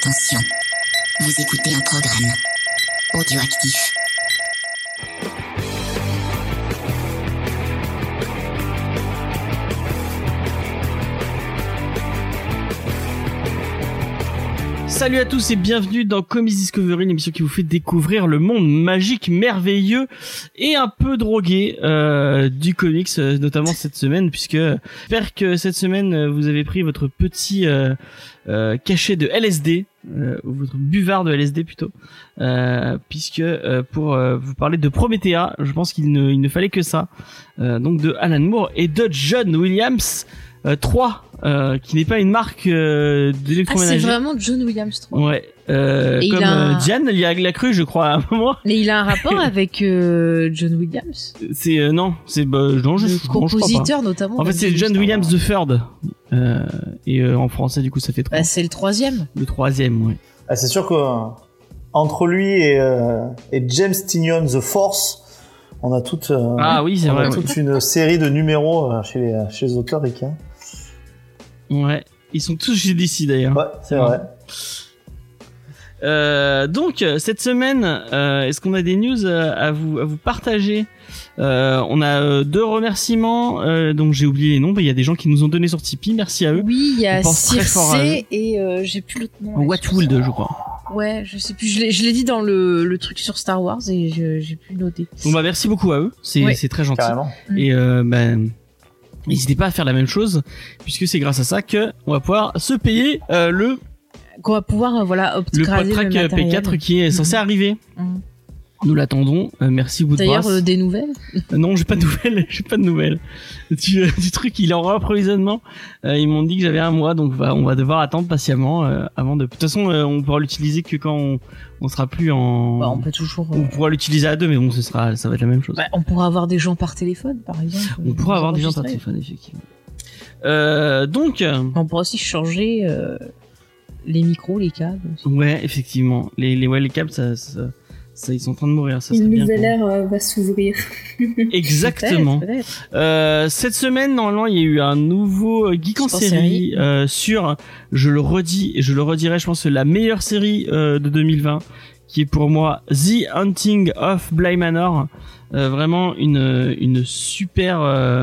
Attention, vous écoutez un programme audioactif. Salut à tous et bienvenue dans Comics Discovery, l'émission qui vous fait découvrir le monde magique, merveilleux et un peu drogué du comics, notamment cette semaine, puisque j'espère que cette semaine vous avez pris votre petit cachet de LSD, ou votre buvard de LSD plutôt, puisque pour vous parler de Promethea, je pense qu'il ne fallait que ça, donc de Alan Moore et de John Williams 3, qui n'est pas une marque d'électroménager. Ah, c'est vraiment John Williams 3. Ouais. Comme Diane, il a cru, je crois, à un moment. Mais il a un rapport avec John Williams. C'est non, c'est non, le compositeur notamment. En fait, c'est John Williams the Third. Et en français, du coup, ça fait 3. Bah, c'est le troisième. Le troisième, oui. Ah, c'est sûr que entre lui et James Tynion the Force, on a toute toute une série de numéros chez les auteurs ricains. Ouais, ils sont tous chez DC d'ailleurs. Ouais, c'est vrai. Donc cette semaine, est-ce qu'on a des news à vous partager? On a 2 remerciements, donc j'ai oublié les noms. Il y a des gens qui nous ont donné sur Tipeee, merci à eux. Oui, il y a Circe et j'ai plus l'autre nom. Whatwood, je crois. Ouais, je sais plus. Je l'ai dit dans le truc sur Star Wars et j'ai plus noté. Bon bah merci beaucoup à eux. C'est très gentil. Carrément. Et n'hésitez pas à faire la même chose, puisque c'est grâce à ça que on va pouvoir se payer qu'on va pouvoir upgrader le PodTrack P4 qui est censé arriver. Nous l'attendons. Merci Woodbrass. D'ailleurs, des nouvelles? Non, j'ai pas de nouvelles. Du truc, il est en approvisionnement. Ils m'ont dit que j'avais un mois, donc on va devoir attendre patiemment avant de. De toute façon, on pourra l'utiliser que quand on sera plus en. Bah, on peut toujours. On pourra l'utiliser à 2, mais bon, ça va être la même chose. Bah, on pourra avoir des gens par téléphone, par exemple. On pourra avoir des gens par téléphone, effectivement. Donc. On pourra aussi changer les micros, les câbles. Aussi. Ouais, effectivement. Les câbles, ça, ils sont en train de mourir. Ça une nouvelle ère va s'ouvrir. Exactement. Peut-être. Cette semaine, normalement, il y a eu un nouveau Geek en série sur, je le redis et je le redirai, je pense, la meilleure série de 2020, qui est pour moi The Haunting of Bly Manor. Vraiment une super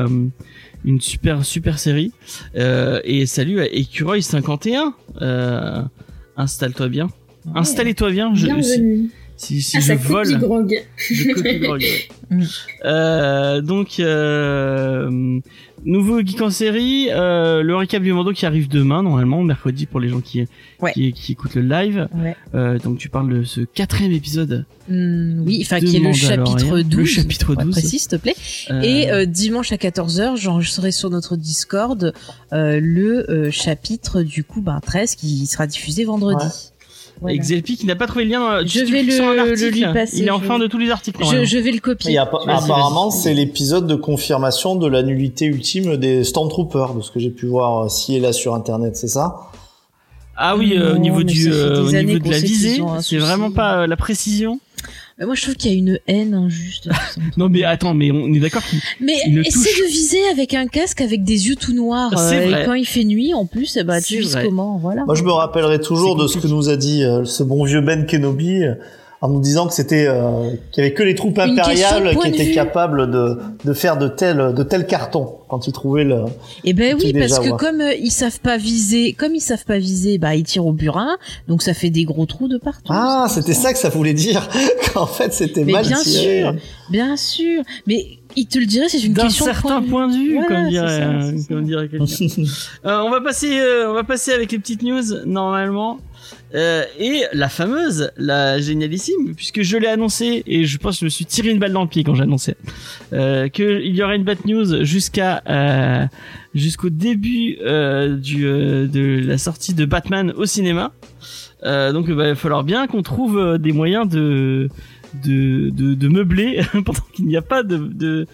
série. Et salut à Écureuil 51. Installe-toi bien. Ouais. Installez-toi bien. Bienvenue. Si je vole, je copie grog. Ouais. Donc nouveau Geek en série, le récap du Mando qui arrive demain normalement, mercredi pour les gens qui écoutent le live. Ouais. Donc tu parles de ce 4e épisode. Oui, enfin qui est le chapitre 12. Le chapitre 12. Précis, s'il te plaît. Et dimanche à 14h, j'enregistrerai sur notre Discord le chapitre du coup 13 qui sera diffusé vendredi. Ouais. Voilà. Xelpi qui n'a pas trouvé le lien. Je vais le lui passer. Il est en fin de tous les articles. Je vais le copier. Et apparemment, c'est l'épisode de confirmation de la nullité ultime des Stormtroopers, de ce que j'ai pu voir ci et là sur Internet, c'est ça? Ah oui, au niveau de la visée, c'est vraiment pas la précision. Mais moi je trouve qu'il y a une haine injuste. Non mais attends, mais on est d'accord qu'il. Mais essaie de viser avec un casque avec des yeux tout noirs. Et quand il fait nuit en plus, tu vises comment, voilà. Moi je me rappellerai toujours de ce que nous a dit ce bon vieux Ben Kenobi en nous disant que c'était qu'il y avait que les troupes impériales qui étaient capables de faire de tels cartons quand ils trouvaient le. Eh ben oui, parce que comme ils savent pas viser, ils tirent au burin, donc ça fait des gros trous de partout. Ah, c'était ça que ça voulait dire, qu'en fait c'était mal tiré. Bien sûr, mais il te le dirait, c'est une question d'un certain point de vue, voilà, comme dirait quelqu'un. On va passer avec les petites news normalement. Et la fameuse, la génialissime, puisque je l'ai annoncé et je pense que je me suis tiré une balle dans le pied quand j'ai annoncé qu'il y aurait une bad news jusqu'au début de la sortie de Batman au cinéma. Donc il va falloir bien qu'on trouve des moyens de meubler pendant qu'il n'y a pas de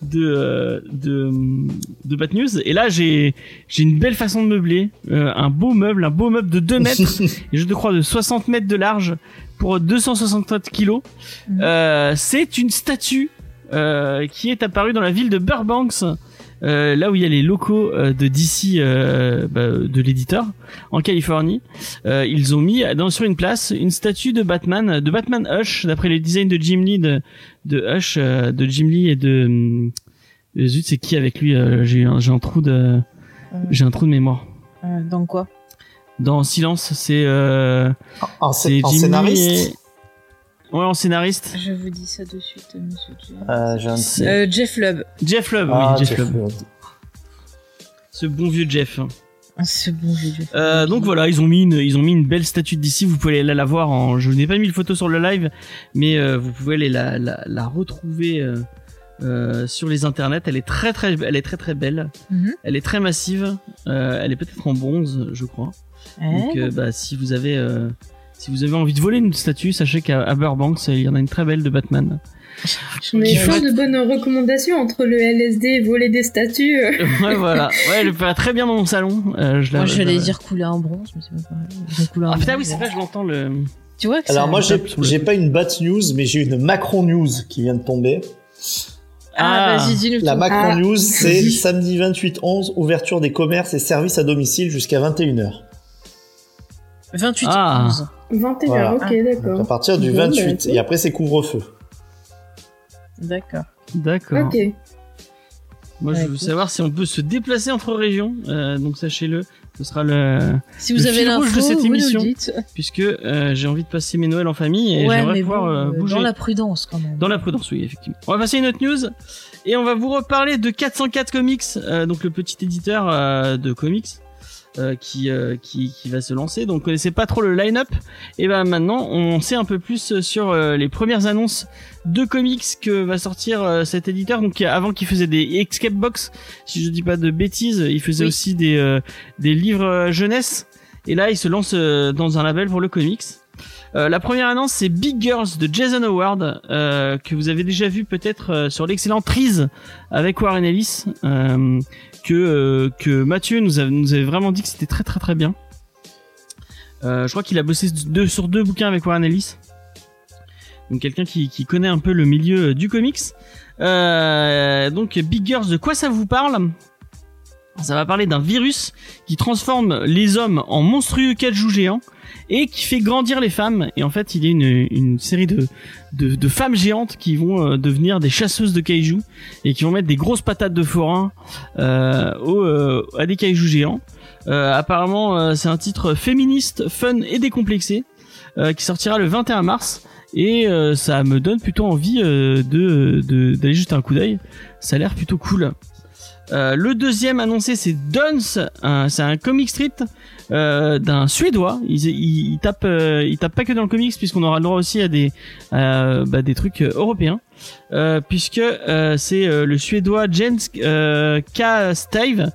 Bad News. Et là j'ai une belle façon de meubler, un beau meuble de 2 mètres et je te crois de 60 mètres de large pour 264 kilos. C'est une statue qui est apparue dans la ville de Burbank là où il y a les locaux de DC, de l'éditeur, en Californie. Ils ont mis sur une place une statue de Batman Hush, d'après les designs de Jim Lee, de Hush, de Jim Lee et de zut, c'est qui avec lui? J'ai un trou de mémoire. Dans quoi? Dans Silence, c'est en Jim scénariste. Ouais, en scénariste. Je vous dis ça de suite, monsieur Jeff Lubb. Jeff Lubb, oui, Jeff Lubb. Ce bon vieux Jeff. Ce bon vieux Jeff. Donc voilà, ils ont mis une belle statue d'ici. Vous pouvez aller la voir. Je n'ai pas mis le photo sur le live, mais vous pouvez aller la retrouver sur les internets. Elle est très très belle. Mm-hmm. Elle est très massive. Elle est peut-être en bronze, je crois. Donc si vous avez envie de voler une statue, sachez qu'à Burbank, il y en a une très belle de Batman. Mais plein de bonnes recommandations entre le LSD et voler des statues. Ouais, voilà. Ouais, elle va très bien dans mon salon. Moi, j'allais dire couler en bronze, mais c'est pas pareil. Putain, oui, c'est vrai, je l'entends le. Tu vois que alors moi, j'ai pas une Bat News, mais j'ai une Macron News qui vient de tomber. Vas-y, dis-nous tout. La Macron News, c'est samedi 28/11, ouverture des commerces et services à domicile jusqu'à 21h. 28/11. 21h, voilà. Ok, d'accord. Donc à partir du 28, et après c'est couvre-feu. D'accord. Ok. Moi, je veux savoir si on peut se déplacer entre régions, donc sachez-le. Ce sera le si vous avez l'info de cette émission, vous nous dites. Puisque j'ai envie de passer mes Noëls en famille et j'aimerais pouvoir bouger. Dans la prudence quand même. Dans la prudence, oui, effectivement. On va passer à une autre news et on va vous reparler de 404 Comics, donc le petit éditeur de comics. Qui va se lancer. Donc, on connaissait pas trop le line-up. Et ben maintenant, on sait un peu plus sur les premières annonces de comics que va sortir cet éditeur. Donc, avant, qu'il faisait des escape box, si je dis pas de bêtises, il faisait aussi des livres jeunesse. Et là, il se lance dans un label pour le comics. La première annonce, c'est Big Girls de Jason Howard, que vous avez déjà vu peut-être sur l'excellent Trees avec Warren Ellis, que Mathieu nous avait vraiment dit que c'était très très très bien. Je crois qu'il a bossé sur 2 bouquins avec Warren Ellis. Donc quelqu'un qui connaît un peu le milieu du comics. Donc Big Girls, de quoi ça vous parle ? Ça va parler d'un virus qui transforme les hommes en monstrueux kaiju géants et qui fait grandir les femmes. Et en fait, il y a une série de femmes géantes qui vont devenir des chasseuses de kaiju et qui vont mettre des grosses patates de forain à des kaiju géants. Apparemment, c'est un titre féministe, fun et décomplexé qui sortira le 21 mars. Et ça me donne plutôt envie d'aller jeter un coup d'œil. Ça a l'air plutôt cool. Le deuxième annoncé, c'est Duns, c'est un comic strip d'un Suédois. Il tape pas que dans le comics, puisqu'on aura le droit aussi à des trucs européens, puisque c'est le Suédois Jens K. Stave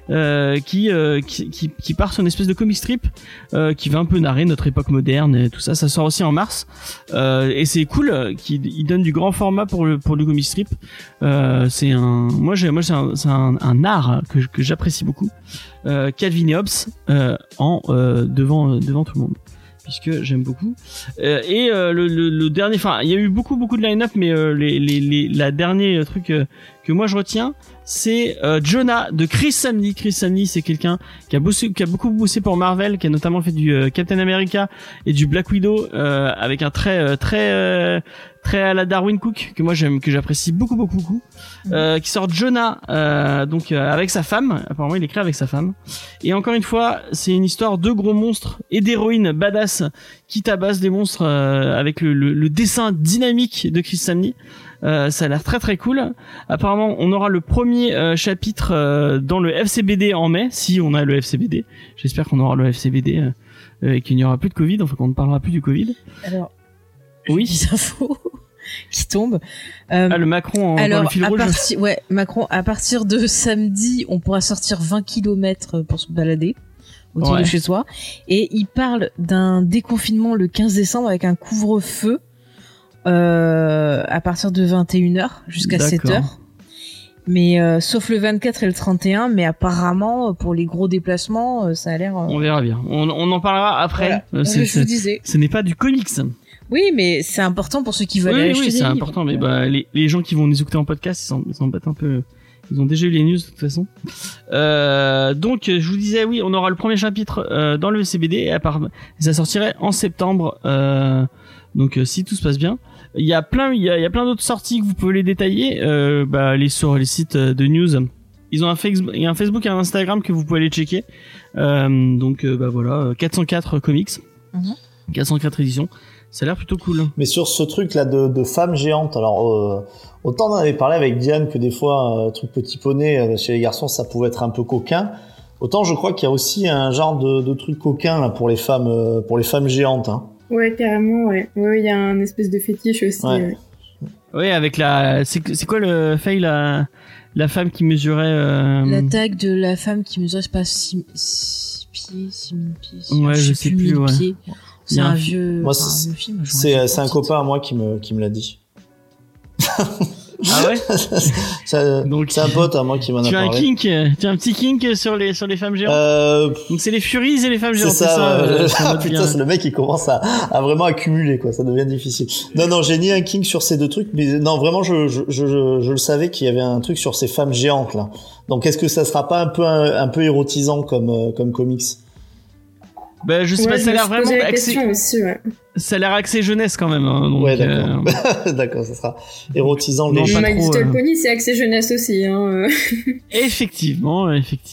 qui part sur une espèce de comic strip qui va un peu narrer notre époque moderne et tout ça. Ça sort aussi en mars, et c'est cool qu'il donne du grand format pour le comic strip. C'est un art que j'apprécie beaucoup. Calvin et Hobbes devant tout le monde, puisque j'aime beaucoup. Et le dernier, enfin, il y a eu beaucoup de line-up, mais la dernier truc que moi je retiens, c'est Jonah de Chris Samney. Chris Samney, c'est quelqu'un qui a beaucoup bossé pour Marvel, qui a notamment fait du Captain America et du Black Widow, avec un très à la Darwin Cook, que moi que j'apprécie beaucoup, qui sort Jonah, avec sa femme. Apparemment, il écrit avec sa femme. Et encore une fois, c'est une histoire de gros monstres et d'héroïnes badass qui tabassent des monstres avec le dessin dynamique de Chris Samney. Ça a l'air très très cool. Apparemment, on aura le premier chapitre dans le FCBD en mai, si on a le FCBD. J'espère qu'on aura le FCBD et qu'il n'y aura plus de Covid, enfin qu'on ne parlera plus du Covid. Alors, oui, des infos qui tombent. Le Macron dans le fil rouge. Macron, à partir de samedi, on pourra sortir 20 km pour se balader autour de chez soi. Et il parle d'un déconfinement le 15 décembre avec un couvre-feu à partir de 21h jusqu'à 7h. Mais sauf le 24 et le 31, mais apparemment pour les gros déplacements, ça a l'air. On verra bien. On en parlera après. Voilà. Je vous disais. Ce n'est pas du comics. Oui, mais c'est important pour ceux qui veulent aller acheter des livres. Oui, c'est important. Mais les gens qui vont nous écouter en podcast, ils s'en battent un peu Ils ont déjà eu les news de toute façon. Donc je vous disais oui, on aura le premier chapitre dans le CBD et ça sortirait en septembre. Donc si tout se passe bien, il y a plein d'autres sorties que vous pouvez les détailler. Sur les sites de news. Ils ont un Facebook et un Instagram que vous pouvez aller checker. Voilà, 404 comics, 404 éditions. Ça a l'air plutôt cool. Mais sur ce truc là de femmes géantes, alors autant on en avait parlé avec Diane que des fois truc petit poney chez les garçons ça pouvait être un peu coquin. Autant je crois qu'il y a aussi un genre de truc coquin là pour les femmes géantes. Hein. Ouais, carrément, ouais. Ouais, il y a un espèce de fétiche aussi. Ouais. Ouais, avec c'est quoi le fail la femme qui mesurait la taille de la femme qui mesurait je sais pas 6 pieds, 6 000 pieds. Ouais, je sais plus, ouais. Pieds. C'est un vieux, moi, un vieux film. C'est un copain à moi qui me l'a dit. Ah ouais. Donc c'est un pote à moi qui m'en a parlé. Tu as un petit kink sur les femmes géantes. Donc c'est les Furies et les femmes géantes. C'est ça. Putain, c'est le mec qui commence à vraiment accumuler quoi. Ça devient difficile. Non, j'ai ni un kink sur ces deux trucs, mais non vraiment je le savais qu'il y avait un truc sur ces femmes géantes là. Donc est-ce que ça sera pas un peu érotisant comme comics? Ben je sais pas, ça a l'air vraiment axé. Aussi, ouais. Ça a l'air axé jeunesse quand même. Hein, donc, ouais, d'accord. D'accord, ça sera érotisant. Non, My Little Pony, c'est axé jeunesse aussi. Hein. Effectivement,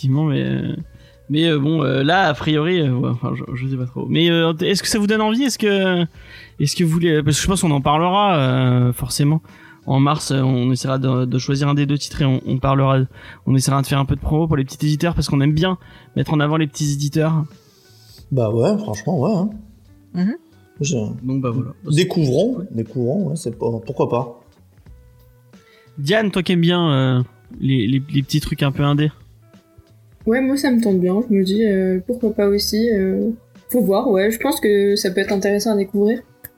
mais bon, là a priori, je sais pas trop. Mais est-ce que ça vous donne envie? Est-ce que vous voulez? Parce que je pense qu'on en parlera forcément. En mars, on essaiera de choisir un des deux titres et on essaiera de faire un peu de promo pour les petits éditeurs parce qu'on aime bien mettre en avant les petits éditeurs. Bah ouais, franchement, ouais. Hein. Donc bah voilà. Découvrons, ouais, c'est pas, pourquoi pas. Diane, toi qui aimes bien les petits trucs un peu indés. Ouais, moi ça me tente bien, je me dis pourquoi pas aussi. Faut voir, ouais, je pense que ça peut être intéressant à découvrir.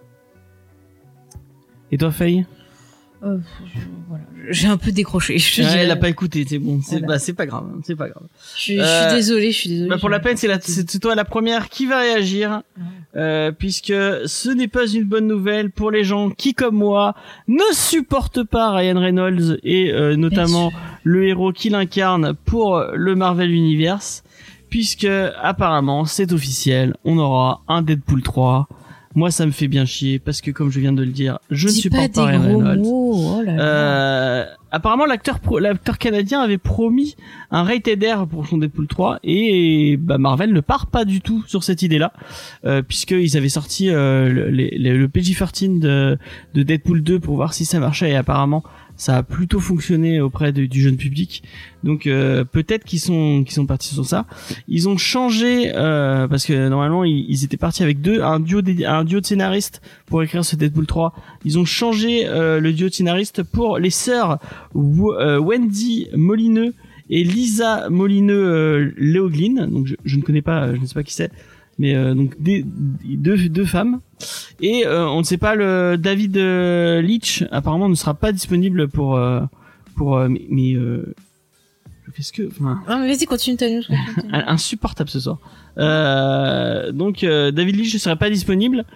Et toi Faye? Voilà. J'ai un peu décroché. Elle a pas écouté, c'est bon. Voilà. C'est pas grave. Je suis désolée. Bah pour la peine, c'est toi la première qui va réagir, puisque ce n'est pas une bonne nouvelle pour les gens qui, comme moi, ne supportent pas Ryan Reynolds et notamment le héros qu'il incarne pour le Marvel Universe, puisque apparemment c'est officiel, on aura un Deadpool 3. Moi, ça me fait bien chier parce que, comme je viens de le dire, je ne supporte pas Ryan Reynolds. Oh là là. Apparemment, l'acteur canadien avait promis un rated R pour son Deadpool 3 et Marvel ne part pas du tout sur cette idée-là, puisqu'ils avaient sorti le PG-13 de Deadpool 2 pour voir si ça marchait et apparemment ça a plutôt fonctionné auprès du jeune public. Donc peut-être qu'ils sont partis sur ça. Ils ont changé parce que normalement ils étaient partis avec un duo de scénaristes pour écrire ce Deadpool 3. Ils ont changé le duo de scénaristes pour les sœurs Wendy Molineux et Lisa Molineux-Leoglin. Donc je ne connais pas, je ne sais pas qui c'est. Mais donc deux femmes et on ne sait pas, le David Leitch apparemment ne sera pas disponible pour mais qu'est-ce que mais vas-y, continue ta news. Insupportable ce soir. Donc David Leitch ne serait pas disponible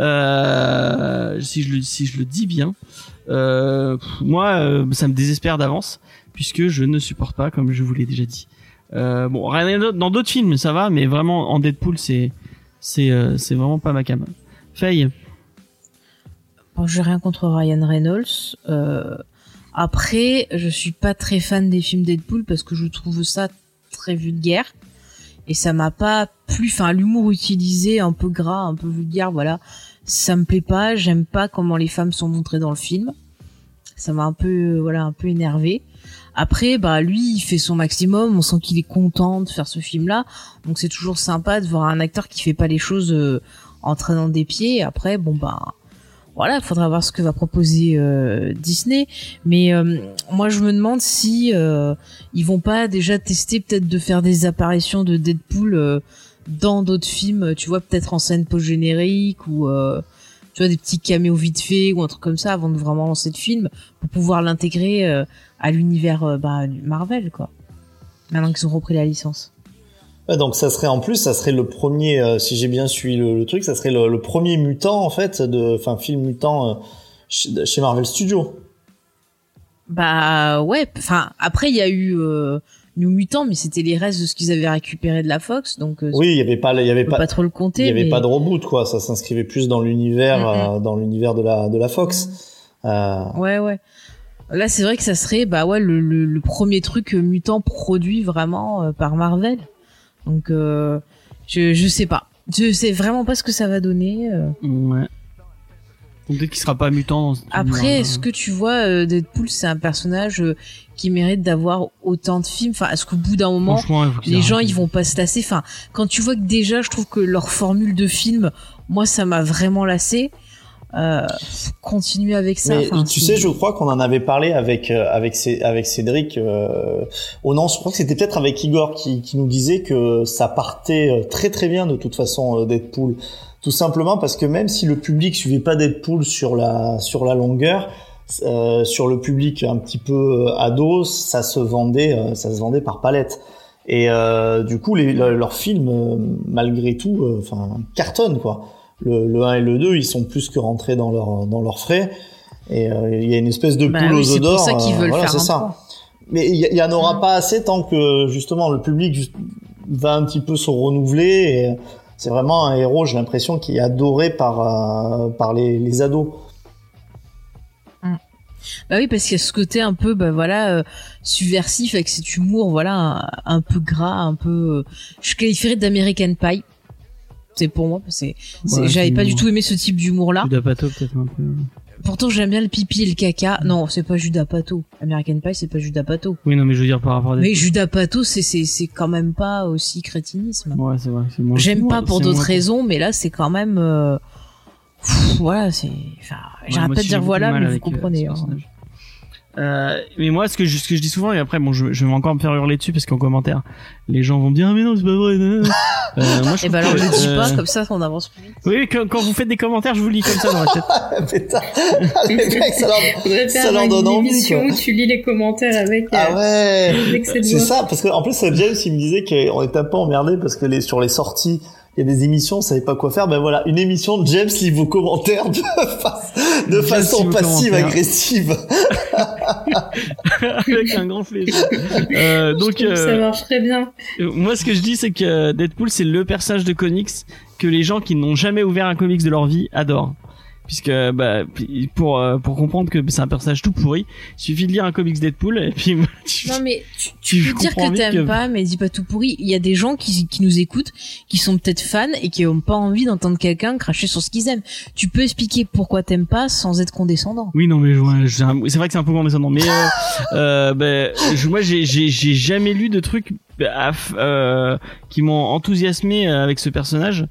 si je le dis bien. Moi ça me désespère d'avance puisque je ne supporte pas, comme je vous l'ai déjà dit. Bon, rien d'autre, dans d'autres films ça va, mais vraiment en Deadpool c'est vraiment pas ma cam. Faye. Bon, j'ai rien contre Ryan Reynolds. Après, je suis pas très fan des films Deadpool parce que je trouve ça très vulgaire et ça m'a pas plu. Enfin, l'humour utilisé un peu gras, un peu vulgaire, voilà, ça me plaît pas. J'aime pas comment les femmes sont montrées dans le film. Ça m'a un peu énervé. Après, lui, il fait son maximum. On sent qu'il est content de faire ce film-là. Donc, c'est toujours sympa de voir un acteur qui fait pas les choses en traînant des pieds. Après, voilà, il faudra voir ce que va proposer Disney. Mais moi, je me demande si ils vont pas déjà tester peut-être de faire des apparitions de Deadpool dans d'autres films. Tu vois, peut-être en scène post-générique ou tu vois, des petits caméos vite fait ou un truc comme ça avant de vraiment lancer le film pour pouvoir l'intégrer à l'univers Marvel, quoi. Maintenant qu'ils ont repris la licence. Ouais, donc ça serait le premier, si j'ai bien suivi le truc, ça serait le premier mutant en fait, film mutant chez Marvel Studios. Bah ouais, enfin après il y a eu New Mutant, mais c'était les restes de ce qu'ils avaient récupéré de la Fox, donc oui, il y avait pas trop le compter. Il y avait pas de reboot quoi, ça s'inscrivait plus dans l'univers de la Fox. Ouais. Là c'est vrai que ça serait le premier truc mutant produit vraiment par Marvel. Donc je sais pas. Je sais vraiment pas ce que ça va donner. Ouais. Peut-être qu'il sera pas mutant. Après, est-ce que tu vois, Deadpool, c'est un personnage qui mérite d'avoir autant de films. Enfin, est-ce qu'au bout d'un moment, les gens ils vont pas se lasser. Enfin, quand tu vois que déjà, je trouve que leur formule de film, moi, ça m'a vraiment lassé. Continuer avec ça. Mais tu sais, je crois qu'on en avait parlé avec Cédric. Non, je crois que c'était peut-être avec Igor qui nous disait que ça partait très très bien de toute façon Deadpool. Tout simplement parce que même si le public suivait pas Deadpool sur la longueur, sur le public un petit peu ado, ça se vendait par palette. Et du coup, leurs films, malgré tout, cartonnent quoi. Le 1 et le 2, ils sont plus que rentrés dans leurs frais. Et il y a une espèce de poule aux œufs d'or. C'est pour ça qu'ils veulent faire ça. Point. Mais il y en aura pas assez tant que justement le public va un petit peu se renouveler. Et c'est vraiment un héros, j'ai l'impression, qui est adoré par les ados. Bah oui, parce qu'il y a ce côté un peu, subversif avec cet humour, un peu gras, un peu. Je qualifierais d'American Pie. C'est pour moi, j'avais pas du tout aimé ce type d'humour-là. Judas Pato peut-être un peu. Pourtant, j'aime bien le pipi et le caca. Non, c'est pas Judas Pato. American Pie, c'est pas Judas Pato. Oui, non, mais je veux dire par rapport à Mais Judas Pato, c'est quand même pas aussi crétinisme. Ouais, c'est vrai. J'aime pas pour d'autres raisons, mais là, c'est quand même, j'arrête pas de dire mais vous comprenez. Mais moi, ce que je dis souvent, et après, bon, je vais encore me faire hurler dessus parce qu'en commentaire, les gens vont me dire, ah, mais non, c'est pas vrai. Moi, et alors, je le dis pas, comme ça, on avance plus vite. Oui, quand vous faites des commentaires, je vous lis comme ça dans la tête. Putain. Ça leur donne envie, quoi. Où tu lis les commentaires avec, avec cette voix. C'est ça, parce que, en plus, James, il me disait qu'on était un peu emmerdés parce que sur les sorties, il y a des émissions, on savait pas quoi faire. Ben voilà, une émission de James lit vos commentaires de façon passive-agressive. Avec un grand plaisir. Donc, ça marche très bien. Moi, ce que je dis, c'est que Deadpool, c'est le personnage de comics que les gens qui n'ont jamais ouvert un comics de leur vie adorent. Puisque pour comprendre que c'est un personnage tout pourri, il suffit de lire un comics Deadpool et puis non mais tu peux dire que t'aimes pas, mais dis pas tout pourri. Il y a des gens qui nous écoutent, qui sont peut-être fans et qui ont pas envie d'entendre quelqu'un cracher sur ce qu'ils aiment. Tu peux expliquer pourquoi t'aimes pas sans être condescendant. Oui, non mais c'est vrai que c'est un peu condescendant, mais moi j'ai jamais lu de trucs qui m'ont enthousiasmé avec ce personnage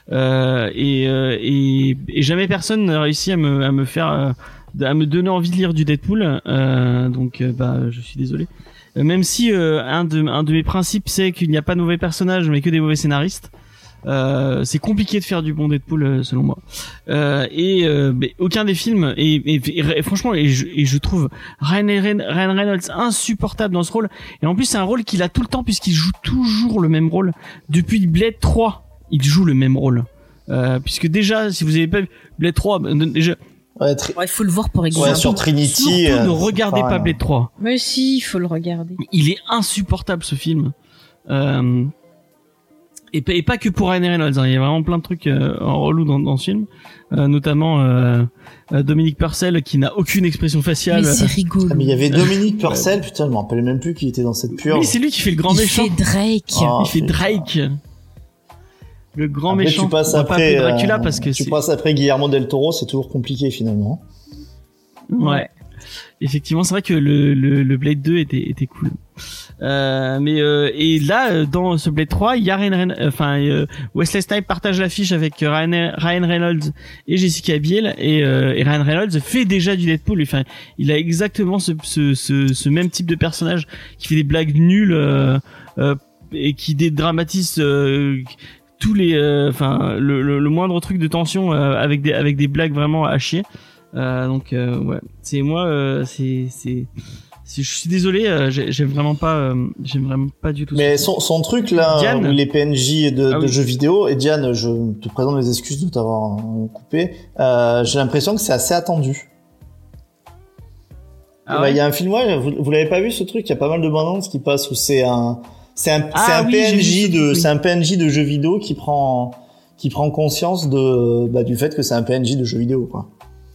et jamais personne n'a réussi à me faire à me donner envie de lire du Deadpool, donc je suis désolé, même si un de mes principes c'est qu'il n'y a pas de mauvais personnages mais que des mauvais scénaristes. C'est compliqué de faire du bon Deadpool selon moi, mais aucun des films et franchement je trouve Ryan Reynolds insupportable dans ce rôle, et en plus c'est un rôle qu'il a tout le temps puisqu'il joue toujours le même rôle depuis Blade 3. Il joue le même rôle, puisque déjà si vous avez pas vu Blade 3 déjà il faut le voir pour exemple. Ouais, sur Trinity. Surtout ne regardez pas Blade 3. Mais si, il faut le regarder. Il est insupportable ce film. Et pas que pour Ryan Reynolds, hein. Il y a vraiment plein de trucs en relou dans ce film, notamment Dominique Purcell qui n'a aucune expression faciale. Mais c'est rigolo. Mais il y avait Dominique Purcell, putain, je me rappelle même plus qui était dans cette purge. Oui, c'est lui qui fait le grand méchant. Il fait Drake. Il fait Drake. Le grand après, méchant. Tu passes après Dracula parce que tu passes après Guillermo del Toro, c'est toujours compliqué finalement. Ouais. Effectivement, c'est vrai que le Blade 2 était cool. Et là, dans ce Blade 3, il y a Wesley Snipes partage l'affiche avec Ryan Reynolds et Jessica Biel, et Ryan Reynolds fait déjà du Deadpool. Enfin, il a exactement ce même type de personnage qui fait des blagues nulles et qui dédramatise tous les le moindre truc de tension avec des blagues vraiment à chier. Donc ouais, c'est moi je suis désolé, j'aime vraiment pas du tout. Mais son truc là, Diane, où les PNJ de jeux vidéo, et Diane, je te présente mes excuses de t'avoir coupé. J'ai l'impression que c'est assez attendu. Il y a un film, vous l'avez pas vu ce truc? Il y a pas mal de bandes annonces qui passent où c'est un PNJ de jeu vidéo qui prend conscience du fait que c'est un PNJ de jeu vidéo, quoi.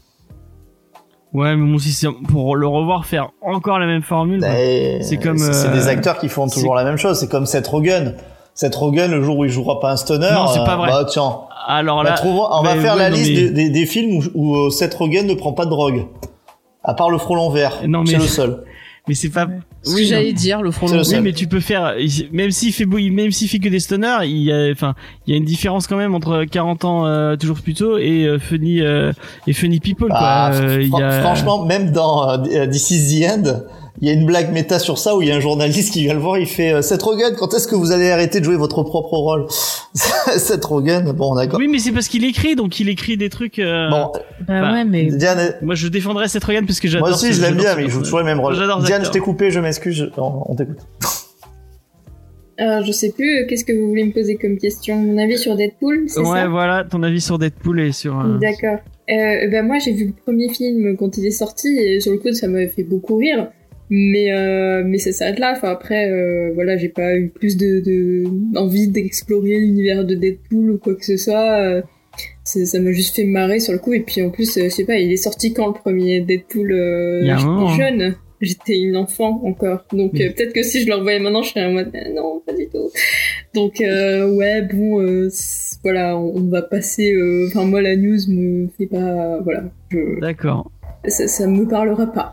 Ouais, mais moi aussi, c'est pour le revoir faire encore la même formule. C'est comme. C'est des acteurs qui font toujours la même chose. C'est comme Seth Rogen. Seth Rogen, le jour où il jouera pas un stoner. Non, c'est pas vrai. Bah tiens. Alors là, on va faire la liste des films où Seth Rogen ne prend pas de drogue. À part le front vert. Non, mais c'est le seul. Mais c'est pas. Ce que j'allais dire, le front long. Oui, mais tu peux faire, même s'il fait que des stoners, il y a une différence quand même entre 40 ans, toujours plus tôt et Funny People, quoi. Franchement, même dans This Is the End, il y a une blague méta sur ça où il y a un journaliste qui vient le voir, il fait Seth Rogen, quand est-ce que vous allez arrêter de jouer votre propre rôle? Seth Rogen, bon, d'accord. Oui, mais c'est parce qu'il écrit, donc il écrit des trucs. Bon, ouais, mais Diane, moi je défendrais Seth Rogen parce que j'adore. Moi aussi, je l'aime bien, mais il joue toujours le même rôle. Diane, je t'ai coupé, je m'excuse, on t'écoute. Alors, je sais plus, qu'est-ce que vous voulez me poser comme question? Mon avis sur Deadpool, c'est ça? Ouais, voilà, ton avis sur Deadpool et sur... D'accord. Moi, j'ai vu le premier film quand il est sorti, et sur le coup, ça m'avait fait beaucoup rire. Mais ça s'arrête là. Enfin, après, voilà, j'ai pas eu plus de envie d'explorer l'univers de Deadpool ou quoi que ce soit. Ça m'a juste fait marrer sur le coup. Et puis, en plus, je sais pas, il est sorti quand le premier Deadpool? J'étais jeune. J'étais une enfant encore, donc peut-être que si je le revoyais maintenant, je serais en mode non, pas du tout. Donc ouais, bon, voilà, on va passer. Enfin moi, la news me fait pas, voilà. D'accord. Ça me parlera pas.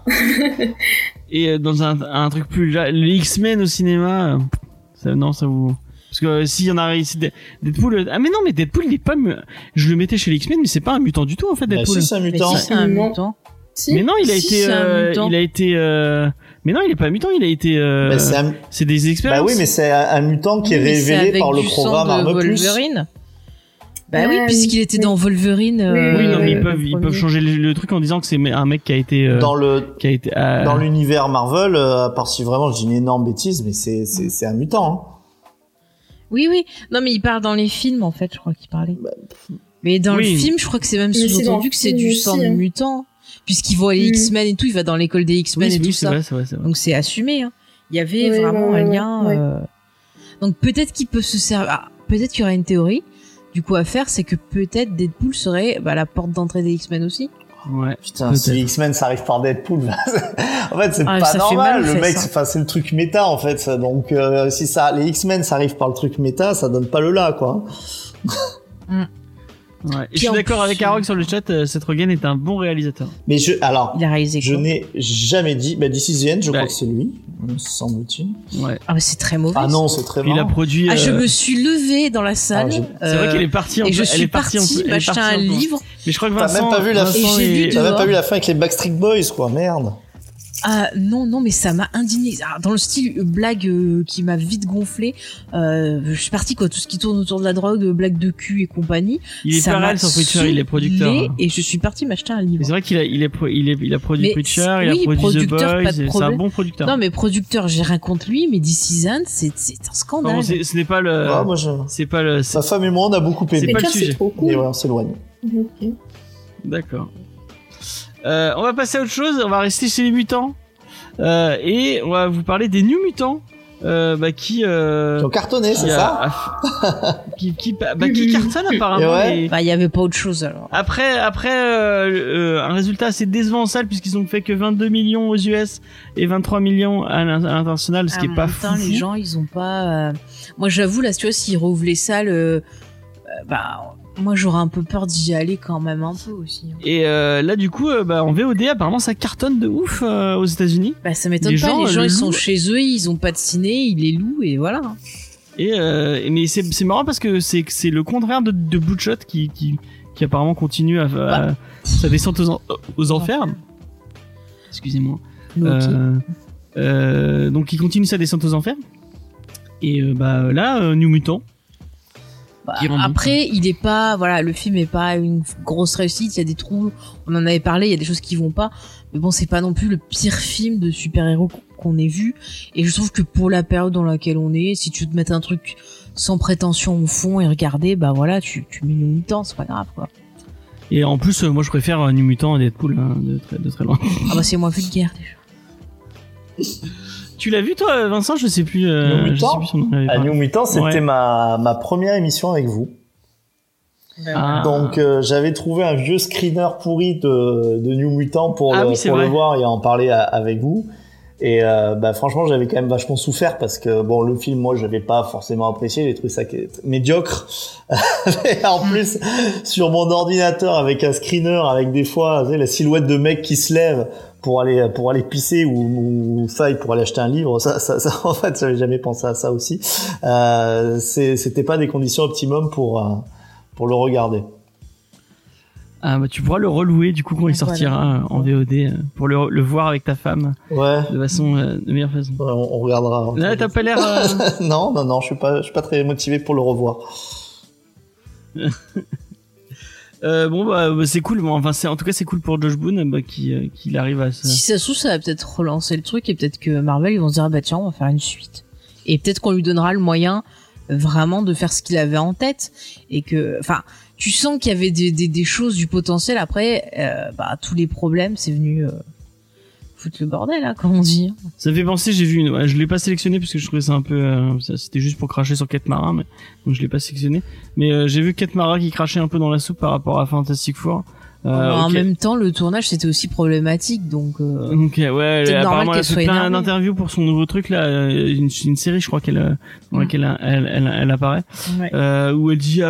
Et dans un truc plus, les X-Men au cinéma, ça vous. Parce que s'il y en a ici, Deadpool. Ah mais non, mais Deadpool, il est pas. Je le mettais chez les X-Men, mais c'est pas un mutant du tout en fait. Deadpool. Bah, si, c'est un mutant. Si, c'est un mutant. Si. Mais non, il a été, mais non, il est pas mutant, il a été, c'est des expériences. Bah oui, mais c'est un mutant qui est révélé par le programme Arme Plus. Bah oui, puisqu'il était dans Wolverine. Oui, non, mais ils peuvent changer le truc en disant que c'est un mec qui a été, dans l'univers Marvel, à part si vraiment je dis une énorme bêtise, mais c'est un mutant, hein. Oui. Non, mais il parle dans les films, en fait, je crois qu'il parlait. Mais dans le film, je crois que c'est même sous-entendu que c'est du sang de mutant. Puisqu'il voit les X-Men et tout, il va dans l'école des X-Men et tout ça. C'est vrai. Donc c'est assumé, hein. Il y avait vraiment un lien. Donc peut-être qu'il peut se servir. Peut-être qu'il y aura une théorie. Du coup à faire, c'est que peut-être Deadpool serait la porte d'entrée des X-Men aussi. Ouais. Putain, si les X-Men ça arrive par Deadpool, en fait c'est pas normal. Le mec, c'est le truc méta en fait. Donc si les X-Men ça arrive par le truc méta, ça donne pas le là, quoi. Ouais. Et je suis d'accord avec Arok sur le chat, Seth Rogen est un bon réalisateur. Mais il a réalisé quoi? Je n'ai jamais dit, This Is the End, je crois que c'est lui, semble-t-il. Ouais. Ah, mais c'est très mauvais. Ah non, c'est très marrant. Il a produit, je me suis levée dans la salle. C'est vrai qu'elle est partie et je suis partie m'acheter un livre. Mais je crois que Vincent, t'as même pas vu la fin, t'as même pas vu la fin avec les Backstreet Boys, quoi, merde. Ah non, mais ça m'a indigné. Dans le style blague qui m'a vite gonflé, je suis partie quoi, tout ce qui tourne autour de la drogue, blague de cul et compagnie. Il est pas mal sur Preacher, il est producteur. Et je suis partie m'acheter un livre. C'est vrai qu'il a produit Preacher, il a produit The Boys, c'est un bon producteur. Non mais producteur, j'ai rien contre lui, mais This Is the End, c'est un scandale. Non, ce n'est pas le. Ah, c'est pas le. Sa femme et moi on a beaucoup aimé. C'est pas le sujet. Trop cool. Mais ouais, on s'éloigne. Okay. D'accord. On va passer à autre chose. On va rester chez les mutants et on va vous parler des New Mutants qui ont cartonné, c'est ça qui cartonnent apparemment. Ouais. Il y avait pas autre chose alors. Après un résultat assez décevant en salle puisqu'ils ont fait que 22 millions aux US et 23 millions à l'international, ce qui est pas fou. Les gens ils ont pas. Moi j'avoue là, tu vois, s'ils rouvrent les salles, moi j'aurais un peu peur d'y aller quand même un peu aussi. Et là du coup en VOD apparemment ça cartonne de ouf aux États-Unis. Ça m'étonne pas, les gens ils sont chez eux, ils ont pas de ciné, ils les louent et voilà. Et mais c'est marrant parce que c'est le contraire de Bloodshot qui apparemment continue à sa descente aux enfers. Excusez-moi. Donc il continue sa descente aux enfers. Et là New Mutant. Après, il est pas, le film est pas une grosse réussite. Il y a des trous, on en avait parlé, il y a des choses qui vont pas. Mais bon, c'est pas non plus le pire film de super-héros qu'on ait vu. Et je trouve que pour la période dans laquelle on est, si tu veux te mettre un truc sans prétention au fond et regarder, tu mets New Mutant, c'est pas grave, quoi. Et en plus, moi je préfère New Mutant à Deadpool, de très loin. C'est moins vulgaire déjà. Tu l'as vu toi, Vincent? Je sais plus. New je sais Mutant plus si on en avait parlé. New Mutant, c'était Ouais. ma première émission avec vous. Ah. Donc j'avais trouvé un vieux screener pourri de New Mutant pour le voir et en parler avec vous. Et franchement, j'avais quand même vachement souffert parce que bon, le film, moi, j'avais pas forcément apprécié, j'ai trouvé ça médiocre. Et en plus, sur mon ordinateur avec un screener, avec des fois, tu sais, la silhouette de mec qui se lève pour aller pisser ou pour aller acheter un livre, ça en fait, j'avais jamais pensé à ça aussi. C'était pas des conditions optimum pour le regarder. Ah bah tu pourras le relouer du coup quand il sortira en VOD pour le voir avec ta femme. Ouais. De façon de meilleure façon. Ouais, on regardera. Là t'as pas l'air. Non, je suis pas très motivé pour le revoir. Bon bah c'est cool. Bon, enfin en tout cas c'est cool pour Josh Boone qu'il arrive à ça. Si ça se trouve, ça va peut-être relancer le truc et peut-être que Marvel ils vont se dire bah tiens on va faire une suite. Et peut-être qu'on lui donnera le moyen vraiment de faire ce qu'il avait en tête et que enfin tu sens qu'il y avait des choses du potentiel. Après tous les problèmes c'est venu foutre le bordel là comme on dit. Ça me fait penser, j'ai vu je l'ai pas sélectionné parce que je trouvais ça un peu c'était juste pour cracher sur Kate Mara, mais donc je l'ai pas sélectionné, mais j'ai vu Kate Mara qui crachait un peu dans la soupe par rapport à Fantastic Four. En même temps le tournage c'était aussi problématique donc ouais, apparemment elle a fait plein d'interviews pour son nouveau truc là, une série je crois dans laquelle elle apparaît, ouais. Où elle dit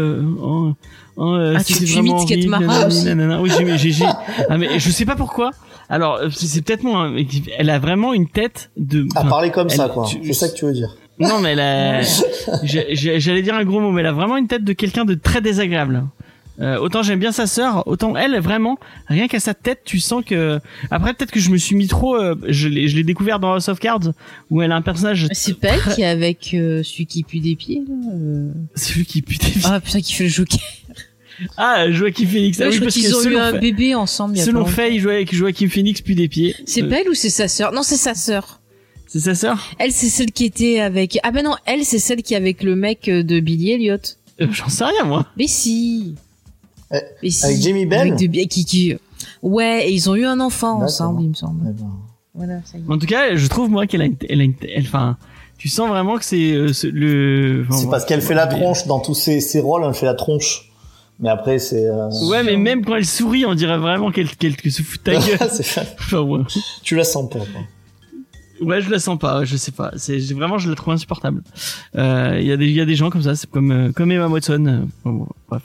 tu imites Kate Mara aussi. Oui, mais je sais pas pourquoi. Alors c'est peut-être moi, hein, elle a vraiment une tête de à parler comme ça quoi. C'est ça que tu veux dire. Non mais j'allais dire un gros mot, mais elle a vraiment une tête de quelqu'un de très désagréable. Autant j'aime bien sa sœur, autant elle vraiment rien qu'à sa tête tu sens que après peut-être que je me suis mis trop je l'ai découvert dans House of Cards où elle a un personnage. C'est pas elle qui est avec celui qui pue des pieds là. Celui qui pue des pieds. Ah putain qui fait le Joker. Ah, Joaquin Phoenix. Ouais, parce qu'ils ont eu un bébé ensemble. Selon Faye, Joaquin Phoenix pue des pieds. C'est pas elle ou c'est sa sœur? Non, c'est sa sœur. C'est sa sœur? Elle, c'est celle qui était avec... Ah ben non, elle, c'est celle qui est avec le mec de Billy Elliot. J'en sais rien, moi. Mais si. Avec Jamie Bell? Ouais, et ils ont eu un enfant ensemble, il me semble. Voilà, ça y est. En tout cas, je trouve, moi, qu'elle enfin, tu sens vraiment que c'est le... Enfin, c'est parce qu'elle fait la tronche dans tous ses rôles, elle fait la tronche. Mais après, c'est... Ouais, mais même quand elle sourit, on dirait vraiment qu'elle se fout de ta gueule. Enfin, ouais. Tu la sens pas, quoi. Ouais, je la sens pas, je sais pas. Vraiment, je la trouve insupportable. Il y a des gens comme ça, c'est comme Emma Watson. Bon, bref.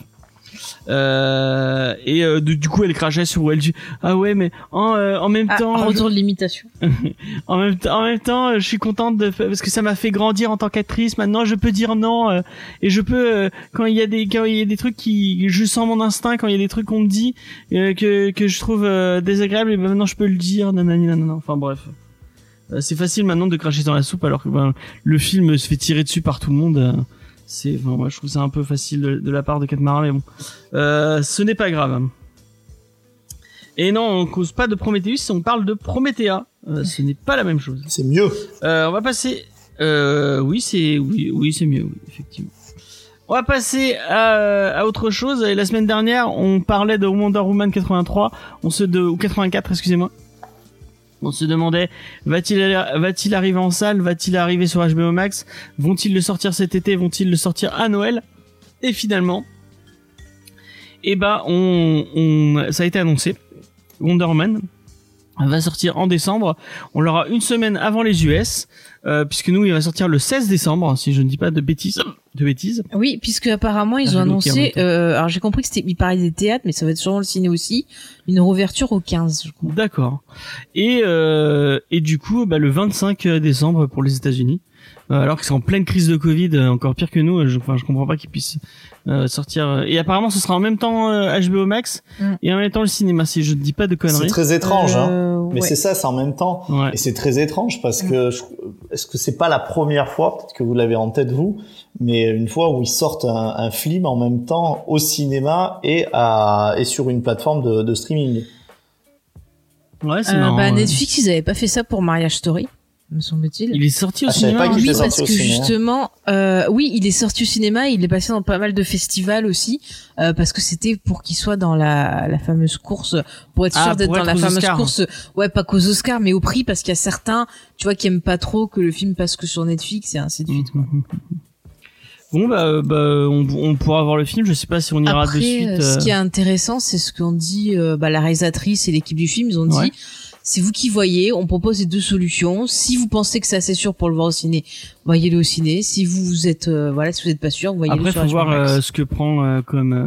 Du coup elle crachait sur où elle dit ah ouais mais en même temps retour de l'imitation. en même temps je suis contente parce que ça m'a fait grandir en tant qu'actrice. Maintenant je peux dire non et je peux quand il y a des trucs qui je sens mon instinct, quand il y a des trucs qu'on me dit que je trouve désagréable, et ben maintenant je peux le dire. Nanana. Enfin bref, c'est facile maintenant de cracher dans la soupe alors que le film se fait tirer dessus par tout le monde. Moi je trouve ça un peu facile de la part de Kate Mara, mais bon, ce n'est pas grave. Et non, on cause pas de Prometheus, on parle de Promethea. Ce n'est pas la même chose. C'est mieux. On va passer. Oui, c'est mieux, oui, effectivement. On va passer à autre chose. Et la semaine dernière, on parlait de Wonder Woman 83, ou 84, excusez-moi. On se demandait, va-t-il arriver en salle, va-t-il arriver sur HBO Max, vont-ils le sortir cet été, vont-ils le sortir à Noël? Et finalement, ça a été annoncé. Wonder Woman va sortir en décembre. On l'aura une semaine avant les US, puisque nous, il va sortir le 16 décembre, si je ne dis pas de bêtises. Oui, puisque apparemment ils ont annoncé. Alors j'ai compris que il parlait des théâtres, mais ça va être sûrement le ciné aussi. Une réouverture au 15, je crois. D'accord. Et du coup, le 25 décembre pour les États-Unis. Alors que c'est en pleine crise de Covid, encore pire que nous. Je comprends pas qu'ils puissent sortir. Et apparemment, ce sera en même temps HBO Max et en même temps le cinéma. Si je ne dis pas de conneries. C'est très étrange, mais ouais. C'est ça, c'est en même temps. Ouais. Et c'est très étrange parce que est-ce que c'est pas la première fois, peut-être que vous l'avez en tête vous, mais une fois où ils sortent un film en même temps au cinéma et sur une plateforme de streaming. Ouais, c'est marrant. Netflix, ils avaient pas fait ça pour Marriage Story. me semble-t-il. Il est sorti au je savais cinéma. pas qu'il Oui, était parce sorti que au cinéma. justement, oui, il est sorti au cinéma, il est passé dans pas mal de festivals aussi, parce que c'était pour qu'il soit dans la fameuse course, pour être sûr d'être pour dans être la aux fameuse Oscars. course, ouais, pas qu'aux Oscars, mais au prix, parce qu'il y a certains, tu vois, qui aiment pas trop que le film passe que sur Netflix et ainsi de suite. quoi. Bon on pourra voir le film. Je sais pas si on ira Après, de suite. ce qui est intéressant, c'est ce qu'ont dit la réalisatrice et l'équipe du film. Ils ont Ouais. dit, c'est vous qui voyez. On propose les deux solutions. Si vous pensez que c'est assez sûr pour le voir au ciné, voyez-le au ciné. Si vous êtes si vous êtes pas sûr, voyez-le Après, sur faut HBO voir Max. ce que prend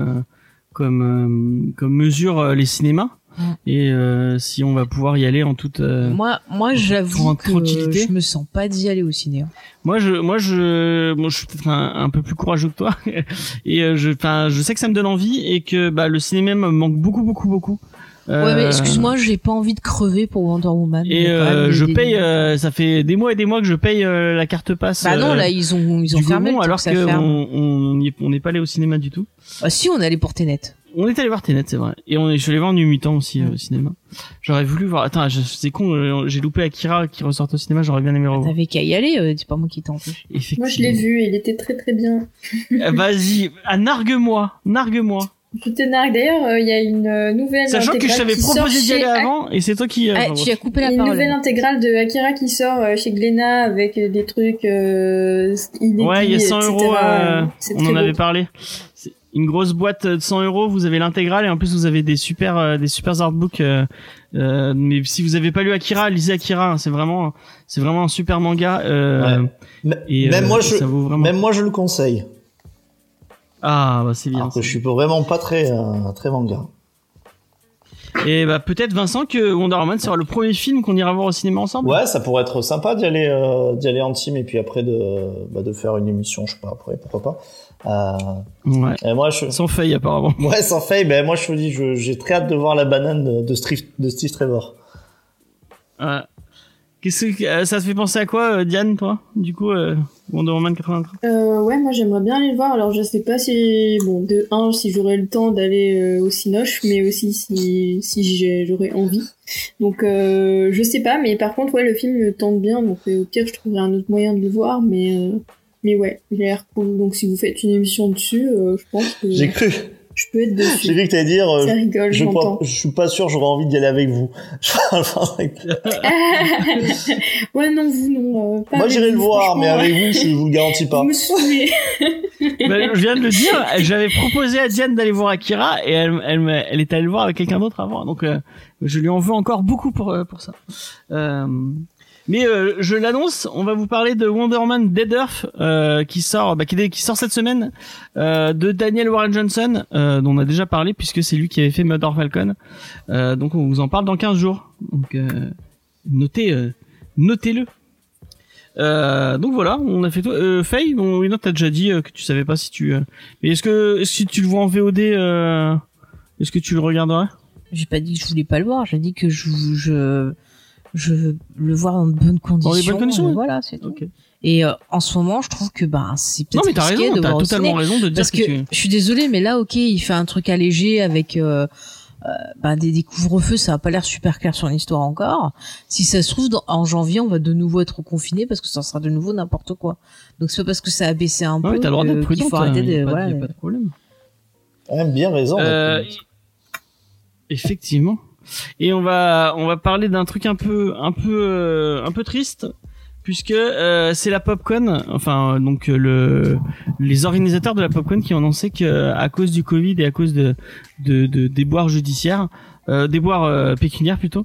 comme mesure les cinémas et si on va pouvoir y aller en toute. Moi, j'avoue en que tranquillité. je me sens pas d'y aller au ciné. Moi, je suis peut-être un peu plus courageux que toi et je sais que ça me donne envie et que le cinéma me manque beaucoup. Ouais, mais excuse-moi, j'ai pas envie de crever pour Wonder Woman. Et je paye. Ça fait des mois et des mois que je paye la carte passe. Bah non, là ils ont du fermé Gaumont, le temps alors que ça ferme. on n'est pas allé au cinéma du tout. Ah si, on est allé pour Tenet. On est allé voir Tenet, c'est vrai. Et je suis allé voir Nuit Mutant aussi au cinéma. J'aurais voulu voir. Attends, c'est con. J'ai loupé Akira qui ressort au cinéma. J'aurais bien aimé revoir. T'avais qu'à y aller. C'est pas moi qui t'en empêche. Effectivement. Moi, je l'ai vu, il était très très bien. Vas-y, nargue-moi. Je te nargue. D'ailleurs, il y a une nouvelle Sachant que je t'avais qui sort proposé d'y aller chez avant, et c'est toi qui. Tu as coupé la une parole. nouvelle intégrale de Akira qui sort chez Glénat avec des trucs inédits, Ouais, il y a 100 etc. euros. C'est On très en avait beau. parlé. C'est une grosse boîte de 100 euros. Vous avez l'intégrale et en plus vous avez des super artbooks. Mais si vous avez pas lu Akira, lisez Akira. Hein, c'est vraiment un super manga. Et Même moi, ça vaut vraiment. même moi, je le conseille. Ah, bah c'est bien. Alors que je suis vraiment pas très manga. Et peut-être Vincent que Wonder Woman sera le premier film qu'on ira voir au cinéma ensemble. Ouais, ça pourrait être sympa d'y aller en team et puis après de faire une émission, je sais pas, après, pourquoi pas. Ouais. Et moi, Sans feuille apparemment. Ouais, sans faille, moi je te dis, j'ai très hâte de voir la banane de Steve Trevor. Qu'est-ce que ça te fait penser à quoi, Diane, toi, du coup, Wonder Woman 83? Ouais, moi j'aimerais bien aller le voir. Alors je sais pas si si j'aurai le temps d'aller au Cinoche, mais aussi si j'aurais envie. Donc je sais pas, mais par contre ouais, le film me tente bien, donc au pire je trouverai un autre moyen de le voir, mais ouais, il a l'air cool. Donc si vous faites une émission dessus, je pense que J'ai cru. je peux être dessus. J'ai vu que t'allais dire. Ça rigole, j'entends. Je suis pas sûr, j'aurais envie d'y aller avec vous. Ouais, non, vous non. Pas Moi avec j'irai le vous, voir, mais franchement, avec vous, je vous le garantis pas. Vous me saoulez. Je viens de le dire, j'avais proposé à Diane d'aller voir Akira et elle est allée le voir avec quelqu'un d'autre avant, donc je lui en veux encore beaucoup pour ça. Mais je l'annonce, on va vous parler de Wonder Woman Dead Earth qui sort cette semaine de Daniel Warren Johnson dont on a déjà parlé puisque c'est lui qui avait fait Mother Falcon. Donc on vous en parle dans 15 jours. Donc notez-le. Donc voilà, on a fait tout. Faye, oui, non, t'as déjà dit que tu savais pas si tu. Mais est-ce que tu le vois en VOD, est-ce que tu le regarderais? J'ai pas dit que je voulais pas le voir. J'ai dit que je veux le voir dans de bonnes conditions. Dans les bonnes conditions. Voilà, c'est tout. Ok. Et en ce moment, je trouve que c'est peut-être Non mais t'as risqué raison, de t'as voir au totalement ciné. raison de dire Parce que je suis désolée, mais là, ok, il fait un truc allégé avec des couvre-feux, ça a pas l'air super clair sur l'histoire encore. Si ça se trouve, en janvier, on va de nouveau être confiné parce que ça sera de nouveau n'importe quoi. Donc c'est pas parce que ça a baissé un peu t'as le droit d'être qu'il prudent. faut arrêter Y a de pas voilà. de problème. Ouais, bien raison. Effectivement. Et on va parler d'un truc un peu triste puisque c'est la PopCon, enfin donc les organisateurs de la PopCon qui ont annoncé que à cause du Covid et à cause de déboires judiciaires, déboires pécuniaires plutôt,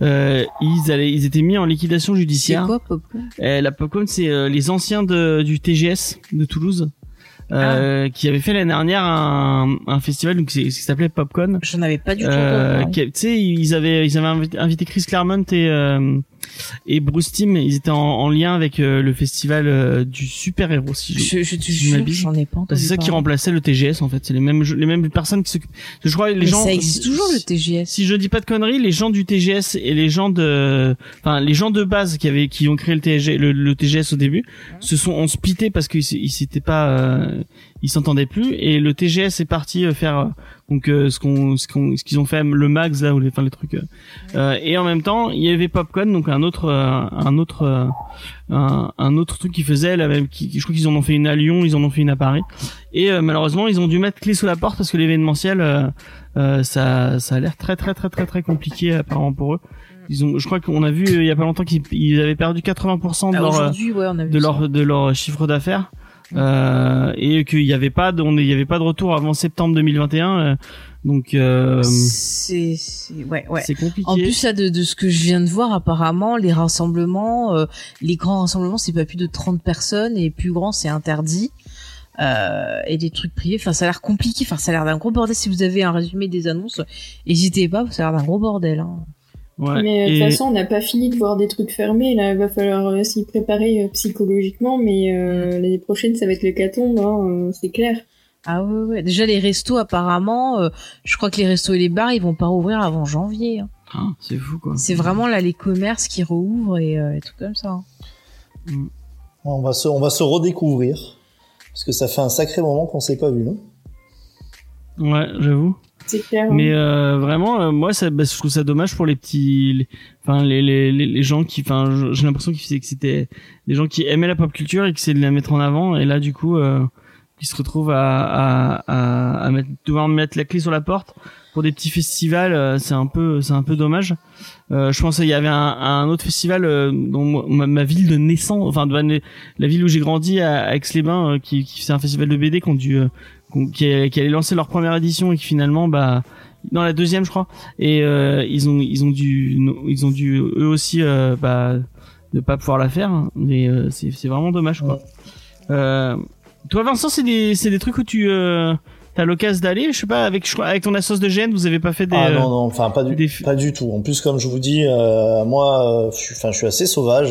ils étaient mis en liquidation C'est judiciaire. quoi, Popcorn? La PopCon, c'est les anciens du TGS de Toulouse. Qui avait fait l'année dernière un festival donc qui s'appelait Popcorn. J'en avais pas du tout entendu. Tu sais, ils avaient invité Chris Claremont et Bruce Timm. Ils étaient en lien avec le festival du super-héros. Si Je te jure, j'en ai pas entendu. c'est ça qui parler. remplaçait le TGS en fait. C'est les mêmes personnes qui s'occupent. Je crois les Mais gens. ça existe toujours le TGS. Si je dis pas de conneries, les gens du TGS et les gens de base qui ont créé le TGS au début ont splitté parce qu'ils s'étaient pas ils s'entendaient plus et le TGS est parti faire donc ce qu'ils ont fait le Max là ou les trucs et en même temps il y avait Popcorn, donc un autre truc qui faisait la même je crois qu'ils en ont fait une à Lyon, ils en ont fait une à Paris et malheureusement ils ont dû mettre clé sous la porte parce que l'événementiel ça a l'air très compliqué apparemment pour eux. Je crois qu'on a vu il y a pas longtemps qu'ils avaient perdu 80% de leur chiffre d'affaires et qu'il y avait pas de retour avant septembre 2021 donc c'est compliqué. En plus là de ce que je viens de voir, apparemment les rassemblements les grands rassemblements c'est pas plus de 30 personnes et plus grand c'est interdit. Et des trucs privés, enfin ça a l'air compliqué, enfin ça a l'air d'un gros bordel. Si vous avez un résumé des annonces, n'hésitez pas, ça a l'air d'un gros bordel hein. Ouais, mais de toute façon, on n'a pas fini de voir des trucs fermés. Là, il va falloir s'y préparer psychologiquement. Mais l'année prochaine, ça va être l'hécatombe, hein, c'est clair. Ah ouais. Déjà, les restos, apparemment, je crois que les restos et les bars, ils vont pas rouvrir avant janvier. Hein. Ah, c'est fou, quoi. C'est vraiment là les commerces qui rouvrent et tout comme ça. Hein. On va se redécouvrir parce que ça fait un sacré moment qu'on s'est pas vu, non ? Ouais, j'avoue. C'est clair. Mais vraiment, moi, je trouve ça dommage pour les petits, les gens qui, j'ai l'impression que c'était des gens qui aimaient la pop culture et qui essaient de la mettre en avant, et là, du coup, qui se retrouvent à devoir mettre la clé sur la porte pour des petits festivals. C'est un peu dommage. Je pense qu'il y avait un autre festival dans ma ville de naissance, la ville où j'ai grandi à Aix-les-Bains, qui fait un festival de BD qui allait lancer leur première édition et qui finalement dans la deuxième je crois et ils ont dû eux aussi ne pas pouvoir la faire hein, mais c'est vraiment dommage quoi. Toi Vincent, c'est des trucs où tu t'as l'occasion d'aller, je sais pas, avec ton assos de GN, vous avez pas fait des non, enfin pas du tout. En plus comme je vous dis moi je suis assez sauvage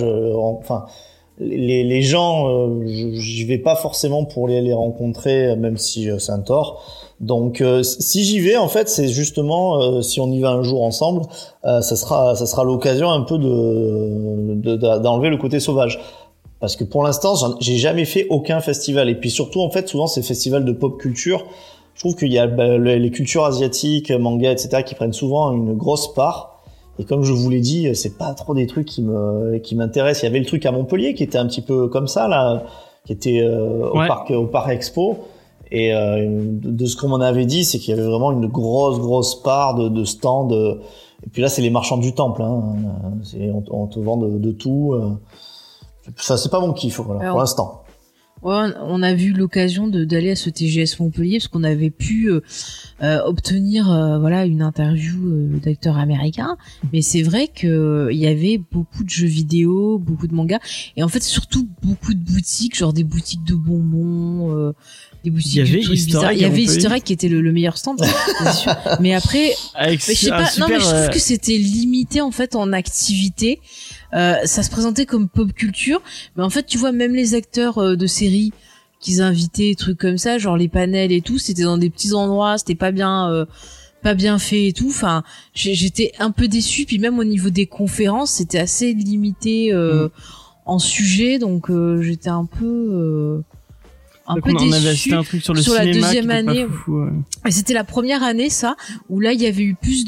les gens j'y vais pas forcément pour les rencontrer même si c'est un tort. Donc si j'y vais en fait c'est justement si on y va un jour ensemble ça sera l'occasion un peu d'enlever le côté sauvage. Parce que pour l'instant, j'ai jamais fait aucun festival. Et puis surtout, en fait, souvent, ces festivals de pop culture, je trouve qu'il y a les cultures asiatiques, manga, etc., qui prennent souvent une grosse part. Et comme je vous l'ai dit, c'est pas trop des trucs qui m'intéressent. Il y avait le truc à Montpellier qui était un petit peu comme ça, là, qui était au parc Expo. Et de ce qu'on m'en avait dit, c'est qu'il y avait vraiment une grosse part de stands. Et puis là, c'est les marchands du temple. Hein. On te vend de tout. Ça c'est pas mon kiff voilà, pour l'instant. Ouais, on a vu l'occasion d'aller à ce TGS Montpellier parce qu'on avait pu obtenir une interview d'acteurs américains, mais c'est vrai que il y avait beaucoup de jeux vidéo, beaucoup de mangas et en fait surtout beaucoup de boutiques, genre des boutiques de bonbons, des boutiques de trucs bizarres. Il y avait Easter Egg qui était le meilleur stand, c'est sûr. Mais après mais je sais pas, non mais je trouve que c'était limité en fait en activité. Ça se présentait comme pop culture, mais en fait, tu vois, même les acteurs de séries qu'ils invitaient, trucs comme ça, genre les panels et tout, c'était dans des petits endroits, c'était pas bien fait et tout. Enfin, j'étais un peu déçue. Puis même au niveau des conférences, c'était assez limité en sujet, donc j'étais un peu déçue. Un truc sur le cinéma, la deuxième année. Fou, ouais. Et c'était la première année, ça, où là, il y avait eu plus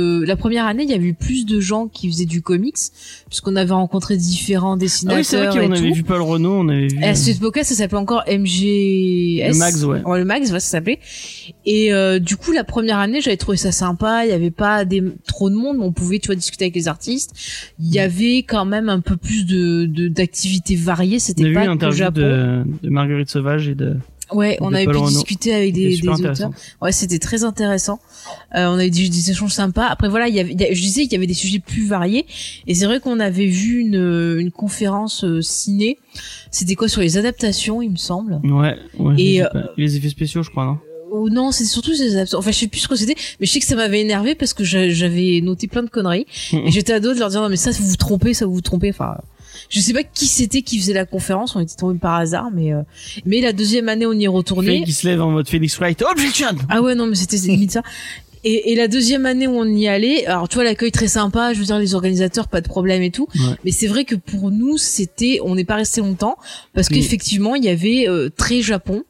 de gens qui faisaient du comics, puisqu'on avait rencontré différents dessinateurs. Ah oui, c'est vrai qu'on avait vu Paul Renaud, on avait vu. Et à cette époque-là, ça s'appelait encore MGS. Le Max, ouais. Le Max, ça s'appelait. Et, du coup, la première année, j'avais trouvé ça sympa. Il y avait pas trop de monde, mais on pouvait, tu vois, discuter avec les artistes. Il y avait quand même un peu plus d'activités variées. C'était pas que Japon. De Marguerite Sauvage et de. Ouais, on avait pu discuter avec des auteurs. Ouais, c'était très intéressant. On avait des échanges sympas. Après voilà, je disais qu'il y avait des sujets plus variés. Et c'est vrai qu'on avait vu une conférence ciné. C'était quoi sur les adaptations, il me semble. Ouais. Et les effets spéciaux, je crois, non? Non, c'est surtout ces adaptations. Enfin, je sais plus ce que c'était, mais je sais que ça m'avait énervé parce que j'avais noté plein de conneries. Et j'étais à dos de leur dire non mais ça vous vous trompez. Enfin. Je sais pas qui c'était qui faisait la conférence, on était tombés par hasard, mais la deuxième année on y est retourné. Qui se lève en mode Phoenix Wright, objection. Ah ouais non mais c'était limite ça. Et la deuxième année où on y allait, alors tu vois l'accueil très sympa, je veux dire les organisateurs pas de problème et tout, mais c'est vrai que pour nous on n'est pas resté longtemps parce qu'effectivement il y avait très Japon.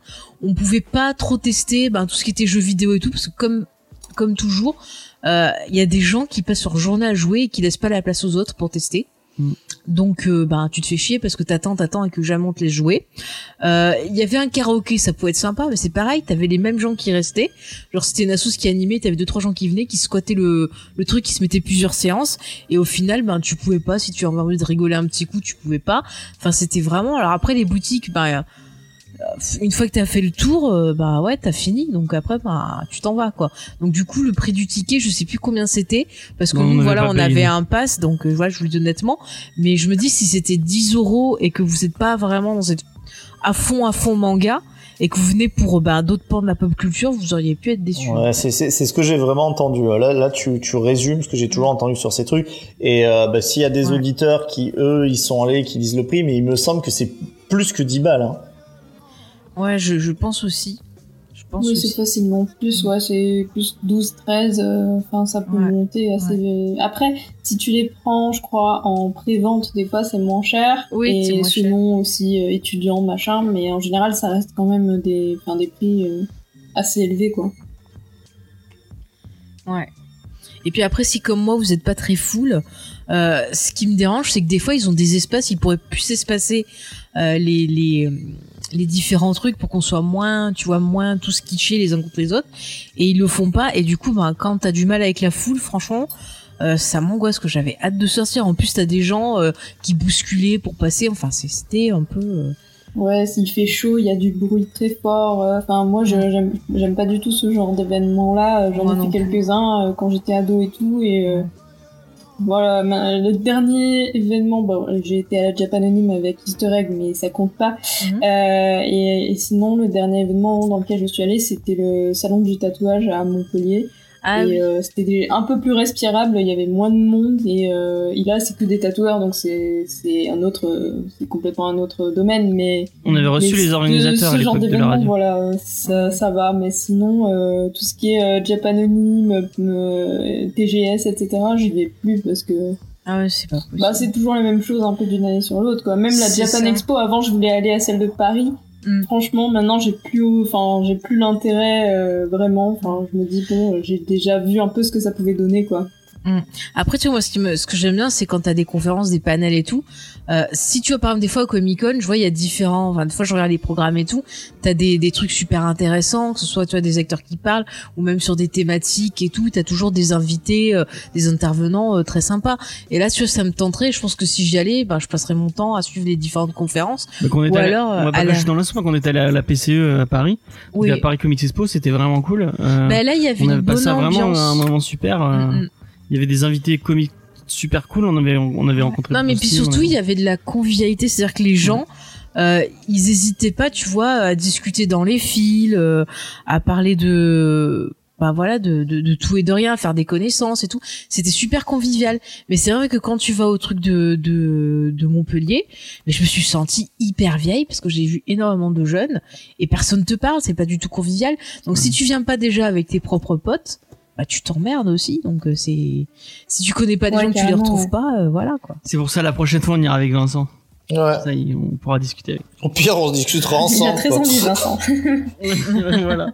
on pouvait pas trop tester tout ce qui était jeux vidéo et tout, parce que comme toujours, il y a des gens qui passent leur journée à jouer et qui laissent pas la place aux autres pour tester. Donc tu te fais chier parce que t'attends et que jamais on te laisse jouer. Il y avait un karaoké, ça pouvait être sympa, mais c'est pareil, t'avais les mêmes gens qui restaient. Genre c'était une assoce qui animait, t'avais 2-3 gens qui venaient, qui squattaient le truc, qui se mettaient plusieurs séances, et au final tu pouvais pas, si tu avais envie de rigoler un petit coup, tu pouvais pas. Enfin c'était vraiment. Alors après les boutiques, une fois que t'as fait le tour, ouais, t'as fini. Donc après, tu t'en vas, quoi. Donc du coup, le prix du ticket, je sais plus combien c'était, parce que nous, voilà, on avait un pass, donc voilà, je vous le dis honnêtement. Mais je me dis, si c'était 10 € et que vous êtes pas vraiment dans cette à fond manga, et que vous venez pour d'autres pans de la pop culture, vous auriez pu être déçus. Ouais, c'est ce que j'ai vraiment entendu. Là, tu résumes ce que j'ai toujours entendu sur ces trucs. Et s'il y a des auditeurs qui, eux, ils sont allés, qui disent le prix, mais il me semble que c'est plus que 10 balles. Hein. Ouais, je pense aussi. Oui, c'est facilement plus, ouais, c'est plus 12, 13, ça peut monter assez... Ouais. Après, si tu les prends, je crois, en pré-vente, des fois, c'est moins cher. Oui, c'est moins cher. Sinon, aussi, étudiant, machin, mais en général, ça reste quand même des prix assez élevés, quoi. Ouais. Et puis après, si comme moi, vous êtes pas très full, ce qui me dérange, c'est que des fois, ils ont des espaces, ils pourraient plus espacer les différents trucs pour qu'on soit moins tous kitschés les uns contre les autres, et ils le font pas. Et du coup, quand t'as du mal avec la foule, franchement, ça m'angoisse, que j'avais hâte de sortir. En plus, t'as des gens qui bousculaient pour passer. Enfin, c'était un peu. Ouais, s'il fait chaud, il y a du bruit très fort. Moi, j'aime pas du tout ce genre d'événement-là. J'en ai fait quelques-uns quand j'étais ado et tout, et. Voilà, le dernier événement, j'ai été à la Japanonime avec Easter Egg, mais ça compte pas. Et sinon, le dernier événement dans lequel je suis allée, c'était le salon du tatouage à Montpellier. C'était un peu plus respirable, il y avait moins de monde, et là c'est que des tatoueurs, donc c'est complètement un autre domaine, mais on avait reçu les organisateurs à l'époque de la radio. Voilà, ça va, mais sinon tout ce qui est Japanonime, TGS, etc., j'y vais plus parce que c'est pas possible. C'est toujours la même chose un peu d'une année sur l'autre, quoi. Même la Japan Expo, avant je voulais aller à celle de Paris. Franchement, maintenant j'ai plus l'intérêt vraiment. Je me dis j'ai déjà vu un peu ce que ça pouvait donner, quoi. Après, tu vois, moi, ce que j'aime bien, c'est quand t'as des conférences, des panels et tout. Si tu vois, par exemple, des fois au Comic-Con, je vois, il y a différents, des fois je regarde les programmes et tout, t'as des trucs super intéressants, que ce soit, tu vois, des acteurs qui parlent, ou même sur des thématiques et tout, t'as toujours des invités, des intervenants très sympas. Et là, tu vois, ça me tenterait. Je pense que si j'y allais, je passerais mon temps à suivre les différentes conférences. On va pas lâcher dans l'instant, quand on était à la PCE à Paris, à Paris Comics Expo, c'était vraiment cool. Là, il y avait une bonne ambiance. Vraiment un moment super. Il y avait des invités comiques super cool, on avait rencontré. Non, mais puis surtout, il y avait de la convivialité, c'est-à-dire que les gens, ils hésitaient pas, tu vois, à discuter dans les files, à parler de tout et de rien, à faire des connaissances et tout. C'était super convivial. Mais c'est vrai que quand tu vas au truc de Montpellier, je me suis sentie hyper vieille parce que j'ai vu énormément de jeunes et personne te parle, c'est pas du tout convivial. Donc si tu viens pas déjà avec tes propres potes, tu t'emmerdes aussi. Donc si tu connais pas des gens, que tu les retrouves pas, voilà, quoi. C'est pour ça, la prochaine fois, on ira avec Vincent. Ouais. Ça, on pourra discuter avec. Au pire, on se discutera ensemble. Il a très envie, Vincent. Voilà.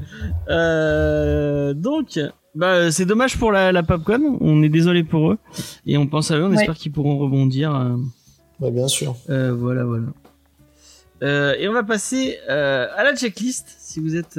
Donc, c'est dommage pour la Popcom. On est désolé pour eux et on pense à eux. On espère qu'ils pourront rebondir. Bien sûr. Voilà. Et on va passer à la checklist. Si vous êtes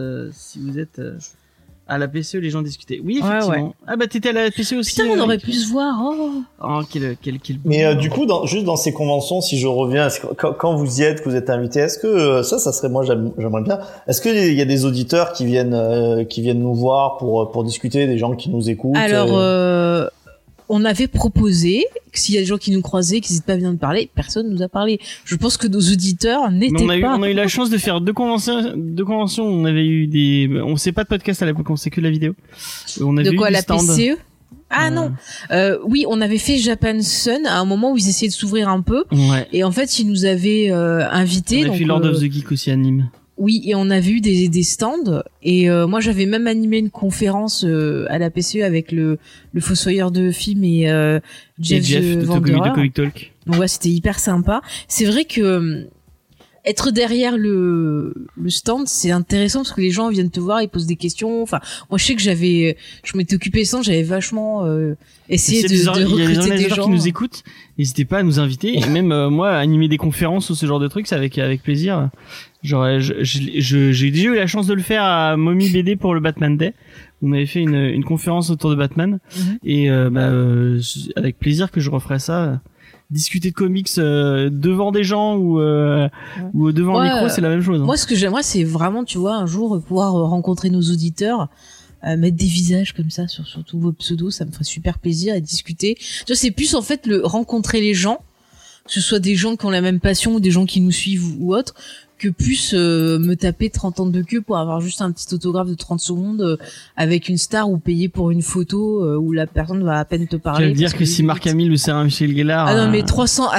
à la PCE, les gens discutaient. Oui, effectivement. Ouais. T'étais à la PCE aussi. Putain, on aurait pu se voir. Quel Mais du coup, juste dans ces conventions, si je reviens, quand vous y êtes, que vous êtes invité, est-ce que ça serait, moi, j'aimerais bien. Est-ce qu'il y a des auditeurs qui viennent nous voir pour discuter, des gens qui nous écoutent? Alors, on avait proposé que s'il y a des gens qui nous croisaient, qui n'hésitent pas à venir nous parler, personne nous a parlé. Je pense que nos auditeurs n'étaient pas. On a eu la chance de faire deux conventions. On avait eu on sait pas de podcast à l'époque, on sait que la vidéo. On avait de quoi, eu la stands. PCE? Non. Oui, on avait fait Japan Sun à un moment où ils essayaient de s'ouvrir un peu. Ouais. Et en fait, ils nous avaient invités. On a fait Lord of the Geek aussi à Nîmes. Oui, et on avait eu des stands, et moi j'avais même animé une conférence à la PCE avec le fossoyeur de film et Jeff de Comic Talk. Donc ouais, c'était hyper sympa. C'est vrai que être derrière le stand, c'est intéressant parce que les gens viennent te voir, ils posent des questions. Enfin, moi, je sais que je m'étais occupé sans, j'avais vachement essayé de recruter des gens qui nous écoutent. N'hésitez pas à nous inviter. Et même moi, animer des conférences ou ce genre de trucs, c'est avec plaisir. Genre, j'ai déjà eu la chance de le faire à Mommy BD pour le Batman Day. On avait fait une conférence autour de Batman et avec plaisir que je referai ça. Discuter de comics devant des gens ou devant un micro, c'est la même chose. Moi, ce que j'aimerais, c'est vraiment, tu vois, un jour pouvoir rencontrer nos auditeurs, mettre des visages comme ça sur tous vos pseudos, ça me ferait super plaisir et discuter. Tu vois, c'est plus en fait rencontrer les gens, que ce soit des gens qui ont la même passion ou des gens qui nous suivent ou autres, que plus me taper 30 ans de queue pour avoir juste un petit autographe de 30 secondes avec une star ou payer pour une photo où la personne va à peine te parler. Tu veux dire que si Marc Hamill ou Sarah Michelle Gellar... Ah non, mais 300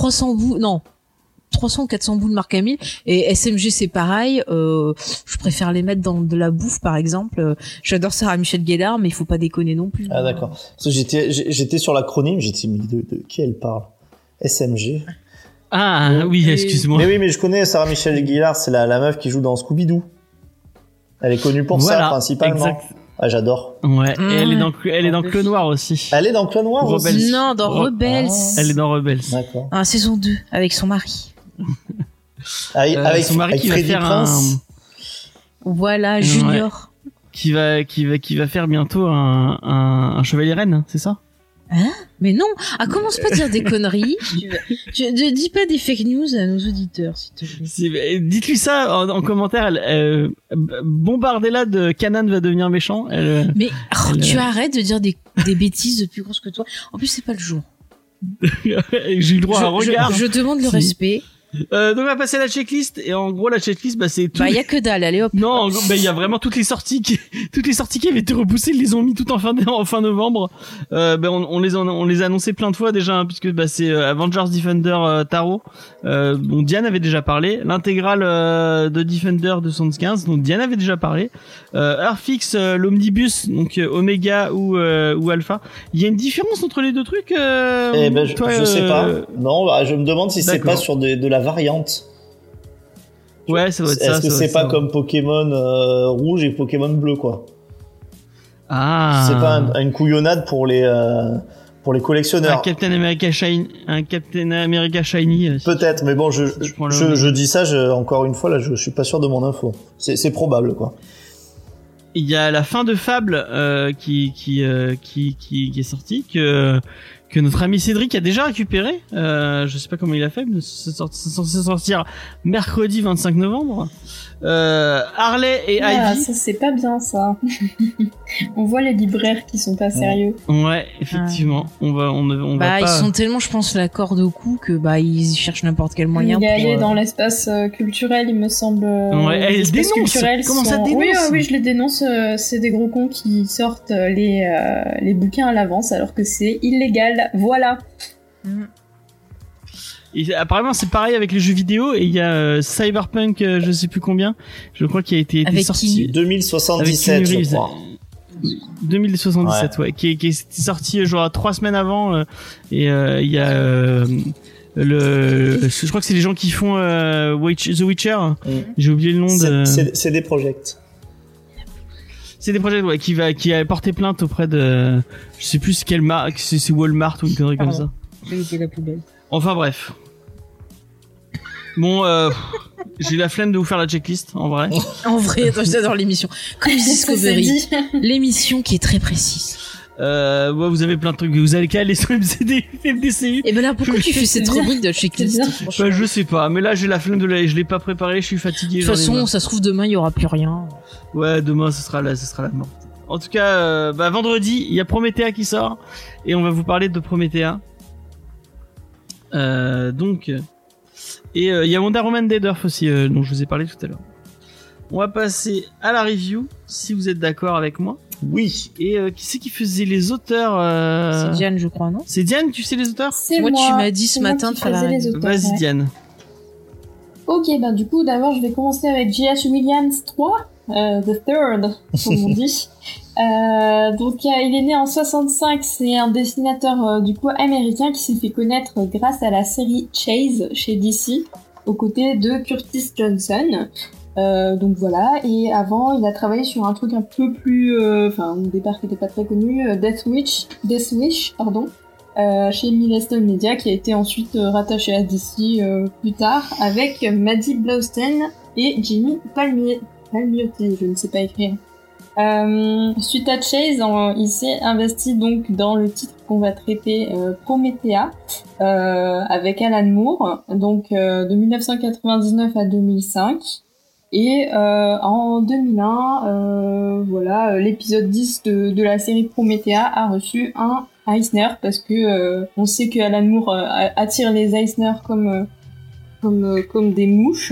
ou 400 boules Marc Hamill et SMG c'est pareil, je préfère les mettre dans de la bouffe par exemple. J'adore Sarah Michelle Gellar mais il faut pas déconner non plus. Ah d'accord. Parce que j'étais sur l'acronyme, j'étais mais de qui elle parle? SMG. Ah oui, excuse-moi. Mais oui, mais je connais Sarah Michelle Gellar, c'est la meuf qui joue dans Scooby-Doo. Elle est connue pour ça principalement. Exact. Ah, j'adore. Ouais, et elle est dans Clone Noir aussi. Elle est dans Clone Noir aussi. Non, dans Rebels. Elle est dans Rebels. D'accord. Ah, saison 2 avec son mari. Avec son mari qui va faire Prince. Voilà, Junior. Ouais. Qui va faire bientôt un chevalier reine, c'est ça? Hein? Mais non, commence pas à dire des conneries. Je dis pas des fake news à nos auditeurs, s'il te plaît. Dites-lui ça en commentaire. Bombardez-la de Kanan va devenir méchant. Tu arrêtes de dire des bêtises de plus grosses que toi. En plus, c'est pas le jour. J'ai eu le droit à un regard. Je demande le respect. Donc on va passer à la checklist et en gros la checklist c'est tout. Y a que dalle, allez hop. Non, il y a vraiment toutes les sorties qui avaient été repoussées, ils les ont mis toutes en fin novembre. On les a annoncées plein de fois déjà hein, puisque c'est Avengers Defender Taro. Bon Diane avait déjà parlé, l'intégrale de Defender 215 donc Diane avait déjà parlé. Earthfix l'omnibus donc Omega ou Alpha. Il y a une différence entre les deux trucs je sais pas. Non, je me demande si c'est pas sur de la variante. Ouais, ça doit être ça. Est-ce que c'est pas comme Pokémon rouge et Pokémon bleu quoi? Ah. C'est pas une couillonnade pour les collectionneurs. Un Captain America Shiny. Peut-être, mais bon, je dis ça, encore une fois là, je suis pas sûr de mon info. C'est probable quoi. Il y a la fin de Fable qui est sortie que notre ami Cédric a déjà récupéré. Je sais pas comment il a fait, mais c'est censé sortir mercredi 25 novembre. Harley et Ivy. Ça c'est pas bien ça. On voit les libraires qui sont pas sérieux. Ouais, effectivement. On va pas... Ils sont tellement, je pense, la corde au cou que ils cherchent n'importe quel moyen. Il est allé dans l'espace culturel, il me semble. Ouais, elle dénonce. Comment ça dénonce? Oui, je les dénonce. C'est des gros cons qui sortent les bouquins à l'avance alors que c'est illégal. Voilà. Et apparemment c'est pareil avec les jeux vidéo et il y a Cyberpunk je sais plus combien, je crois qu'il a été sorti 2077 je crois. 2077 ouais, qui est sorti genre 3 semaines avant et il y a je crois que c'est les gens qui font The Witcher. J'ai oublié le nom de c'est des projects. C'est des projets qui a porté plainte auprès de je sais plus quelle marque, c'est Walmart ou une connerie comme ça. J'ai la plus belle. Enfin bref. Bon j'ai la flemme de vous faire la checklist en vrai. En vrai, j'adore l'émission. Comme Discovery, l'émission qui est très précise. Vous avez plein de trucs, vous allez caler sur MDCU. Et ben là pourquoi tu fais cette rubrique de checklist? Je sais pas, mais là j'ai la flemme je l'ai pas préparé, je suis fatigué. De toute façon, ça se trouve demain il y aura plus rien. Ouais, demain ce sera la mort. En tout cas, vendredi, il y a Promethea qui sort et on va vous parler de Promethea. Donc et il y a Wonder Woman Dead Earth aussi dont je vous ai parlé tout à l'heure. On va passer à la review si vous êtes d'accord avec moi. Oui. Et qui c'est qui faisait les auteurs C'est Diane, je crois, non? C'est Diane, tu sais les auteurs? C'est moi. Tu m'as dit ce matin de faire la review. Vas-y, ouais. Diane. Ok, du coup, d'abord, je vais commencer avec J.H. Williams 3, The Third, comme on dit. Donc, il est né en 65, c'est un dessinateur, du coup, américain qui s'est fait connaître grâce à la série Chase chez DC. aux côtés de Curtis Johnson. Donc voilà, et avant il a travaillé sur un truc un peu plus, au départ qui n'était pas très connu, Death Wish, chez Milestone Media, qui a été ensuite rattaché à DC plus tard, avec Maddie Blaustein et Jimmy Palmiotti, je ne sais pas écrire. Suite à Chase, il s'est investi donc dans le titre qu'on va traiter, Promethea, avec Alan Moore, donc de 1999 à 2005. Et en 2001, l'épisode 10 de la série Promethea a reçu un Eisner, parce que on sait que Alan Moore attire les Eisner comme des mouches.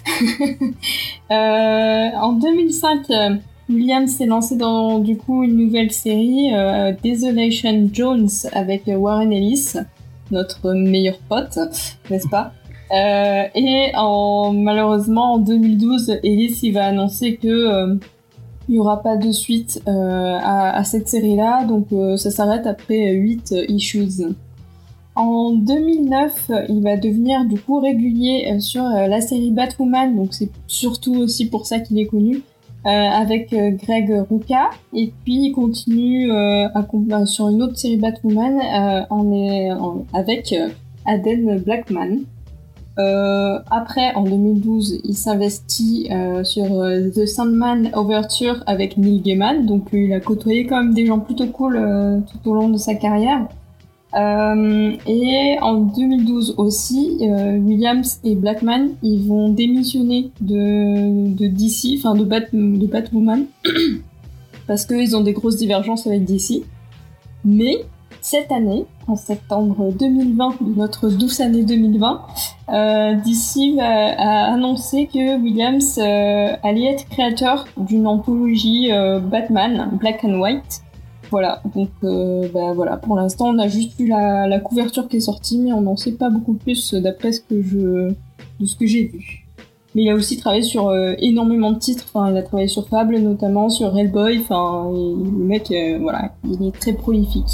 En 2005, Williams s'est lancé dans du coup une nouvelle série, Desolation Jones, avec Warren Ellis, notre meilleur pote, n'est-ce pas? Et malheureusement en 2012, Ellis il va annoncer que il y aura pas de suite à cette série-là, donc ça s'arrête après 8 issues. En 2009, il va devenir du coup régulier sur la série Batwoman, donc c'est surtout aussi pour ça qu'il est connu, avec Greg Rucka, et puis il continue sur une autre série Batwoman avec Aden Blackman. Après, en 2012, il s'investit sur The Sandman Overture avec Neil Gaiman, donc il a côtoyé quand même des gens plutôt cool tout au long de sa carrière. Et en 2012 aussi, Williams et Blackman, ils vont démissionner de DC, enfin de Batwoman, parce qu'ils ont des grosses divergences avec DC. Mais cette année, en septembre 2020, notre douce année 2020, DC a annoncé que Williams allait être créateur d'une anthologie Batman, Black and White. Voilà, donc voilà, pour l'instant on a juste eu la couverture qui est sortie, mais on n'en sait pas beaucoup plus d'après ce que j'ai vu. Mais il a aussi travaillé sur énormément de titres, enfin il a travaillé sur Fable notamment, sur Hellboy, enfin le mec, voilà, il est très prolifique.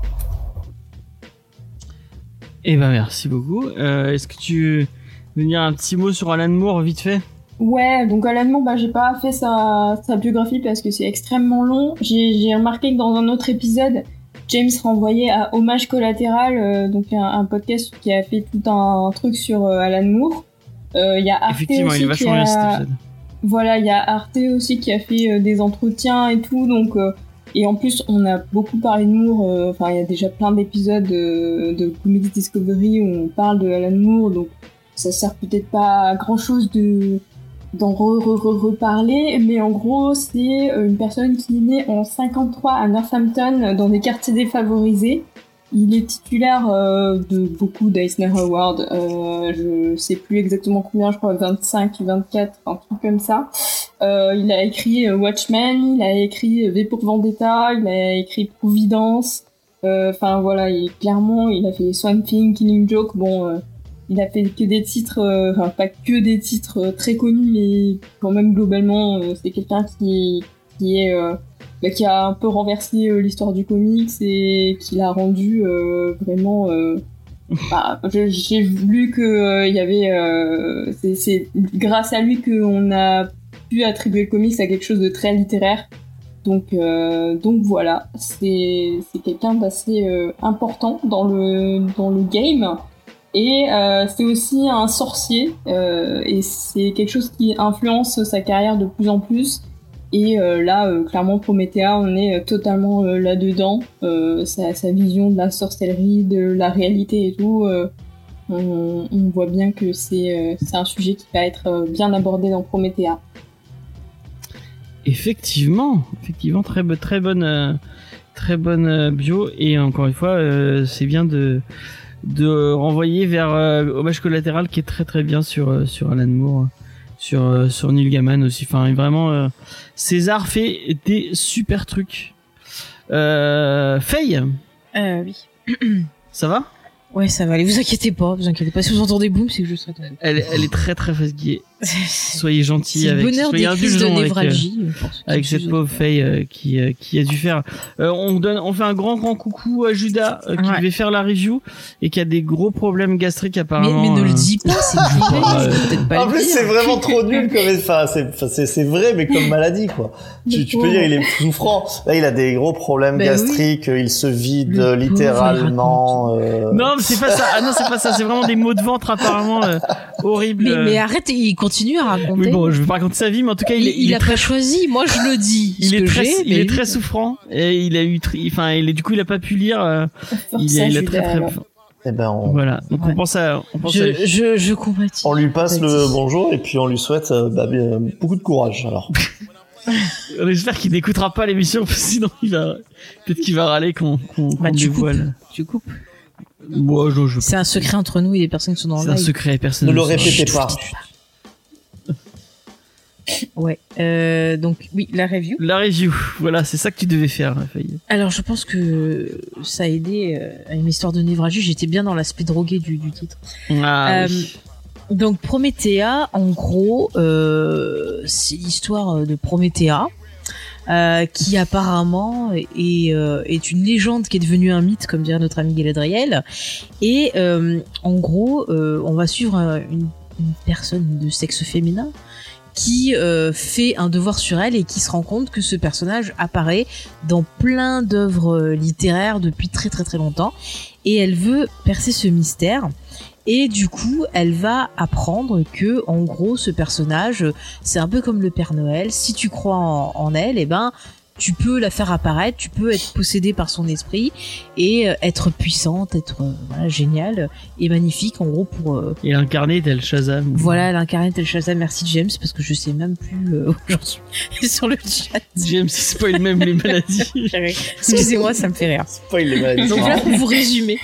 Eh ben merci beaucoup. Est-ce que tu veux dire un petit mot sur Alan Moore vite fait? Ouais, donc Alan Moore, j'ai pas fait sa biographie parce que c'est extrêmement long. J'ai remarqué que dans un autre épisode, James renvoyait à Hommage Collatéral, donc un podcast qui a fait tout un truc sur Alan Moore. Il y a Arte effectivement, aussi il est vachement bien cet épisode. Voilà, il y a Arte aussi qui a fait des entretiens et tout, donc et en plus on a beaucoup parlé de Moore. Enfin, il y a déjà plein d'épisodes de Comics Discovery où on parle de Alan Moore, donc ça sert peut-être pas à grand chose d'en reparler, mais en gros c'est une personne qui est née en 53 à Northampton, dans des quartiers défavorisés. Il est titulaire de beaucoup d'Eisner Awards, je sais plus exactement combien, je crois 25, 24, un truc comme ça. Il a écrit Watchmen, il a écrit V pour Vendetta, il a écrit Providence, enfin voilà, il a fait Swamp Thing, Killing Joke, il a fait que des titres, enfin pas que des titres très connus, mais quand même globalement c'est quelqu'un qui a un peu renversé l'histoire du comics et qui l'a rendu vraiment. J'ai lu que il y avait, c'est grâce à lui qu'on a pu attribuer le comics à quelque chose de très littéraire. Donc voilà, c'est quelqu'un d'assez important dans le game. Et c'est aussi un sorcier, et c'est quelque chose qui influence sa carrière de plus en plus. Et là, clairement, Promethea, on est totalement là-dedans. Sa vision de la sorcellerie, de la réalité et tout, on voit bien que c'est un sujet qui va être bien abordé dans Promethea. Effectivement, très bonne bio. Et encore une fois, c'est bien de renvoyer vers Hommage Collatéral, qui est très très bien sur Alan Moore, sur Neil Gaiman aussi. Enfin vraiment, César fait des super trucs. Faye, oui. Ça va? Ouais, ça va aller, vous inquiétez pas si vous entendez boum, c'est que je serai tombé. Elle est très très fatiguée. Soyez gentils C'est le avec, bonheur soyez des crises de indulgents névralgie. avec cette pauvre Faye qui a dû faire. On fait un grand coucou à Judas qui devait faire la review et qui a des gros problèmes gastriques apparemment. Mais ne le dis pas, c'est privé. Peut-être pas En plus, c'est vraiment trop nul comme, c'est vrai, mais comme maladie, quoi. Tu peux dire, il est souffrant. Là, il a des gros problèmes gastriques, il se vide littéralement. Non, mais c'est pas ça. Ah non, c'est pas ça. C'est vraiment des maux de ventre apparemment horribles. Mais arrête, il continue à raconter. Oui, bon, je vais pas raconter sa vie, mais en tout cas, il a pas choisi. Moi, je le dis. Il est très souffrant et il a eu, du coup, il a pas pu lire. Il a très. Eh ben, voilà. Donc on pense à lui. Je compatis. On lui passe le bonjour et puis on lui souhaite beaucoup de courage. Alors. On espère qu'il n'écoutera pas l'émission parce que sinon peut-être qu'il va râler qu'on dévoile. Tu coupes. Moi, c'est un secret entre nous et les personnes qui sont dans le live. C'est un secret, personne ne le répétez pas. Ouais. Donc oui, la review. La review. Voilà, c'est ça que tu devais faire, Faye. Alors, je pense que ça a aidé à une histoire de névralgie. J'étais bien dans l'aspect drogué du titre. Oui. Donc Promethea, en gros, c'est l'histoire de Promethea. Qui apparemment est une légende qui est devenue un mythe, comme dirait notre ami Galadriel. Et en gros, on va suivre une personne de sexe féminin qui fait un devoir sur elle et qui se rend compte que ce personnage apparaît dans plein d'œuvres littéraires depuis très très très longtemps. Et elle veut percer ce mystère. Et du coup, elle va apprendre que, en gros, ce personnage, c'est un peu comme le Père Noël. Si tu crois en elle, eh ben, tu peux la faire apparaître, tu peux être possédé par son esprit et être puissante, être géniale et magnifique, en gros, pour... Et l'incarner tel Shazam. Voilà, l'incarner tel Shazam. Merci James, parce que je sais même plus où j'en suis sur le chat. James, il spoil même les maladies. Excusez-moi, ça me fait rire. Spoil les maladies. Donc là, pour vous résumer...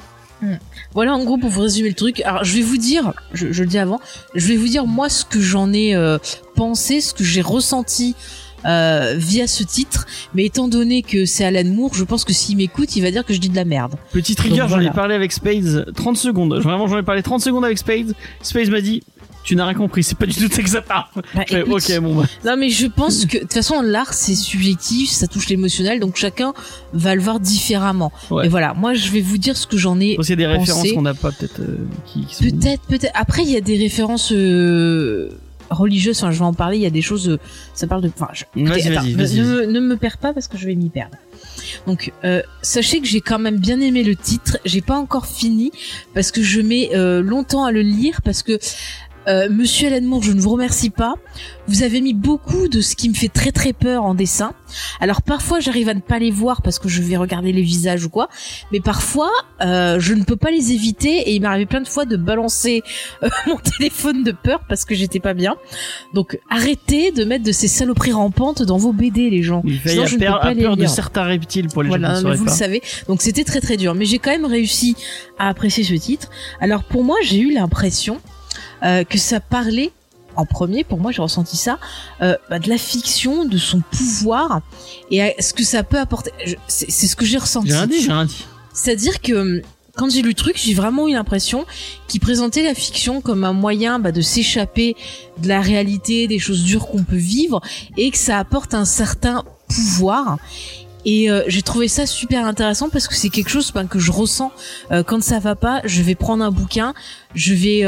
Voilà, en gros, pour vous résumer le truc. Alors, je vais vous dire, je le dis avant, je vais vous dire moi ce que j'en ai pensé, ce que j'ai ressenti via ce titre. Mais étant donné que c'est Alan Moore, je pense que s'il m'écoute, il va dire que je dis de la merde. Petit trigger, j'en ai parlé avec Spades 30 secondes. Vraiment, j'en ai parlé 30 secondes avec Spades. Spades m'a dit... Tu n'as rien compris, c'est pas du tout ça que ça parle. Ok, bon bah. Non mais je pense que de toute façon l'art c'est subjectif, ça touche l'émotionnel, donc chacun va le voir différemment. Ouais. Et voilà, moi je vais vous dire ce que j'en ai pensé. Il y a des références qu'on n'a pas peut-être qui sont... Peut-être. Après il y a des références religieuses, enfin je vais en parler, il y a des choses ça parle de Vas-y. Ne me perds pas parce que je vais m'y perdre. Donc sachez que j'ai quand même bien aimé le titre, j'ai pas encore fini parce que je mets longtemps à le lire parce que Monsieur Alan Moore, je ne vous remercie pas. Vous avez mis beaucoup de ce qui me fait très très peur en dessin. Alors parfois j'arrive à ne pas les voir parce que je vais regarder les visages ou quoi. Mais parfois je ne peux pas les éviter et il m'est arrivé plein de fois de balancer mon téléphone de peur parce que j'étais pas bien. Donc arrêtez de mettre de ces saloperies rampantes dans vos BD les gens. Sinon je ne peux pas les lire. De certains reptiles pour les gens qui ne sauraient vous pas. Le savez. Donc c'était très très dur. Mais j'ai quand même réussi à apprécier ce titre. Alors pour moi j'ai eu l'impression que ça parlait en premier, pour moi j'ai ressenti ça, de la fiction, de son pouvoir et ce que ça peut apporter. C'est ce que j'ai ressenti. J'ai rien dit. C'est-à-dire que quand j'ai lu le truc, j'ai vraiment eu l'impression qu'il présentait la fiction comme un moyen de s'échapper de la réalité, des choses dures qu'on peut vivre et que ça apporte un certain pouvoir. Et j'ai trouvé ça super intéressant parce que c'est quelque chose que je ressens quand ça va pas. Je vais prendre un bouquin, je vais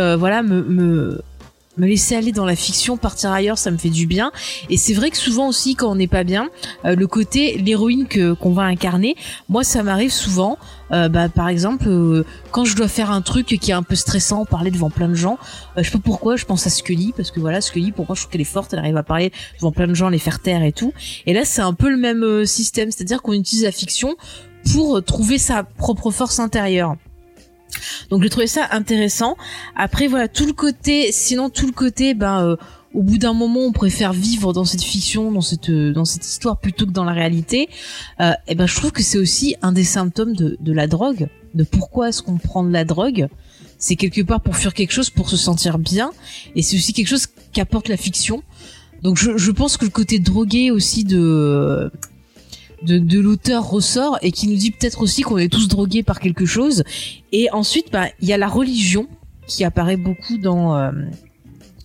me laisser aller dans la fiction, partir ailleurs, ça me fait du bien. Et c'est vrai que souvent aussi quand on n'est pas bien, le côté l'héroïne qu'on va incarner, moi ça m'arrive souvent. Par exemple, quand je dois faire un truc qui est un peu stressant, parler devant plein de gens, je sais pas pourquoi, je pense à Scully parce que voilà, Scully, pour moi, je trouve qu'elle est forte, elle arrive à parler devant plein de gens, les faire taire et tout. Et là, c'est un peu le même système, c'est-à-dire qu'on utilise la fiction pour trouver sa propre force intérieure. Donc, j'ai trouvé ça intéressant. Après, voilà, tout le côté, au bout d'un moment, on préfère vivre dans cette fiction, dans cette histoire plutôt que dans la réalité. Je trouve que c'est aussi un des symptômes de la drogue, de pourquoi est-ce qu'on prend de la drogue. C'est quelque part pour fuir quelque chose, pour se sentir bien, et c'est aussi quelque chose qu'apporte la fiction. Donc je pense que le côté drogué aussi de l'auteur ressort et qui nous dit peut-être aussi qu'on est tous drogués par quelque chose. Et ensuite, il y a la religion qui apparaît beaucoup dans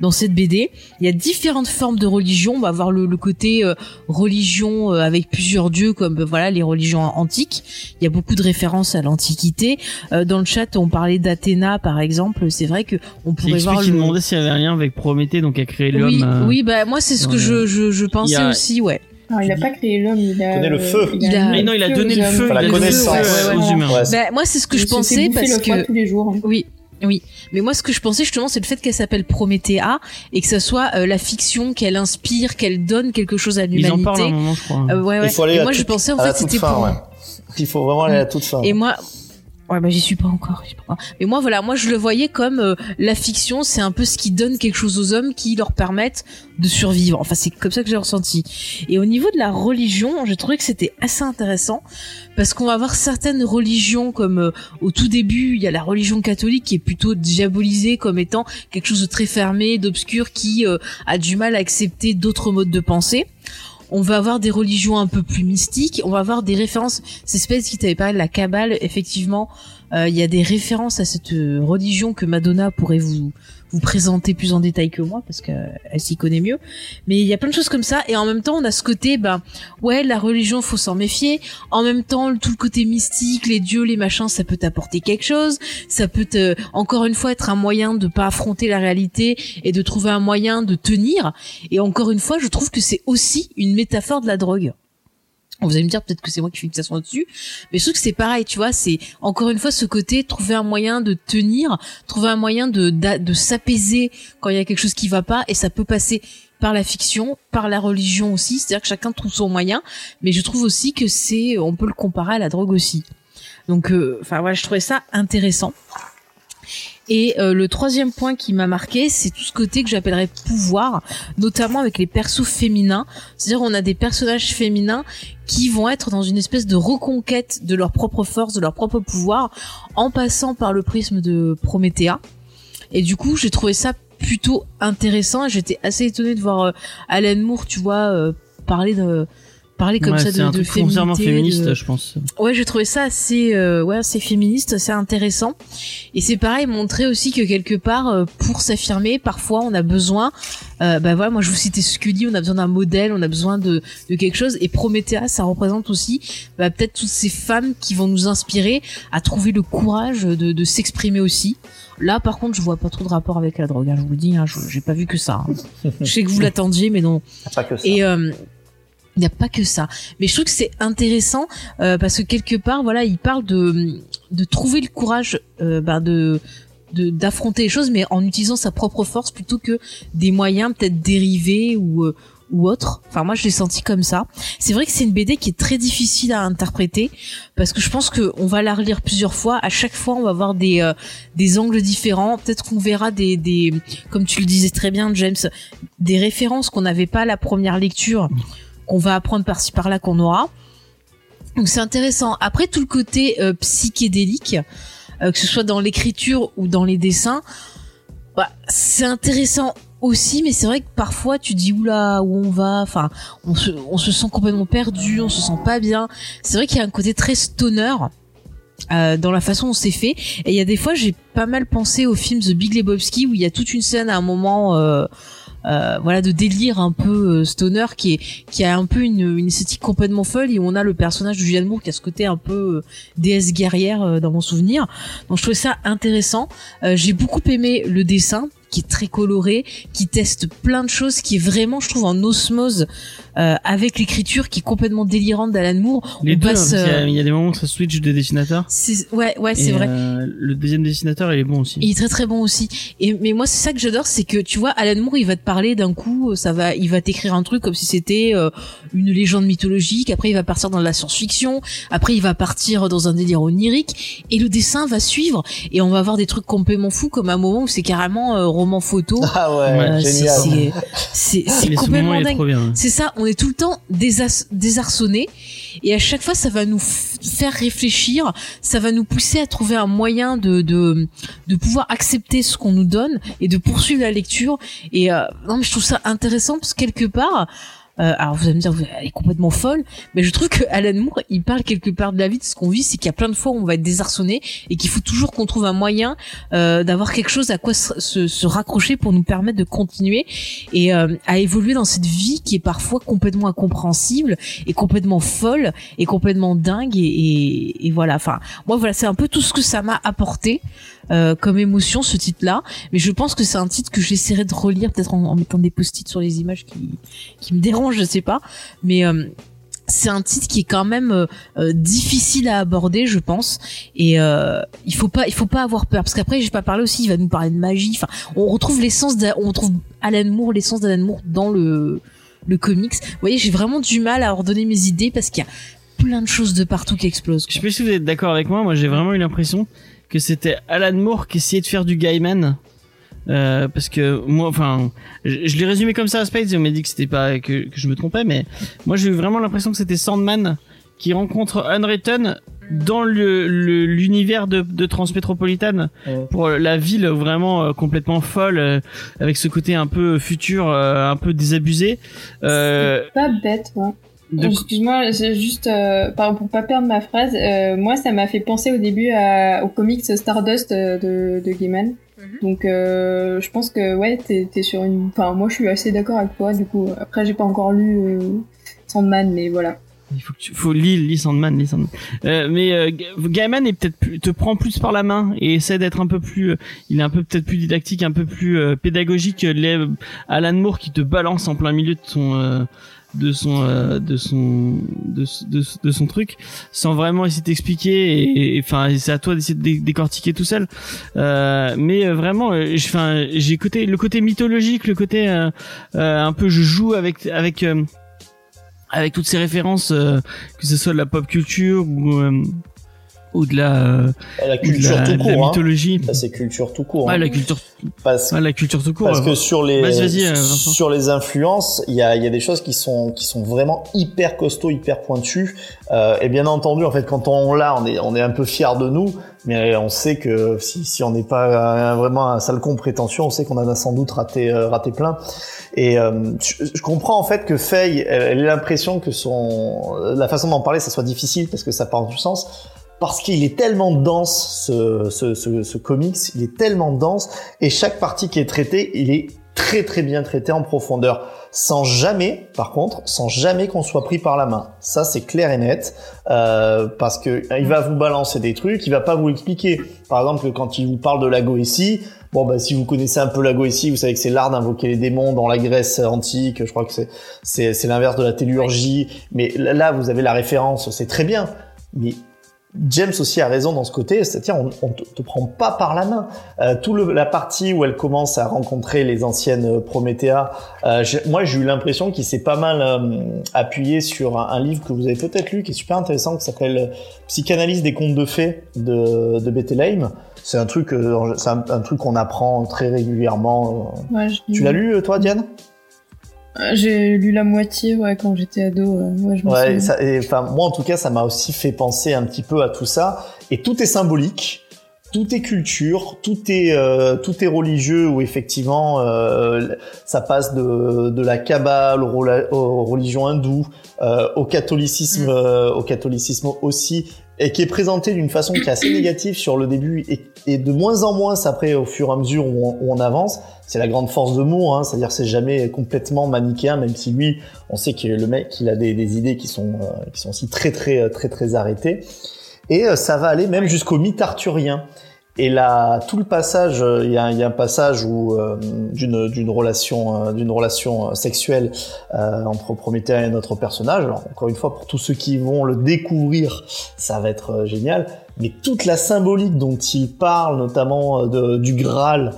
dans cette BD. Il y a différentes formes de religion. On va avoir le côté religion avec plusieurs dieux, comme voilà les religions antiques. Il y a beaucoup de références à l'Antiquité. Dans le chat, on parlait d'Athéna, par exemple. C'est vrai que on pourrait voir. Qui demandait s'il y avait un lien avec Prométhée, donc à créer l'homme. Oui, bah moi c'est ce que je pensais aussi, ouais. Non, il a pas créé l'homme, il a donné le feu. Il a donné le feu, la connaissance aux humains. Ouais, bah, moi c'est ce que je pensais parce que tous les jours. Oui. Mais moi, ce que je pensais justement, c'est le fait qu'elle s'appelle Prométhée et que ça soit la fiction qu'elle inspire, qu'elle donne quelque chose à l'humanité. Ils en parlent à un moment, je crois. Ouais. Il faut aller et moi, je pensais en fait c'était pour. Ouais. Il faut vraiment aller à la toute fin. Et moi. Ouais, bah j'y suis pas encore. Mais moi voilà, moi je le voyais comme la fiction, c'est un peu ce qui donne quelque chose aux hommes qui leur permettent de survivre. Enfin, c'est comme ça que j'ai ressenti. Et au niveau de la religion, j'ai trouvé que c'était assez intéressant parce qu'on va avoir certaines religions comme au tout début, il y a la religion catholique qui est plutôt diabolisée comme étant quelque chose de très fermé, d'obscur qui a du mal à accepter d'autres modes de pensée. On va avoir des religions un peu plus mystiques, on va avoir des références, c'est Space qui t'avait parlé de la Kabbale, effectivement, il y a des références à cette religion que Madonna pourrait vous présenter plus en détail que moi, parce qu'elle s'y connaît mieux, mais il y a plein de choses comme ça, et en même temps, on a ce côté, ouais, la religion, faut s'en méfier, en même temps, tout le côté mystique, les dieux, les machins, ça peut t'apporter quelque chose, ça peut encore une fois, être un moyen de pas affronter la réalité, et de trouver un moyen de tenir, et encore une fois, je trouve que c'est aussi une métaphore de la drogue. Vous allez me dire peut-être que c'est moi qui fais une fixation dessus, mais je trouve que c'est pareil, tu vois, c'est encore une fois ce côté trouver un moyen de tenir, trouver un moyen de s'apaiser quand il y a quelque chose qui va pas, et ça peut passer par la fiction, par la religion aussi, c'est-à-dire que chacun trouve son moyen, mais je trouve aussi que on peut le comparer à la drogue aussi. Donc voilà, je trouvais ça intéressant. Et le troisième point qui m'a marqué, c'est tout ce côté que j'appellerais pouvoir, notamment avec les persos féminins. C'est-à-dire on a des personnages féminins qui vont être dans une espèce de reconquête de leur propre force, de leur propre pouvoir, en passant par le prisme de Prométhée. Et du coup, j'ai trouvé ça plutôt intéressant. Et j'étais assez étonnée de voir Alan Moore, tu vois, parler comme ça c'est un truc foncièrement féministe, je pense. Ouais, j'ai trouvé ça assez féministe, assez intéressant. Et c'est pareil, montrer aussi que quelque part, pour s'affirmer, parfois on a besoin, voilà, moi je vous citais Scully, on a besoin d'un modèle, on a besoin de quelque chose. Et Prométhée, ça représente aussi, peut-être toutes ces femmes qui vont nous inspirer à trouver le courage de s'exprimer aussi. Là, par contre, je vois pas trop de rapport avec la drogue, hein, je vous le dis, hein, j'ai pas vu que ça. Hein. Je sais que vous l'attendiez, mais non. Pas que ça. Et il n'y a pas que ça, mais je trouve que c'est intéressant parce que quelque part, voilà, il parle de trouver le courage, d'affronter les choses, mais en utilisant sa propre force plutôt que des moyens peut-être dérivés ou autres. Enfin, moi, je l'ai senti comme ça. C'est vrai que c'est une BD qui est très difficile à interpréter parce que je pense que on va la relire plusieurs fois. À chaque fois, on va avoir des angles différents. Peut-être qu'on verra des, comme tu le disais très bien, James, des références qu'on n'avait pas à la première lecture, qu'on va apprendre par-ci par-là, qu'on aura. Donc c'est intéressant. Après, tout le côté psychédélique, que ce soit dans l'écriture ou dans les dessins, c'est intéressant aussi, mais c'est vrai que parfois tu dis oula, où on va, enfin on se sent complètement perdu, on se sent pas bien. C'est vrai qu'il y a un côté très stoner dans la façon dont c'est fait, et il y a des fois j'ai pas mal pensé au film The Big Lebowski où il y a toute une scène à un moment voilà, de délire un peu stoner qui a un peu une esthétique complètement folle, et où on a le personnage de Julianne Moore qui a ce côté un peu déesse guerrière dans mon souvenir. Donc je trouvais ça intéressant. J'ai beaucoup aimé le dessin qui est très coloré, qui teste plein de choses, qui est vraiment, je trouve, en osmose avec l'écriture qui est complètement délirante d'Alan Moore. Les deux, il y a des moments où ça switch de dessinateur. Ouais, c'est vrai. Le deuxième dessinateur, il est bon aussi. Il est très très bon aussi. Mais moi, c'est ça que j'adore, c'est que tu vois, Alan Moore, il va te parler d'un coup, il va t'écrire un truc comme si c'était une légende mythologique. Après, il va partir dans la science-fiction. Après, il va partir dans un délire onirique. Et le dessin va suivre. Et on va avoir des trucs complètement fous, comme un moment où c'est carrément roman photo. Ah ouais, génial. C'est complètement dingue. C'est ça. On est tout le temps désarçonné, et à chaque fois ça va nous faire réfléchir, ça va nous pousser à trouver un moyen de pouvoir accepter ce qu'on nous donne et de poursuivre la lecture. Et non, mais je trouve ça intéressant parce que quelque part Alors vous allez me dire, elle est complètement folle, mais je trouve que Alan Moore, il parle quelque part de la vie, de ce qu'on vit, c'est qu'il y a plein de fois où on va être désarçonné et qu'il faut toujours qu'on trouve un moyen d'avoir quelque chose à quoi se raccrocher pour nous permettre de continuer et à évoluer dans cette vie qui est parfois complètement incompréhensible et complètement folle et complètement dingue et voilà. Enfin, moi voilà, c'est un peu tout ce que ça m'a apporté comme émotion, ce titre-là. Mais je pense que c'est un titre que j'essaierai de relire, peut-être en mettant des post-it sur les images qui me dérangent, je sais pas. Mais c'est un titre qui est quand même difficile à aborder, je pense. Et il faut pas avoir peur, parce qu'après, j'ai pas parlé aussi, il va nous parler de magie. Enfin, on retrouve l'essence d'Alan Moore dans le comics. Vous voyez, j'ai vraiment du mal à ordonner mes idées parce qu'il y a plein de choses de partout qui explosent, quoi. Je sais pas si vous êtes d'accord avec moi. Moi, j'ai vraiment eu l'impression que c'était Alan Moore qui essayait de faire du Gaiman. Parce que moi, enfin, je l'ai résumé comme ça à Spades et on m'a dit que c'était pas que je me trompais, mais moi j'ai eu vraiment l'impression que c'était Sandman qui rencontre Unwritten dans l'univers de Transmétropolitane, pour la ville vraiment complètement folle, avec ce côté un peu futur, un peu désabusé. C'est pas bête, moi. Excuse-moi, c'est juste pour pas perdre ma phrase. Moi, ça m'a fait penser au début au comics Stardust de Gaiman. Donc, je pense que ouais, t'es sur une. Enfin, moi, je suis assez d'accord avec toi. Du coup, après, j'ai pas encore lu Sandman, mais voilà. Il faut lire Sandman. Mais Gaiman est te prend plus par la main et essaie d'être un peu plus. Il est un peu peut-être plus didactique, un peu plus pédagogique. Alan Moore qui te balance en plein milieu de son truc sans vraiment essayer d'expliquer, et enfin c'est à toi d'essayer de décortiquer tout seul, mais vraiment j'ai le côté mythologique, le côté un peu je joue avec toutes ces références, que ce soit de la pop culture ou de la culture tout court, de la mythologie. Ça, c'est culture tout court. Ouais, la culture tout court. Parce que sur les influences, il y a des choses qui sont vraiment hyper costauds, hyper pointues. Et bien entendu, en fait, quand on est un peu fier de nous, mais on sait que si on n'est pas vraiment un sale con prétentieux, on sait qu'on en a sans doute raté plein. Et je comprends en fait que Faye, elle a l'impression que la façon d'en parler, ça soit difficile parce que ça part du sens. Parce qu'il est tellement dense, ce comics, il est tellement dense, et chaque partie qui est traitée, il est très très bien traité en profondeur, sans jamais qu'on soit pris par la main. Ça, c'est clair et net, parce que il va vous balancer des trucs, il va pas vous expliquer. Par exemple, quand il vous parle de la Goétie, si vous connaissez un peu la Goétie, vous savez que c'est l'art d'invoquer les démons dans la Grèce antique. Je crois que c'est l'inverse de la tellurgie, mais là, vous avez la référence, c'est très bien, mais James aussi a raison dans ce côté, c'est-à-dire on te prend pas par la main. La partie où elle commence à rencontrer les anciennes Promethea, moi j'ai eu l'impression qu'il s'est pas mal appuyé sur un livre que vous avez peut-être lu, qui est super intéressant, qui s'appelle Psychanalyse des contes de fées de Bettelheim. C'est un truc qu'on apprend très régulièrement. Ouais, tu l'as lu toi, Diane ? J'ai lu la moitié, quand j'étais ado. Moi, en tout cas, ça m'a aussi fait penser un petit peu à tout ça. Et tout est symbolique, tout est culture, tout est religieux. Où effectivement, ça passe de la Kabbale aux religions hindoues, au catholicisme aussi, et qui est présenté d'une façon qui est assez négative sur le début et de moins en moins après au fur et à mesure où on avance. C'est la grande force de Moore, hein, c'est-à-dire c'est jamais complètement manichéen, même si lui, on sait que le mec, il a des idées qui sont aussi très très très très arrêtées. Et ça va aller même jusqu'au mythe arthurien. Et là, tout le passage, il y a un passage où d'une relation sexuelle entre Promethea et notre personnage. Alors encore une fois, pour tous ceux qui vont le découvrir, ça va être génial. Mais toute la symbolique dont il parle, notamment du Graal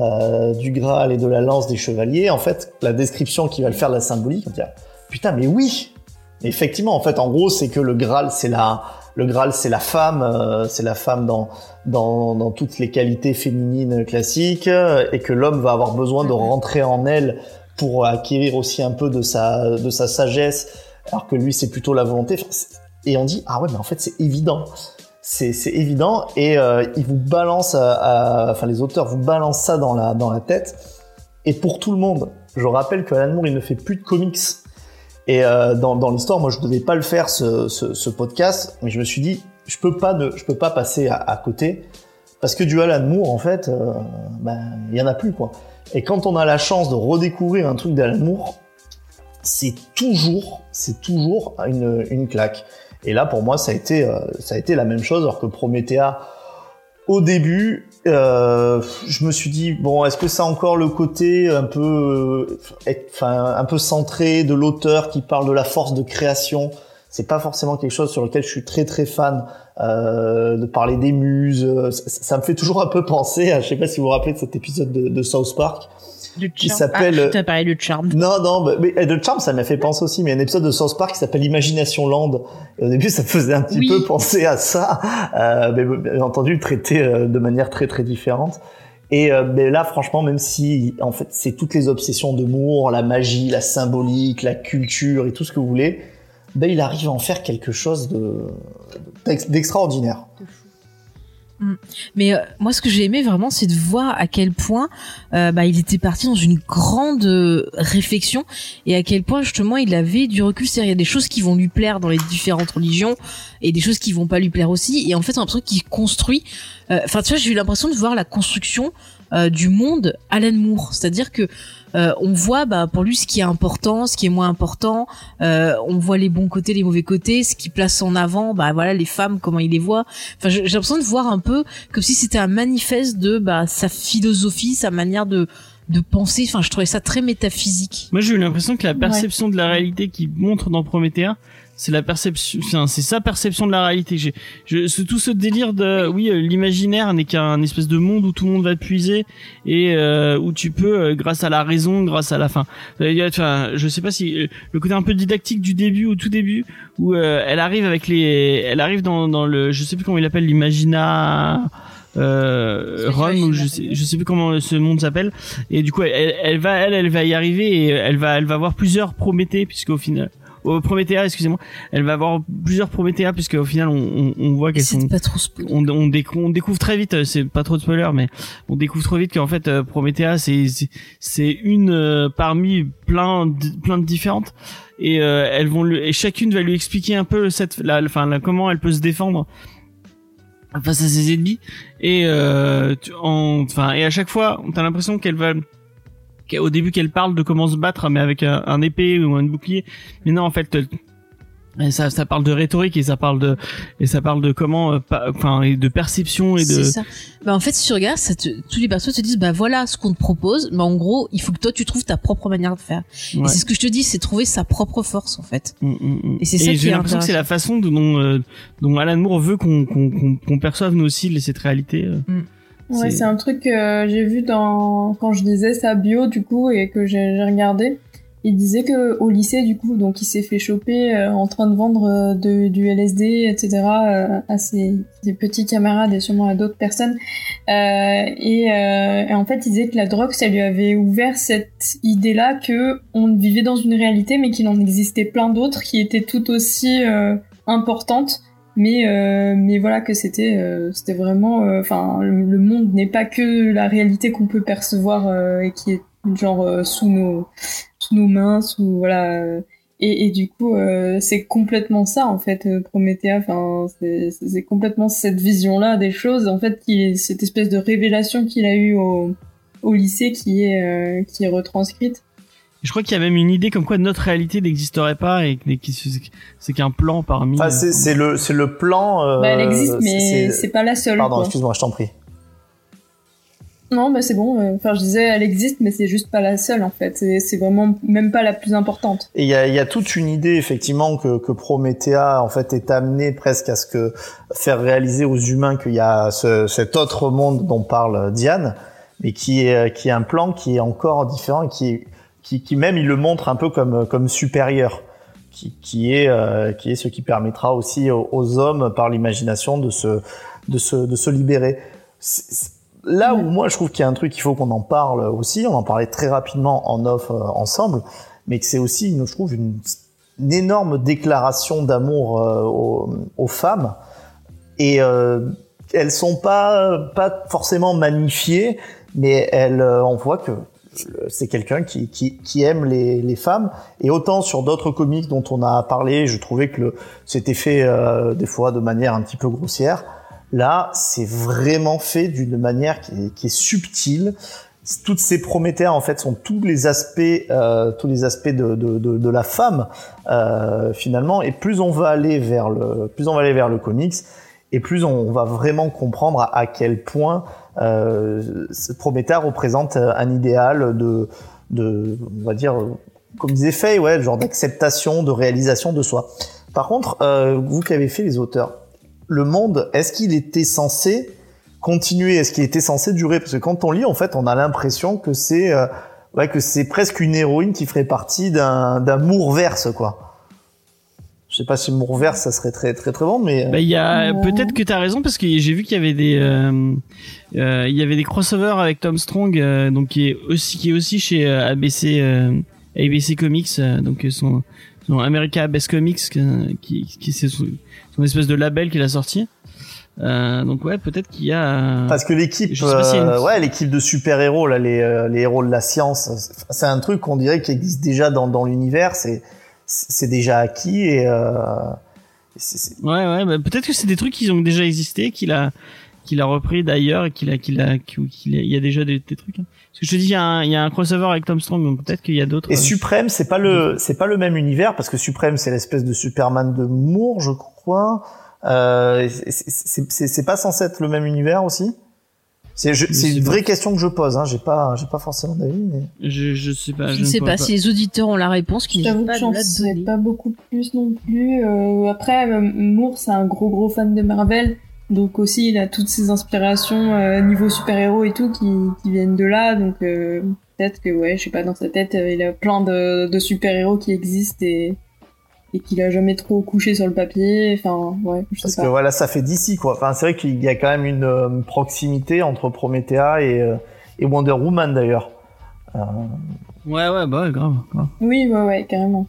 et de la lance des chevaliers, en fait, la description qui va le faire de la symbolique, on va dire putain, mais oui. Et effectivement, en fait, en gros, c'est que le Graal, c'est la femme dans toutes les qualités féminines classiques, et que l'homme va avoir besoin de rentrer en elle pour acquérir aussi un peu de sa sagesse, alors que lui c'est plutôt la volonté. Et on dit ah ouais, mais en fait c'est évident. C'est évident, et ils vous balancent, les auteurs vous balancent ça dans la tête, et pour tout le monde. Je rappelle que Alan Moore, il ne fait plus de comics. Et dans l'histoire, moi je devais pas le faire ce podcast, mais je me suis dit je peux pas passer à côté parce que du Alan Moore en fait, il y en a plus quoi. Et quand on a la chance de redécouvrir un truc d'Alan Moore, c'est toujours une claque. Et là pour moi ça a été la même chose, alors que Promethea au début, je me suis dit bon, est-ce que ça a encore le côté un peu centré de l'auteur qui parle de la force de création. C'est pas forcément quelque chose sur lequel je suis très très fan, de parler des muses. Ça me fait toujours un peu penser à, je sais pas si vous vous rappelez de cet épisode de South Park. Qui s'appelle... t'as parlé de Charmed. Non, mais de Charmed, ça m'a fait penser aussi, mais il y a un épisode de South Park qui s'appelle Imagination Land. Et au début, ça me faisait un petit peu penser à ça, mais bien entendu, traité de manière très très différente. Et mais là, franchement, même si, en fait, c'est toutes les obsessions de Moore, la magie, la symbolique, la culture et tout ce que vous voulez, il arrive à en faire quelque chose d'extraordinaire. Mais moi ce que j'ai aimé vraiment c'est de voir à quel point il était parti dans une grande réflexion et à quel point justement il avait du recul. C'est-à-dire il y a des choses qui vont lui plaire dans les différentes religions et des choses qui vont pas lui plaire aussi, et en fait on a l'impression qu'il construit tu vois, j'ai eu l'impression de voir la construction du monde Alan Moore, c'est-à-dire que on voit pour lui ce qui est important, ce qui est moins important, on voit les bons côtés, les mauvais côtés, ce qui place en avant les femmes, comment il les voit. Enfin j'ai l'impression de voir un peu comme si c'était un manifeste de sa philosophie, sa manière de penser. Enfin je trouvais ça très métaphysique. Moi j'ai eu l'impression que la perception de la réalité qu'il montre dans Promethea, c'est la perception, c'est sa perception de la réalité. C'est tout ce délire de, l'imaginaire n'est qu'un espèce de monde où tout le monde va puiser et où tu peux, grâce à la raison, grâce à la fin. Je sais pas si le côté un peu didactique du début, au tout début, où elle arrive dans le, je sais plus comment il appelle, l'imagina. Rome, ou je sais plus comment ce monde s'appelle, et du coup elle va y arriver et elle va voir plusieurs Prométhées, puisqu'au final Promethea, excusez-moi, elle va avoir plusieurs Promethea, puisque au final on voit qu'elles sont pas trop spoiler. On découvre très vite, c'est pas trop de spoiler, mais on découvre trop vite qu'en fait Promethea c'est une parmi plein de différentes, et et chacune va lui expliquer un peu comment elle peut se défendre face à ses ennemis, et à chaque fois t'as l'impression au début qu'elle parle de comment se battre, mais avec un épée ou un bouclier, mais non, en fait ça parle de rhétorique, et ça parle de comment et de perception, et de... C'est ça. En fait si tu regardes tous les persos te disent voilà ce qu'on te propose, mais en gros il faut que toi tu trouves ta propre manière de faire. Ouais. Et c'est ce que je te dis, c'est trouver sa propre force en fait. Et c'est ça qui est intéressant. J'ai l'impression que c'est la façon dont Alan Moore veut qu'on perçoive nous aussi cette réalité. Ouais, c'est un truc que j'ai vu quand je lisais sa bio du coup, et que j'ai regardé. Il disait que au lycée du coup, donc il s'est fait choper en train de vendre du LSD, etc. À ses petits camarades et sûrement à d'autres personnes. Et en fait, il disait que la drogue, ça lui avait ouvert cette idée-là que on vivait dans une réalité, mais qu'il en existait plein d'autres qui étaient tout aussi importantes. Mais voilà, que c'était vraiment le monde n'est pas que la réalité qu'on peut percevoir et qui est genre sous nos mains, et du coup c'est complètement ça en fait, Promethea. C'est complètement cette vision là des choses en fait, cette espèce de révélation qu'il a eue au lycée qui est retranscrite. Je crois qu'il y a même une idée comme quoi notre réalité n'existerait pas, et c'est qu'un plan parmi. C'est le plan. Elle existe, mais c'est pas la seule. Pardon, quoi. Excuse-moi, je t'en prie. Non, c'est bon. Je disais, elle existe, mais c'est juste pas la seule en fait. C'est vraiment même pas la plus importante. Et il y a toute une idée effectivement que Promethea en fait est amené presque à faire réaliser aux humains qu'il y a cet autre monde dont parle Diane, mais qui est un plan qui est encore différent, et qui même il le montre un peu comme supérieur, qui est ce qui permettra aussi aux hommes par l'imagination de se libérer. Là où moi je trouve qu'il y a un truc qu'il faut qu'on en parle aussi, on en parlait très rapidement en off ensemble, mais que c'est aussi je trouve une énorme déclaration d'amour aux femmes, et elles sont pas forcément magnifiées, mais on voit que c'est quelqu'un qui aime les femmes, et autant sur d'autres comics dont on a parlé, je trouvais que c'était fait des fois de manière un petit peu grossière. Là, c'est vraiment fait d'une manière qui est subtile. Toutes ces Prométhéas en fait sont tous les aspects de la femme finalement, et plus on va aller vers le comics, et plus on va vraiment comprendre à quel point ce Prométhée représente un idéal de on va dire, comme disait Faye, ouais, genre d'acceptation, de réalisation de soi. Par contre, vous qui avez fait les auteurs, le monde, est-ce qu'il était censé continuer, est-ce qu'il était censé durer? Parce que quand on lit, en fait, on a l'impression que c'est presque une héroïne qui ferait partie d'un Moorverse, quoi. Je sais pas si Moorverse, ça serait très très très bon, mais il y a peut-être que t'as raison, parce que j'ai vu qu'il y avait des crossovers avec Tom Strong, donc qui est aussi chez ABC Comics, donc son America Best Comics, qui c'est son espèce de label qu'il a sorti. Donc ouais, peut-être qu'il y a parce que l'équipe l'équipe de super-héros là, les héros de la science, c'est un truc qu'on dirait qui existe déjà dans l'univers, c'est déjà acquis, et ouais, peut-être que c'est des trucs qui ont déjà existé, qu'il a repris d'ailleurs, et qu'il y a déjà des trucs, hein. Parce que je te dis, il y a un crossover avec Tom Strong, donc peut-être qu'il y a d'autres. Et Suprême, c'est pas le même univers, parce que Suprême, c'est l'espèce de Superman de Moore, je crois. C'est pas censé être le même univers aussi? C'est une vraie question que je pose, hein. J'ai pas forcément d'avis, mais. Je sais pas. Je ne sais pas si les auditeurs ont la réponse, qui n'est pas de la donner. Pas beaucoup plus non plus. Après, Moore, c'est un gros fan de Marvel. Donc aussi, il a toutes ses inspirations niveau super-héros et tout qui viennent de là. Donc peut-être que, ouais, je sais pas, dans sa tête, il a plein de super-héros qui existent et qu'il a jamais trop couché sur le papier. Enfin, ouais, je sais pas. Parce que voilà, ça fait d'ici, quoi. Enfin, c'est vrai qu'il y a quand même une proximité entre Promethea et Wonder Woman, d'ailleurs. Ouais, bah grave. Oui, ouais, carrément.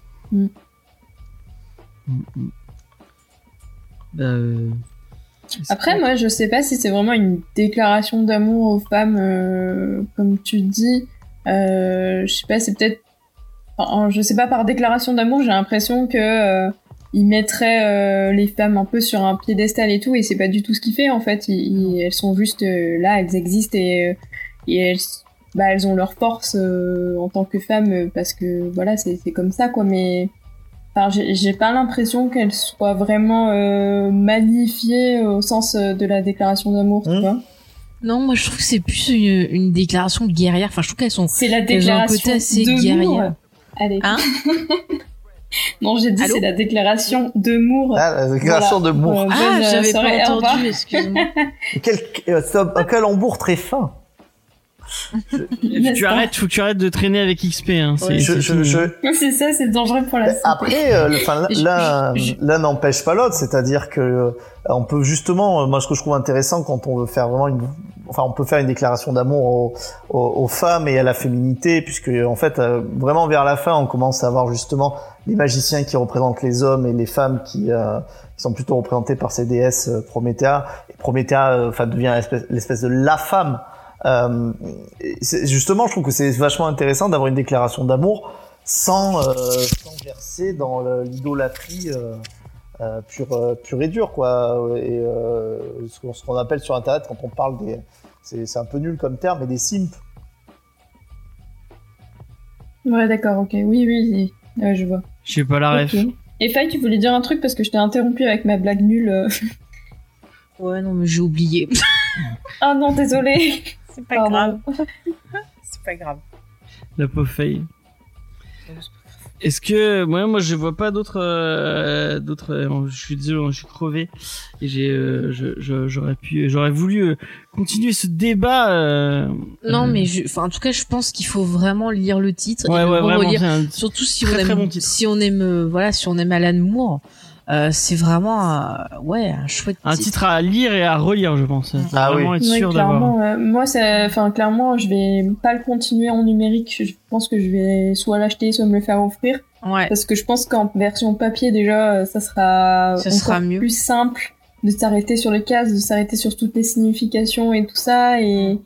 Après, moi, je sais pas si c'est vraiment une déclaration d'amour aux femmes, comme tu dis. Je sais pas, c'est peut-être... Enfin, je sais pas, par déclaration d'amour, j'ai l'impression que il mettrait les femmes un peu sur un piédestal et tout, et c'est pas du tout ce qu'il fait, en fait. Elles sont juste là, elles existent, et elles ont leur force en tant que femmes, parce que voilà, c'est comme ça, quoi. Mais enfin, j'ai pas l'impression qu'elles soient vraiment magnifiées au sens de la déclaration d'amour, tu vois. Non, moi je trouve que c'est plus une déclaration de guerrière. Enfin, je trouve qu'elles sont. C'est la déclaration de guerrière. Allez. Hein? Non, j'ai dit c'est la déclaration de Moore. Ah, la déclaration de Moore. J'avais pas entendu, excuse-moi. Un calembour très fin. Faut que tu arrêtes de traîner avec XP, hein. C'est ça, c'est dangereux pour la santé. Après, l'un n'empêche pas l'autre, c'est-à-dire que on peut justement, moi ce que je trouve intéressant quand on veut faire vraiment on peut faire une déclaration d'amour aux femmes et à la féminité, puisque en fait vraiment vers la fin on commence à avoir justement les magiciens qui représentent les hommes et les femmes qui sont plutôt représentés par ces déesses Promethea, et Promethea devient l'espèce de la femme. Justement, je trouve que c'est vachement intéressant d'avoir une déclaration d'amour sans verser dans l'idolâtrie pure et dure, quoi. Et ce qu'on appelle sur Internet quand on parle c'est un peu nul comme terme, mais des simps. Ouais, d'accord, ok, oui, je vois. Je sais pas la ref. Et Faye, tu voulais dire un truc parce que je t'ai interrompu avec ma blague nulle. Ouais, non, mais j'ai oublié. Ah non, désolé. C'est pas grave. C'est pas grave. La pauvre Faye. Est-ce que moi je vois pas d'autres je suis désolé, je suis crevé et j'aurais voulu continuer ce débat non mais en tout cas je pense qu'il faut vraiment lire le titre et vraiment relire, surtout si on aime Alan Moore. C'est vraiment un chouette titre à lire et à relire, je pense. Être sûr d'avoir. Moi, clairement, je vais pas le continuer en numérique. Je pense que je vais soit l'acheter, soit me le faire offrir. Ouais. Parce que je pense qu'en version papier, déjà, ça sera mieux. Plus simple de s'arrêter sur les cases, de s'arrêter sur toutes les significations et tout ça. Et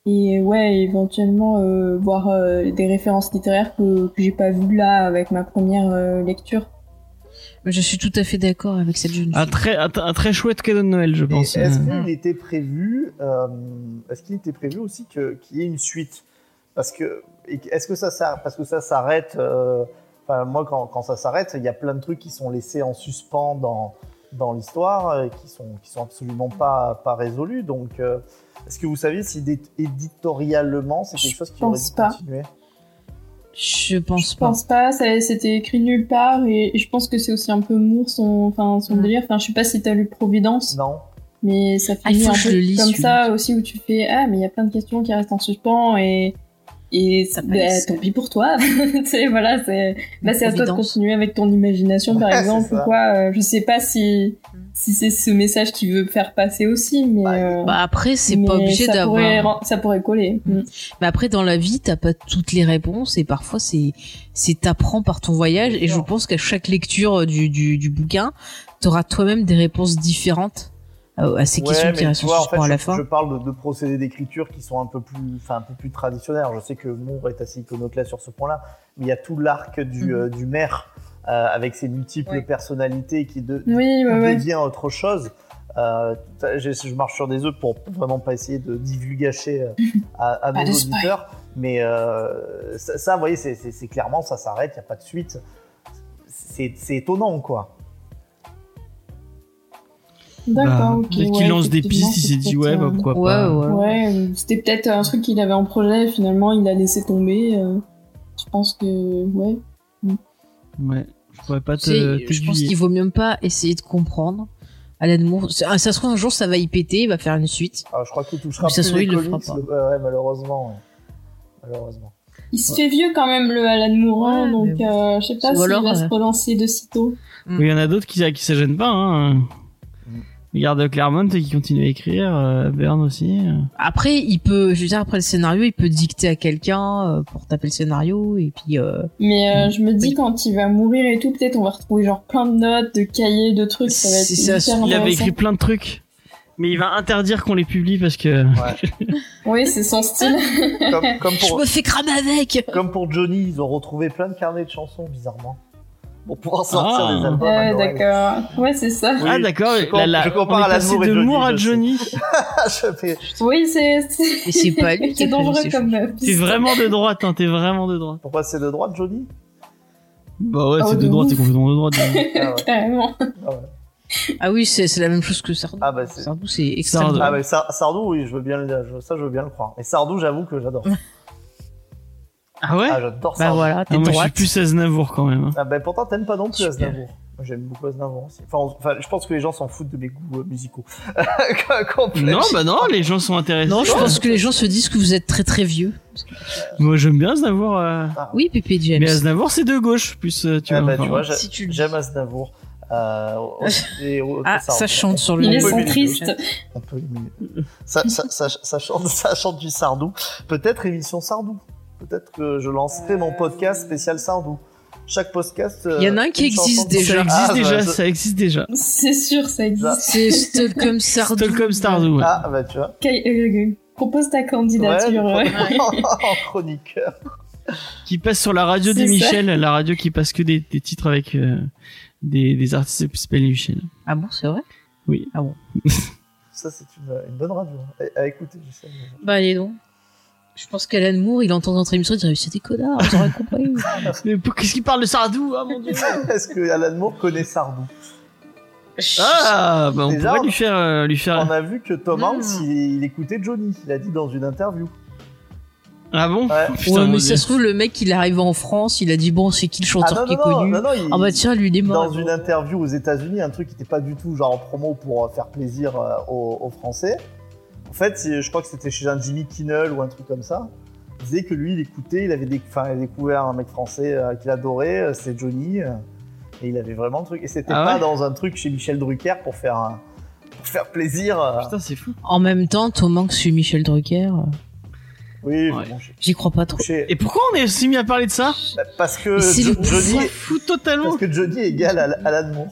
Et ouais, éventuellement voir des références littéraires que j'ai pas vues là avec ma première lecture. Je suis tout à fait d'accord avec cette jeune fille. Un très chouette cadeau de Noël, je pense. Est-ce qu'il était prévu aussi qu'il y ait une suite? Parce que ça s'arrête. Enfin, moi, quand ça s'arrête, il y a plein de trucs qui sont laissés en suspens dans l'histoire, qui sont absolument pas résolus. Donc, est-ce que vous savez si éditorialement c'est quelque chose qui aurait dû continuer? Je pense pas. C'était écrit nulle part et je pense que c'est aussi un peu Moore son délire. Enfin, je sais pas si t'as lu Providence. Non. Mais ça finit un peu comme ça aussi où tu fais mais il y a plein de questions qui restent en suspens et ça tant pis pour toi. C'est voilà, c'est à toi de continuer avec ton imagination par exemple ou quoi. Je sais pas si c'est ce message qu'il veut faire passer aussi, mais après c'est pas obligé d'avoir. Ça pourrait coller. Mais après dans la vie t'as pas toutes les réponses et parfois c'est t'apprends par ton voyage et je pense qu'à chaque lecture du bouquin t'auras toi-même des réponses différentes à ces questions qui restent en suspens à la fin. Je parle de procédés d'écriture qui sont un peu plus traditionnels. Je sais que Moore est assez iconoclaste sur ce point-là, mais il y a tout l'arc du maire avec ses multiples personnalités qui devient autre chose. Je marche sur des œufs pour vraiment pas essayer de divulgacher à nos auditeurs, mais ça, vous voyez, c'est clairement ça s'arrête, il y a pas de suite. C'est étonnant, quoi. D'accord, ok. Peut-être qu'il lance des pistes, il s'est dit pourquoi pas. Ouais, c'était peut-être un truc qu'il avait en projet et finalement il a laissé tomber. Je pense que ouais, je pourrais pas je pense qu'il vaut même pas essayer de comprendre. Alan Moore, ça se trouve un jour ça va y péter, il va faire une suite. Je crois qu'il touchera plus les comics, malheureusement. Il se fait vieux quand même le Alan Moore, donc je sais pas s'il va se relancer de sitôt. Il y en a d'autres qui se gênent pas, hein. Regarde Claremont qui continue à écrire, Byrne aussi. Après, après le scénario, il peut dicter à quelqu'un pour taper le scénario et puis. Mais je me dis quand il va mourir et tout, peut-être on va retrouver genre plein de notes, de cahiers, de trucs. Ça va être hyper intéressant. Il avait écrit plein de trucs, mais il va interdire qu'on les publie parce que. Oui, c'est son style. Je me fais cramer avec. Comme pour Johnny, ils ont retrouvé plein de carnets de chansons bizarrement. Pour pouvoir sortir des albums. D'accord. Ouais, c'est ça. Oui, d'accord. Je compare à l'amour de Moore à Johnny. Oui, Et c'est pas lui qui est dangereux comme T'es vraiment de droite, hein. T'es vraiment de droite. Pourquoi c'est de droite, Johnny? Bah ouais, c'est de droite, c'est complètement de droite. Carrément. Ah oui, c'est la même chose que Sardou. Sardou, c'est extrêmement. Sardou, oui, je veux bien le croire. Mais Sardou, j'avoue que j'adore. Ah ouais? J'adore ça. Bah voilà, t'es moi droite. je suis plus Aznavour quand même. Pourtant t'aimes pas non plus Aznavour. Moi j'aime beaucoup Aznavour aussi. Enfin, je pense que les gens s'en foutent de mes goûts musicaux. Non, les gens sont intéressés. Non, je pense que les gens se disent que vous êtes très très vieux. Moi j'aime bien Aznavour. Oui, Pépé James. Mais Aznavour c'est de gauche, plus tu vois. J'aime Aznavour. Ça chante sur le. Il est centriste. On peut ça chante du Sardou. Peut-être émission Sardou. Peut-être que je lancerai mon podcast spécial Sardou. Chaque podcast. Il y en a un qui existe déjà. Ça existe déjà. C'est sûr, ça existe. C'est Stockholm Sardou. Stockholm Sardou. Ouais. Ah bah tu vois. Propose ta candidature. En chroniqueur. Qui passe sur la radio des Michel, la radio qui passe que des titres avec des artistes qui s'appellent Michel. Ah bon, c'est vrai? Oui. Ah bon. Ça c'est une bonne radio. À écouter, je sais. Bah allez donc. Je pense qu'Alan Moore, il entend notre émission, il dirait c'est des connards, vous aurez compris. Mais qu'est-ce qu'il parle de Sardou, mon dieu. Est-ce que Alan Moore connaît Sardou? On pourrait lui faire. On a vu que Tom Hanks, il écoutait Johnny, il a dit dans une interview. Ah bon? Ouais, mais ça se trouve, le mec, il est arrivé en France, il a dit bon, c'est qui le chanteur qui est connu? Ah bah tiens, lui, il est mort. Dans une interview aux États-Unis, un truc qui était pas du tout genre en promo pour faire plaisir aux Français. En fait, je crois que c'était chez un Jimmy Kimmel ou un truc comme ça. Il disait que lui, il écoutait, il avait découvert un mec français qu'il adorait, c'est Johnny, et il avait vraiment le truc. Et c'était pas dans un truc chez Michel Drucker pour faire plaisir. Putain, c'est fou. En même temps, Tom Hanks chez Michel Drucker. Oui, j'y crois pas trop. Et pourquoi on est si mis à parler de ça? Parce que Johnny est fou totalement. Parce que Johnny égale Alan Moore.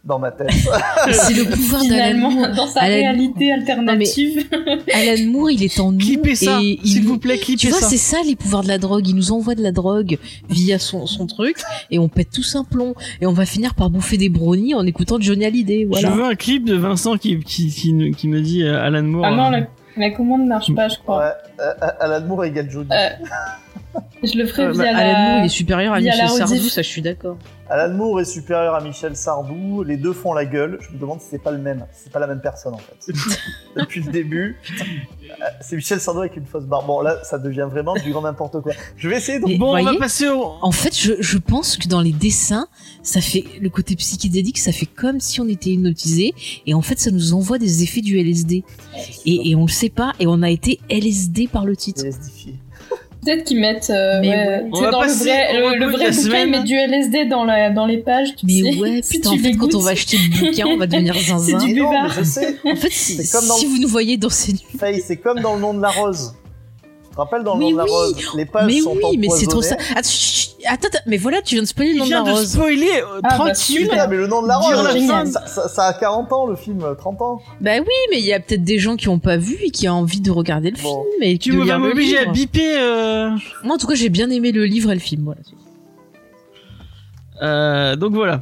dans ma tête. C'est le pouvoir d'Alan Moore. Dans sa réalité alternative. Alan Moore, il est en nous. Clippez ça, et s'il vous plaît, clippez ça. Tu vois, c'est ça les pouvoirs de la drogue. Il nous envoie de la drogue via son truc et on pète tous un plomb. Et on va finir par bouffer des brownies en écoutant Johnny Hallyday. Voilà. Je veux un clip de Vincent qui me dit Alan Moore. Ah non, la commande marche pas, je crois. Ouais, Alan Moore égale Johnny. Je le ferai via Alan Moore, il est supérieur à Michel Sardou, ça je suis d'accord. Alan Moore est supérieur à Michel Sardou, les deux font la gueule. Je me demande si c'est pas le même, si c'est pas la même personne en fait. Depuis le début, c'est Michel Sardou avec une fausse barbe. Bon là, ça devient vraiment du grand n'importe quoi. Je vais essayer. Donc... Bon, on va passer au. En fait, je pense que dans les dessins, ça fait le côté psychédélique, ça fait comme si on était hypnotisé, et en fait, ça nous envoie des effets du LSD. Et on le sait pas, et on a été LSD par le titre. LSDifié. Peut-être qu'ils mettent dans le vrai bouquin, ils mettent du LSD dans les pages. Mais ouais, putain, en fait, quand on va acheter le bouquin, on va devenir zinzin. C'est du buvard. Je sais. En fait, si vous nous voyez dans ces nuits. Faye, c'est comme dans Le Nom de la Rose. Tu te rappelles dans Le Nom de la Rose, les pages sont empoisonnées. Mais c'est trop ça. Attends, mais voilà, tu viens de spoiler Le Nom de la Rose. Je viens de spoiler tranquille. Mais Le Nom de la Rose, ça a 40 ans le film, 30 ans. Bah oui, mais il y a peut-être des gens qui ont pas vu et qui ont envie de regarder le film. Et tu vas m'obliger à biper. Moi, en tout cas, j'ai bien aimé le livre et le film. Voilà. Donc voilà.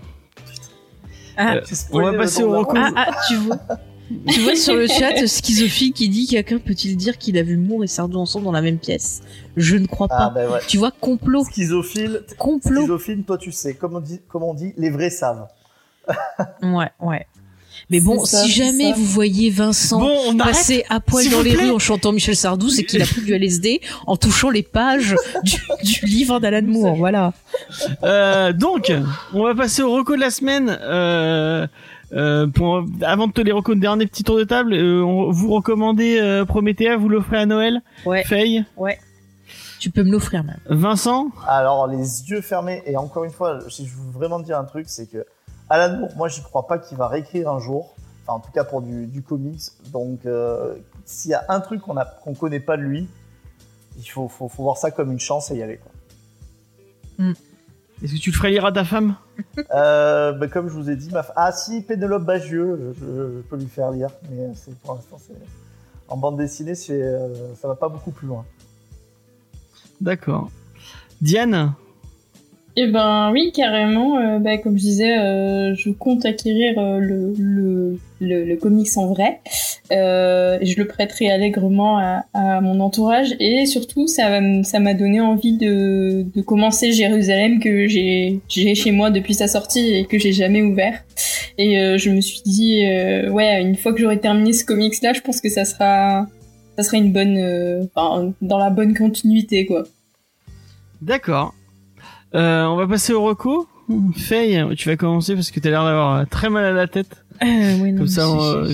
On va passer au recours. Tu vois sur le chat Schizophile qui dit quelqu'un peut-il dire qu'il a vu Moore et Sardou ensemble dans la même pièce? Je ne crois pas. Bah ouais. Tu vois, complot. Schizophile, toi tu sais, comme on dit, les vrais savent. Ouais. Mais bon, si jamais vous voyez Vincent passer à poil dans les rues en chantant Michel Sardou, c'est qu'il a pris du LSD en touchant les pages du livre d'Alan Moore, voilà. Donc, on va passer au reco de la semaine. Avant de te les recos, dernier petit tour de table, vous recommandez Promethea, vous l'offrez à Noël? Ouais. Faye? Ouais. Tu peux me l'offrir même. Vincent? Alors, les yeux fermés, et encore une fois, si je veux vraiment dire un truc, c'est que Alan Moore, moi j'y crois pas qu'il va réécrire un jour, enfin en tout cas pour du comics, donc s'il y a un truc qu'on connaît pas de lui, il faut voir ça comme une chance et y aller, quoi. Est-ce que tu le ferais lire à ta femme? Comme je vous ai dit, si, Pénélope Bagieux, je peux lui faire lire, mais pour l'instant, en bande dessinée, ça va pas beaucoup plus loin. D'accord. Diane? Eh ben oui, carrément. Comme je disais, je compte acquérir le comics en vrai. Je le prêterai allègrement à mon entourage et surtout ça m'a donné envie de commencer Jérusalem que j'ai chez moi depuis sa sortie et que j'ai jamais ouvert. Et je me suis dit une fois que j'aurai terminé ce comics là, je pense que ça sera une bonne dans la bonne continuité, quoi. D'accord. On va passer au reco. Faye, tu vas commencer parce que t'as l'air d'avoir très mal à la tête. Oui, non, comme ça.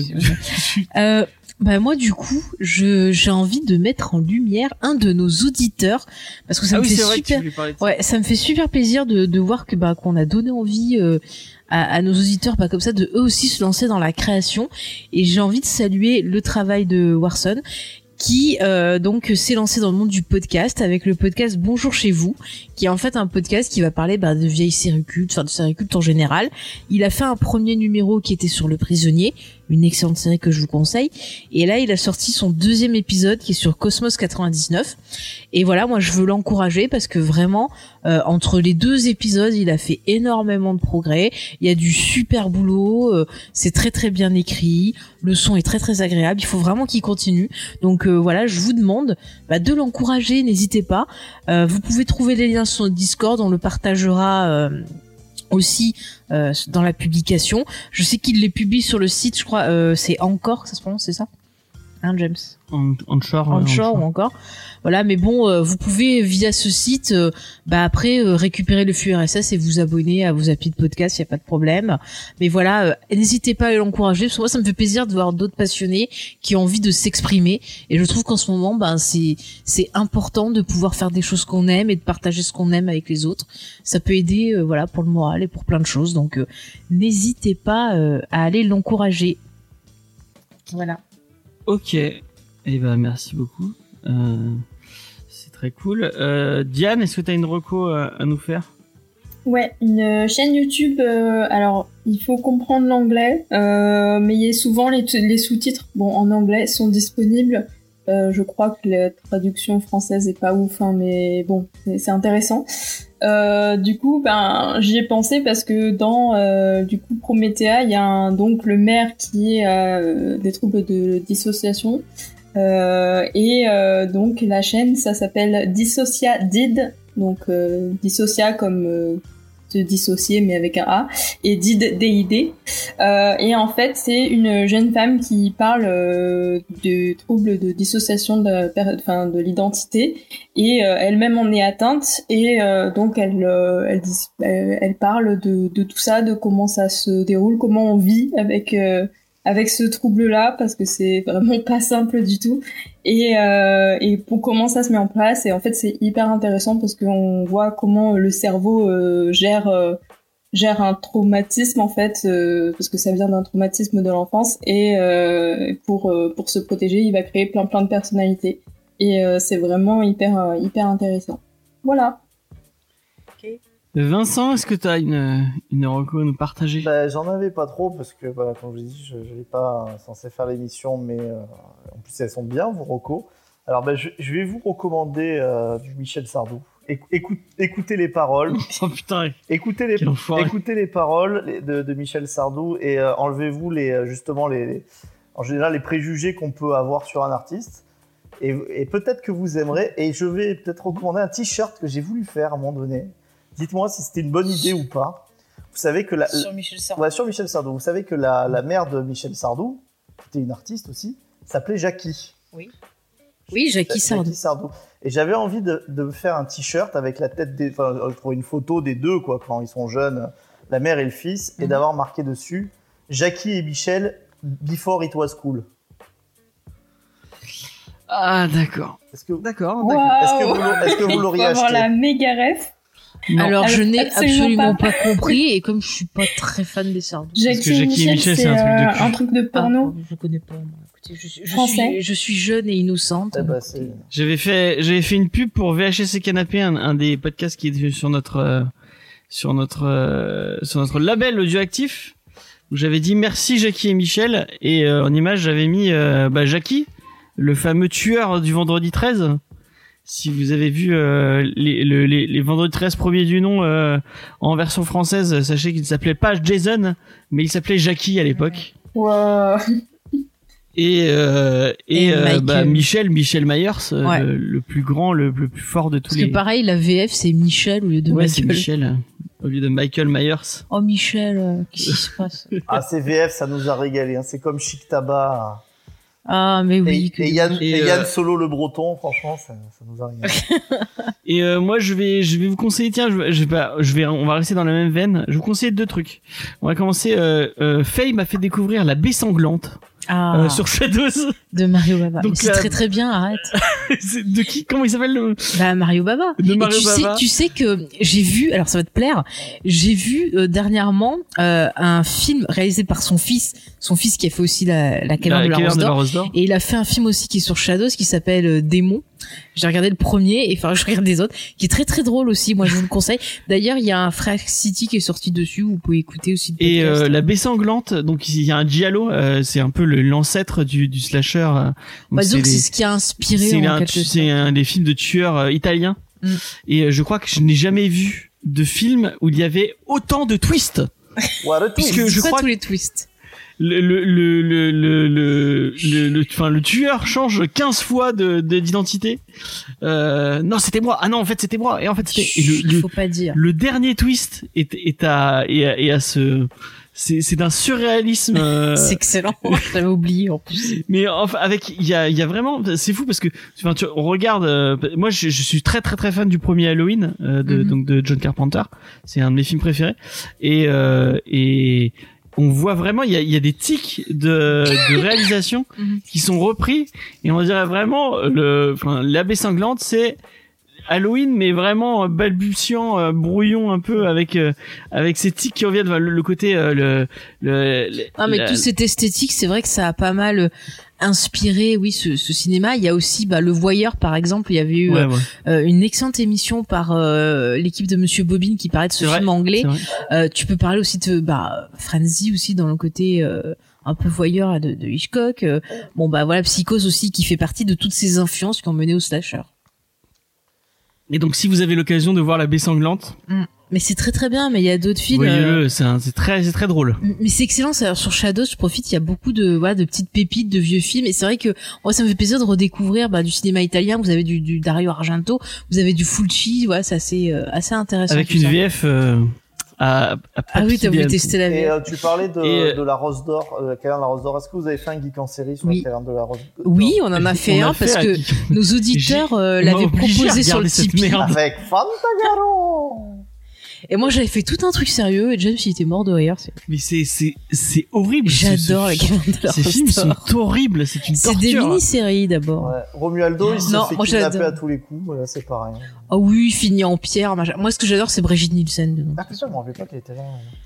Moi, du coup, j'ai envie de mettre en lumière un de nos auditeurs parce que ça me fait super. Ça me fait super plaisir de voir que qu'on a donné envie à nos auditeurs, comme ça, de eux aussi se lancer dans la création. Et j'ai envie de saluer le travail de Warson, qui donc s'est lancé dans le monde du podcast avec le podcast Bonjour chez vous, qui est en fait un podcast qui va parler de vieilles séries cultes, de séries cultes en général. Il a fait un premier numéro qui était sur Le Prisonnier, une excellente série que je vous conseille, et là il a sorti son deuxième épisode qui est sur Cosmos 99, et voilà, moi je veux l'encourager parce que vraiment entre les deux épisodes il a fait énormément de progrès, il y a du super boulot, c'est très très bien écrit, le son est très très agréable, il faut vraiment qu'il continue, donc voilà, je vous demande de l'encourager, n'hésitez pas, vous pouvez trouver les liens sur notre Discord, on le partagera aussi dans la publication. Je sais qu'il les publie sur le site, je crois, c'est Encore, ça se prononce, c'est ça, hein, James? Onshore ou encore. Voilà, mais bon, vous pouvez via ce site, après récupérer le flux RSS et vous abonner à vos applis de podcast, y a pas de problème. Mais voilà, n'hésitez pas à l'encourager, parce que moi ça me fait plaisir de voir d'autres passionnés qui ont envie de s'exprimer. Et je trouve qu'en ce moment, c'est important de pouvoir faire des choses qu'on aime et de partager ce qu'on aime avec les autres. Ça peut aider, pour le moral et pour plein de choses. Donc n'hésitez pas à aller l'encourager. Voilà. Ok. Merci beaucoup. C'est très cool. Diane, est-ce que tu as une reco à nous faire? Ouais, une chaîne YouTube. Alors, il faut comprendre l'anglais, mais il y a souvent les sous-titres. Bon, en anglais sont disponibles. Je crois que la traduction française est pas ouf, hein, mais bon, c'est intéressant. Du coup, j'y ai pensé parce que dans du coup Promethea, il y a donc le maire qui est des troubles de dissociation. Donc la chaîne, ça s'appelle Dissocia Did, donc Dissocia comme se dissocier mais avec un A, et Did D-I-D. Et en fait, c'est une jeune femme qui parle de troubles de dissociation de l'identité, et elle-même en est atteinte, et donc elle parle de tout ça, de comment ça se déroule, comment on vit avec ce trouble-là, parce que c'est vraiment pas simple du tout, et pour comment ça se met en place. Et en fait, c'est hyper intéressant parce qu'on voit comment le cerveau gère un traumatisme, en fait, parce que ça vient d'un traumatisme de l'enfance, et pour se protéger, il va créer plein de personnalités, et c'est vraiment hyper intéressant. Voilà. Vincent, est-ce que tu as une reco à nous partager? J'en avais pas trop parce que, comme je l'ai dit, je n'ai pas censé faire l'émission, mais en plus elles sont bien, vos recos. Alors je vais vous recommander du Michel Sardou. Écoutez les paroles. Oh putain. Écoutez les paroles de Michel Sardou, et enlevez-vous en général les préjugés qu'on peut avoir sur un artiste. Et peut-être que vous aimerez. Et je vais peut-être recommander un t-shirt que j'ai voulu faire à un moment donné. Dites-moi si c'était une bonne idée ou pas. Vous savez que sur Michel Sardou. Ouais, sur Michel Sardou. Vous savez que la mère de Michel Sardou, qui était une artiste aussi, s'appelait Jackie. Oui. Oui, Jackie Sardou. Et j'avais envie de faire un t-shirt avec la tête une photo des deux, quoi, quand ils sont jeunes, la mère et le fils, et d'avoir marqué dessus Jackie et Michel before it was cool. Ah, d'accord. D'accord. Est-ce que vous l'auriez acheté? Avoir la méga ref. Non. Alors je n'ai absolument pas compris, et comme je suis pas très fan des Sardou. Jackie et Michel, c'est un truc de porno. Je connais pas. Écoutez, je suis jeune et innocente. J'avais fait une pub pour VHS et Canapé, un des podcasts qui est sur notre label audioactif, où j'avais dit merci Jackie et Michel, et en image j'avais mis Jackie, le fameux tueur du vendredi 13. Si vous avez vu les vendredis 13 premiers du nom en version française, sachez qu'il ne s'appelait pas Jason, mais il s'appelait Jackie à l'époque. Wow. Et Michel Myers, ouais. le plus grand, le plus fort de tous Parce que pareil, la VF c'est Michel au lieu de Michael. C'est Michel au lieu de Michael Myers. Oh Michel, qu'est-ce qui se passe? Ces VF, ça nous a régalé, hein. C'est comme Chic Tabac. Ah mais oui. Et Yann Solo le Breton, franchement, ça nous a régalé. Et moi je vais vous conseiller, tiens, on va rester dans la même veine. Je vais vous conseiller deux trucs. On va commencer. Faye m'a fait découvrir La Baie Sanglante. Sur Shadows de Mario Bava. Donc, c'est très très bien, arrête. De qui? Comment il s'appelle Mario Bava. De Mario Bava. Tu sais que j'ai vu, alors ça va te plaire, j'ai vu dernièrement un film réalisé par son fils qui a fait aussi la Caverne de la Rose d'Or, et il a fait un film aussi qui est sur Shadows qui s'appelle Démon. J'ai regardé le premier, et je regarde les autres, qui est très très drôle aussi. Moi je vous le conseille. D'ailleurs il y a un Frag City qui est sorti dessus, vous pouvez écouter aussi. Et La Baie Sanglante, donc il y a un giallo, c'est un peu l'ancêtre du slasher. Donc c'est ce qui a inspiré. C'est un des films de tueurs italiens. Et je crois que je n'ai jamais vu de film où il y avait autant de twists. Puisque je crois tous les twists. Le tueur change 15 fois d'identité. Non, c'était moi. Ah non, en fait, c'était moi. Et en fait, c'était. Il faut pas dire. Le dernier twist est à c'est d'un surréalisme. C'est excellent. J'avais oublié en plus. Mais enfin, il y a vraiment, c'est fou parce que, on regarde. Moi, je suis très très très fan du premier Halloween donc de John Carpenter. C'est un de mes films préférés. Et on voit vraiment, il y a des tics de réalisation qui sont repris, et on dirait vraiment La Baie Sanglante, c'est Halloween, mais vraiment balbutiant, brouillon un peu avec ces tics qui reviennent, le côté non mais toute cette esthétique, c'est vrai que ça a pas mal inspiré ce cinéma. Il y a aussi Le Voyeur par exemple, il y avait eu une excellente émission par l'équipe de Monsieur Bobine qui parlait de ce film anglais. Tu peux parler aussi de Frenzy aussi dans le côté un peu voyeur de Hitchcock. Psychose aussi qui fait partie de toutes ces influences qui ont mené au slasher. Et donc si vous avez l'occasion de voir La Baie Sanglante, mais c'est très très bien, mais il y a d'autres films. Voyez-le, c'est très drôle. Mais c'est excellent. Alors sur Shadows, je profite, il y a beaucoup de petites pépites de vieux films, et c'est vrai que moi ça me fait plaisir de redécouvrir du cinéma italien. Vous avez du Dario Argento, vous avez du Fulci, c'est assez intéressant. Avec une VF à oui, t'as voulu tester la VF. Et tu parlais de la Rose d'Or, la caverne de la Rose d'Or. Est-ce que vous avez fait un geek en série sur la caverne de la Rose d'Or? Oui, on en a fait un parce que nos auditeurs l'avaient proposé sur le Tipeee. Avec Fantagaro. Et moi j'avais fait tout un truc sérieux et James il était mort de rire. Mais c'est horrible. J'adore les cavernes de la Rose d'Or. Ces films sont horribles, c'est une torture. C'est des mini-séries d'abord. Ouais. Romualdo il se fait kidnapper à tous les coups, c'est pareil. Ah oui, fini en pierre. Moi ce que j'adore c'est Brigitte Nielsen dedans. Ah putain, je m'en rappelais pas qu'elle était là.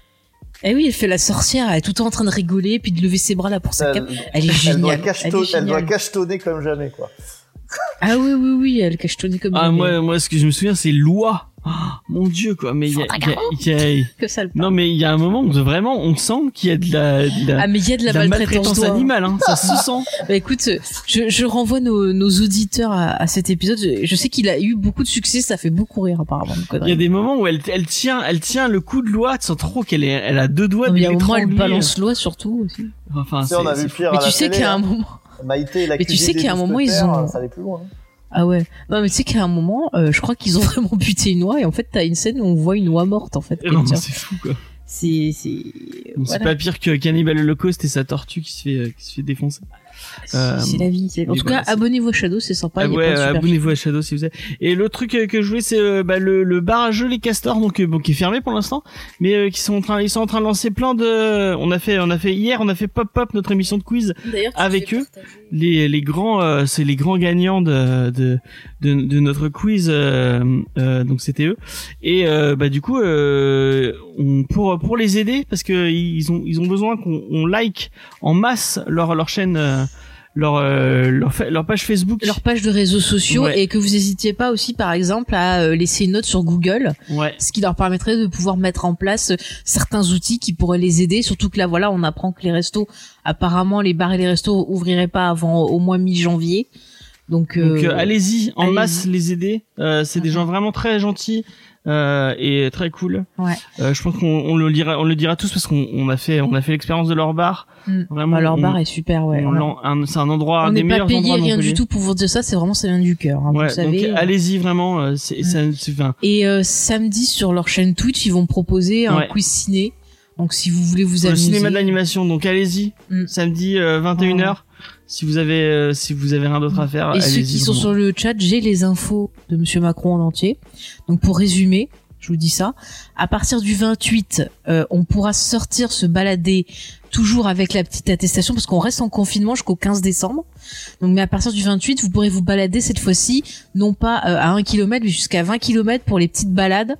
Eh oui, elle fait la sorcière, elle est tout le temps en train de rigoler puis de lever ses bras là pour sa cape. Elle est géniale. Elle doit cachetonner comme jamais quoi. Ah oui, elle cachetonnait comme jamais. Moi ce que je me souviens c'est Loi. Oh, mon Dieu quoi, mais il y a que ça le non mais il y a un moment où vraiment on sent qu'il y a de la mais il y a de la maltraitance animale ça se sent. Écoute, je renvoie nos auditeurs à cet épisode. Je sais qu'il a eu beaucoup de succès, ça fait beaucoup rire apparemment. Il y a des moments où elle tient le coup de Loi, tu sens trop elle a deux doigts de l'étrangler. Il y a un moment elle balance Loi surtout aussi. Enfin on a vu pire. Mais tu sais qu'il y a un moment Maïté et la cuisine. Mais tu sais qu'il y a un moment ils ont ça allait plus loin. Ah ouais. Non mais tu sais qu'à un moment, je crois qu'ils ont vraiment buté une oie et en fait t'as une scène où on voit une oie morte en fait. Non, c'est fou quoi. C'est pas pire que Cannibal Holocaust et sa tortue qui se fait défoncer. C'est la vie. En tout cas, abonnez-vous à Shadow, c'est sympa. Abonnez-vous à Shadow si vous avez. Et le truc que je voulais, c'est le bar à jeux Les Castors, donc qui est fermé pour l'instant, mais ils sont en train de lancer plein de. On a fait hier, on a fait Pop Pop, notre émission de quiz avec eux. Les grands, c'est les grands gagnants de notre quiz. Donc c'était eux. Et du coup, pour les aider, parce que ils ont besoin qu'on like en masse leur chaîne. Leur page Facebook, leur page de réseaux sociaux, et que vous hésitiez pas aussi par exemple à laisser une note sur Google, ce qui leur permettrait de pouvoir mettre en place certains outils qui pourraient les aider, surtout que là on apprend que les restos, apparemment les bars et les restos ouvriraient pas avant au moins mi-janvier. Donc allez-y en masse les aider, c'est des gens vraiment très gentils. Et très cool. Je pense qu'on le dira tous parce qu'on a fait l'expérience de leur bar. Vraiment, leur bar est super, c'est un endroit, un des meilleurs endroits. On n'est pas payé rien du tout pour vous dire ça, c'est vraiment, ça vient du cœur. Vous savez. Donc allez-y vraiment. Et samedi sur leur chaîne Twitch, ils vont proposer un quiz ciné. Donc si vous voulez vous amuser. Le cinéma de l'animation. Donc allez-y. Samedi 21h. Si vous avez rien d'autre à faire, et ceux qui sont sur le chat, j'ai les infos de Monsieur Macron en entier. Donc pour résumer, je vous dis ça. À partir du 28, on pourra sortir se balader toujours avec la petite attestation parce qu'on reste en confinement jusqu'au 15 décembre. Donc mais à partir du 28, vous pourrez vous balader cette fois-ci non pas à 1 km mais jusqu'à 20 km pour les petites balades.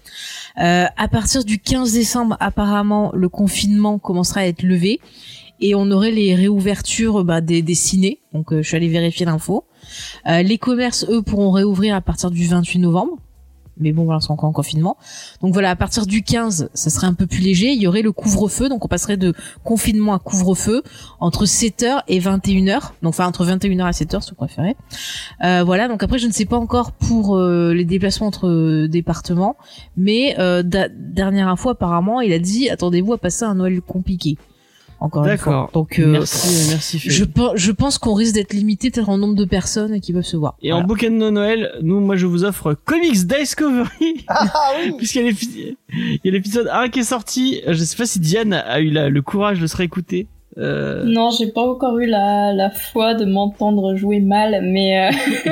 À partir du 15 décembre, apparemment, le confinement commencera à être levé. Et on aurait les réouvertures des cinés, donc je suis allée vérifier l'info. Les commerces, eux, pourront réouvrir à partir du 28 novembre. Mais bon, voilà, c'est encore en confinement. Donc voilà, à partir du 15, ça serait un peu plus léger. Il y aurait le couvre-feu, donc on passerait de confinement à couvre-feu entre 7h et 21h. Donc enfin, entre 21h et 7h, si vous préférez. Voilà, donc après, je ne sais pas encore pour les déplacements entre départements. Mais dernière info, apparemment, il a dit, attendez-vous à passer un Noël compliqué. Encore une fois. Donc merci. Je pense qu'on risque d'être limité peut-être en nombre de personnes qui peuvent se voir. Et en bouquin de Noël, moi je vous offre Comics Discovery. Oui. Puisqu'il y a l'épisode 1 qui est sorti. Je sais pas si Diane a eu le courage de se réécouter. Non, j'ai pas encore eu la foi de m'entendre jouer mal, mais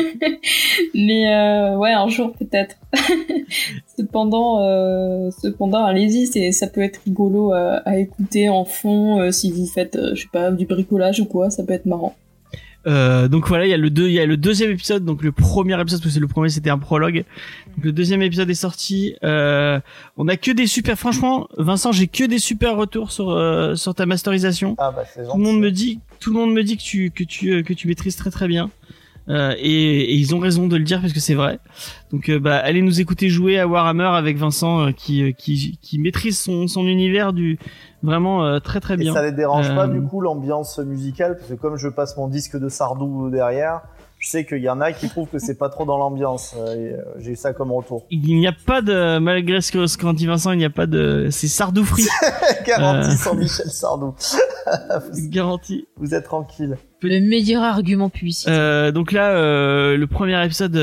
un jour peut-être. Cependant, allez-y, ça peut être rigolo à écouter en fond si vous faites, je sais pas, du bricolage ou quoi, ça peut être marrant. Donc voilà, il y a le deuxième épisode. Donc le premier épisode, parce que le premier c'était un prologue. Donc le deuxième épisode est sorti. On a que des super. Franchement, Vincent, j'ai que des super retours sur ta masterisation. Ah bah c'est gentil. Tout le monde me dit que tu maîtrises très très bien. Et ils ont raison de le dire parce que c'est vrai. Donc allez nous écouter jouer à Warhammer avec Vincent qui maîtrise son univers vraiment très très bien. Et ça les dérange pas du coup l'ambiance musicale, parce que comme je passe mon disque de Sardou derrière, je sais qu'il y en a qui trouvent que c'est pas trop dans l'ambiance. J'ai eu ça comme retour. Il n'y a pas de, malgré ce qu'en dit Vincent, il n'y a pas de, c'est Sardou free. Garanti sans Michel Sardou. Garanti. Vous êtes tranquille. Le meilleur argument publicitaire. Donc là, le premier épisode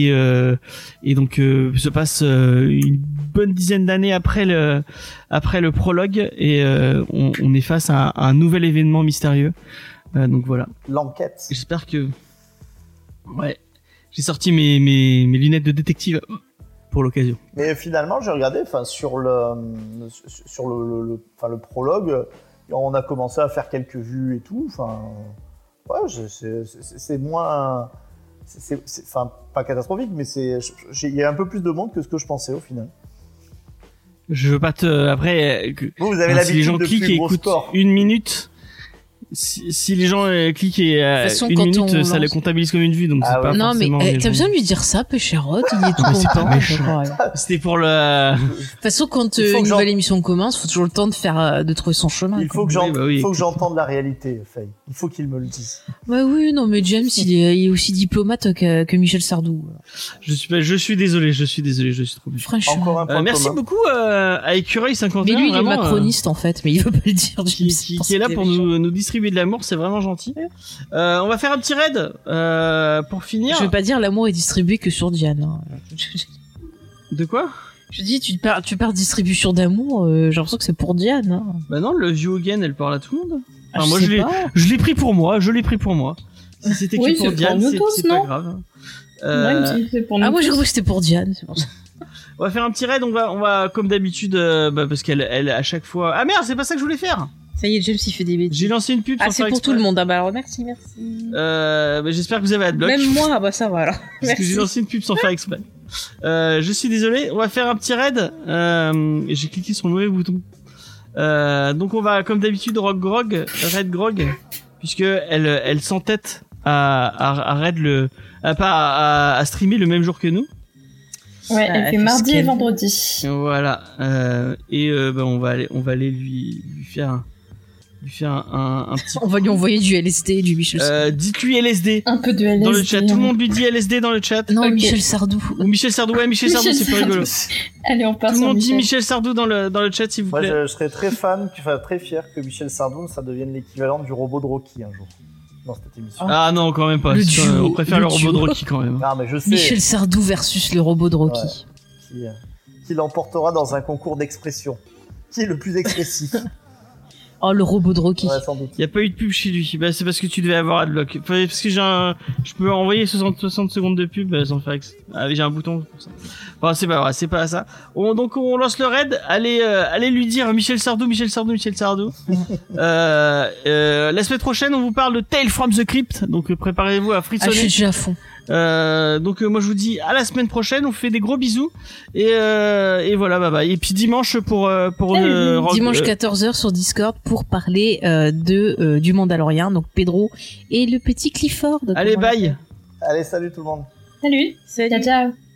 se passe une bonne dizaine d'années après le prologue et on est face à un nouvel événement mystérieux. Donc voilà. L'enquête. J'espère que j'ai sorti mes lunettes de détective pour l'occasion. Mais finalement, j'ai regardé, sur le prologue, on a commencé à faire quelques vues et tout. C'est moins, pas catastrophique, mais il y a un peu plus de monde que ce que je pensais au final. Je veux pas après. Vous avez l'habitude si les gens de cliquent et écoutent une minute. Si les gens cliquent et une minute, ça les comptabilise comme une vue, donc c'est pas non, mais t'as besoin de lui dire ça, Pécherotte, il est tout content. C'était pour le. De toute façon, quand une nouvelle émission commence, faut toujours le temps de trouver son chemin. Il faut que j'entende la réalité, Faye. Il faut qu'il me le dise. Bah oui, non, mais James, il est aussi diplomate que Michel Sardou. Je suis désolé, je suis trop bien. Franchement. Encore un point merci commun. beaucoup à Écureuil 51. Mais lui, il est vraiment, macroniste en fait, mais il veut pas le dire. Qui est là pour nous distribuer de l'amour, c'est vraiment gentil. On va faire un petit raid pour finir. Je veux pas dire l'amour est distribué que sur Diane. Hein. De quoi? Je dis tu pars distribution d'amour, j'ai l'impression que c'est pour Diane. Hein. Bah non, le View Again, elle parle à tout le monde. Enfin, moi je l'ai pris pour moi, Si c'était que pour Diane, c'est pas grave. Moi j'ai cru que c'était pour Diane, c'est pour ça. On va faire un petit raid, on va comme d'habitude parce qu'elle à chaque fois. Ah merde, c'est pas ça que je voulais faire. Ça y est, James il fait des bêtises. J'ai lancé une pub sans faire c'est pour exprès. tout le monde. Ah bah alors merci. J'espère que vous avez adblock. Même moi, bah ça va alors. Parce que j'ai lancé une pub sans faire exprès. Je suis désolé, on va faire un petit raid. J'ai cliqué sur le mauvais bouton. Donc on va comme d'habitude raid grog, puisque elle s'entête à raid à streamer le même jour que nous. Ouais, elle fait mardi et vendredi. Voilà. On va aller lui faire un petit. On va lui envoyer du LSD, du Michel Sardou. Dites-lui LSD. Un peu de LSD. Dans le chat, tout le monde lui dit LSD dans le chat. Non, Okay. Michel Sardou. Ou Michel Sardou, Michel Sardou, c'est plus rigolo. Allez, on part Tout le sur monde dit Michel. Michel Sardou dans le chat, s'il vous plaît. Moi, je serais très très fier que Michel Sardou, ça devienne l'équivalent du robot de Rocky un jour. Dans cette émission. Ah non, quand même pas. On préfère le robot de Rocky quand même. Non, mais je sais. Michel Sardou versus le robot de Rocky. Ouais. Qui l'emportera dans un concours d'expression. Qui est le plus expressif? Oh, le robot de Rocky. Ouais, sans doute. Il y a pas eu de pub chez lui. Bah, c'est parce que tu devais avoir adblock. Parce que je peux envoyer 60 secondes de pub sans faire j'ai un bouton pour ça. Bon, c'est pas vrai, c'est pas ça. Donc on lance le raid. Allez lui dire Michel Sardou. La semaine prochaine, on vous parle de Tale from the Crypt. Donc préparez-vous à frissonner. Je suis déjà à fond. Moi je vous dis à la semaine prochaine, on vous fait des gros bisous et voilà, bye bye. Et puis dimanche dimanche 14h sur Discord pour parler du Mandalorian, donc Pedro et le petit Clifford. Allez, bye. Allez, salut tout le monde. Salut. Salut. Ciao.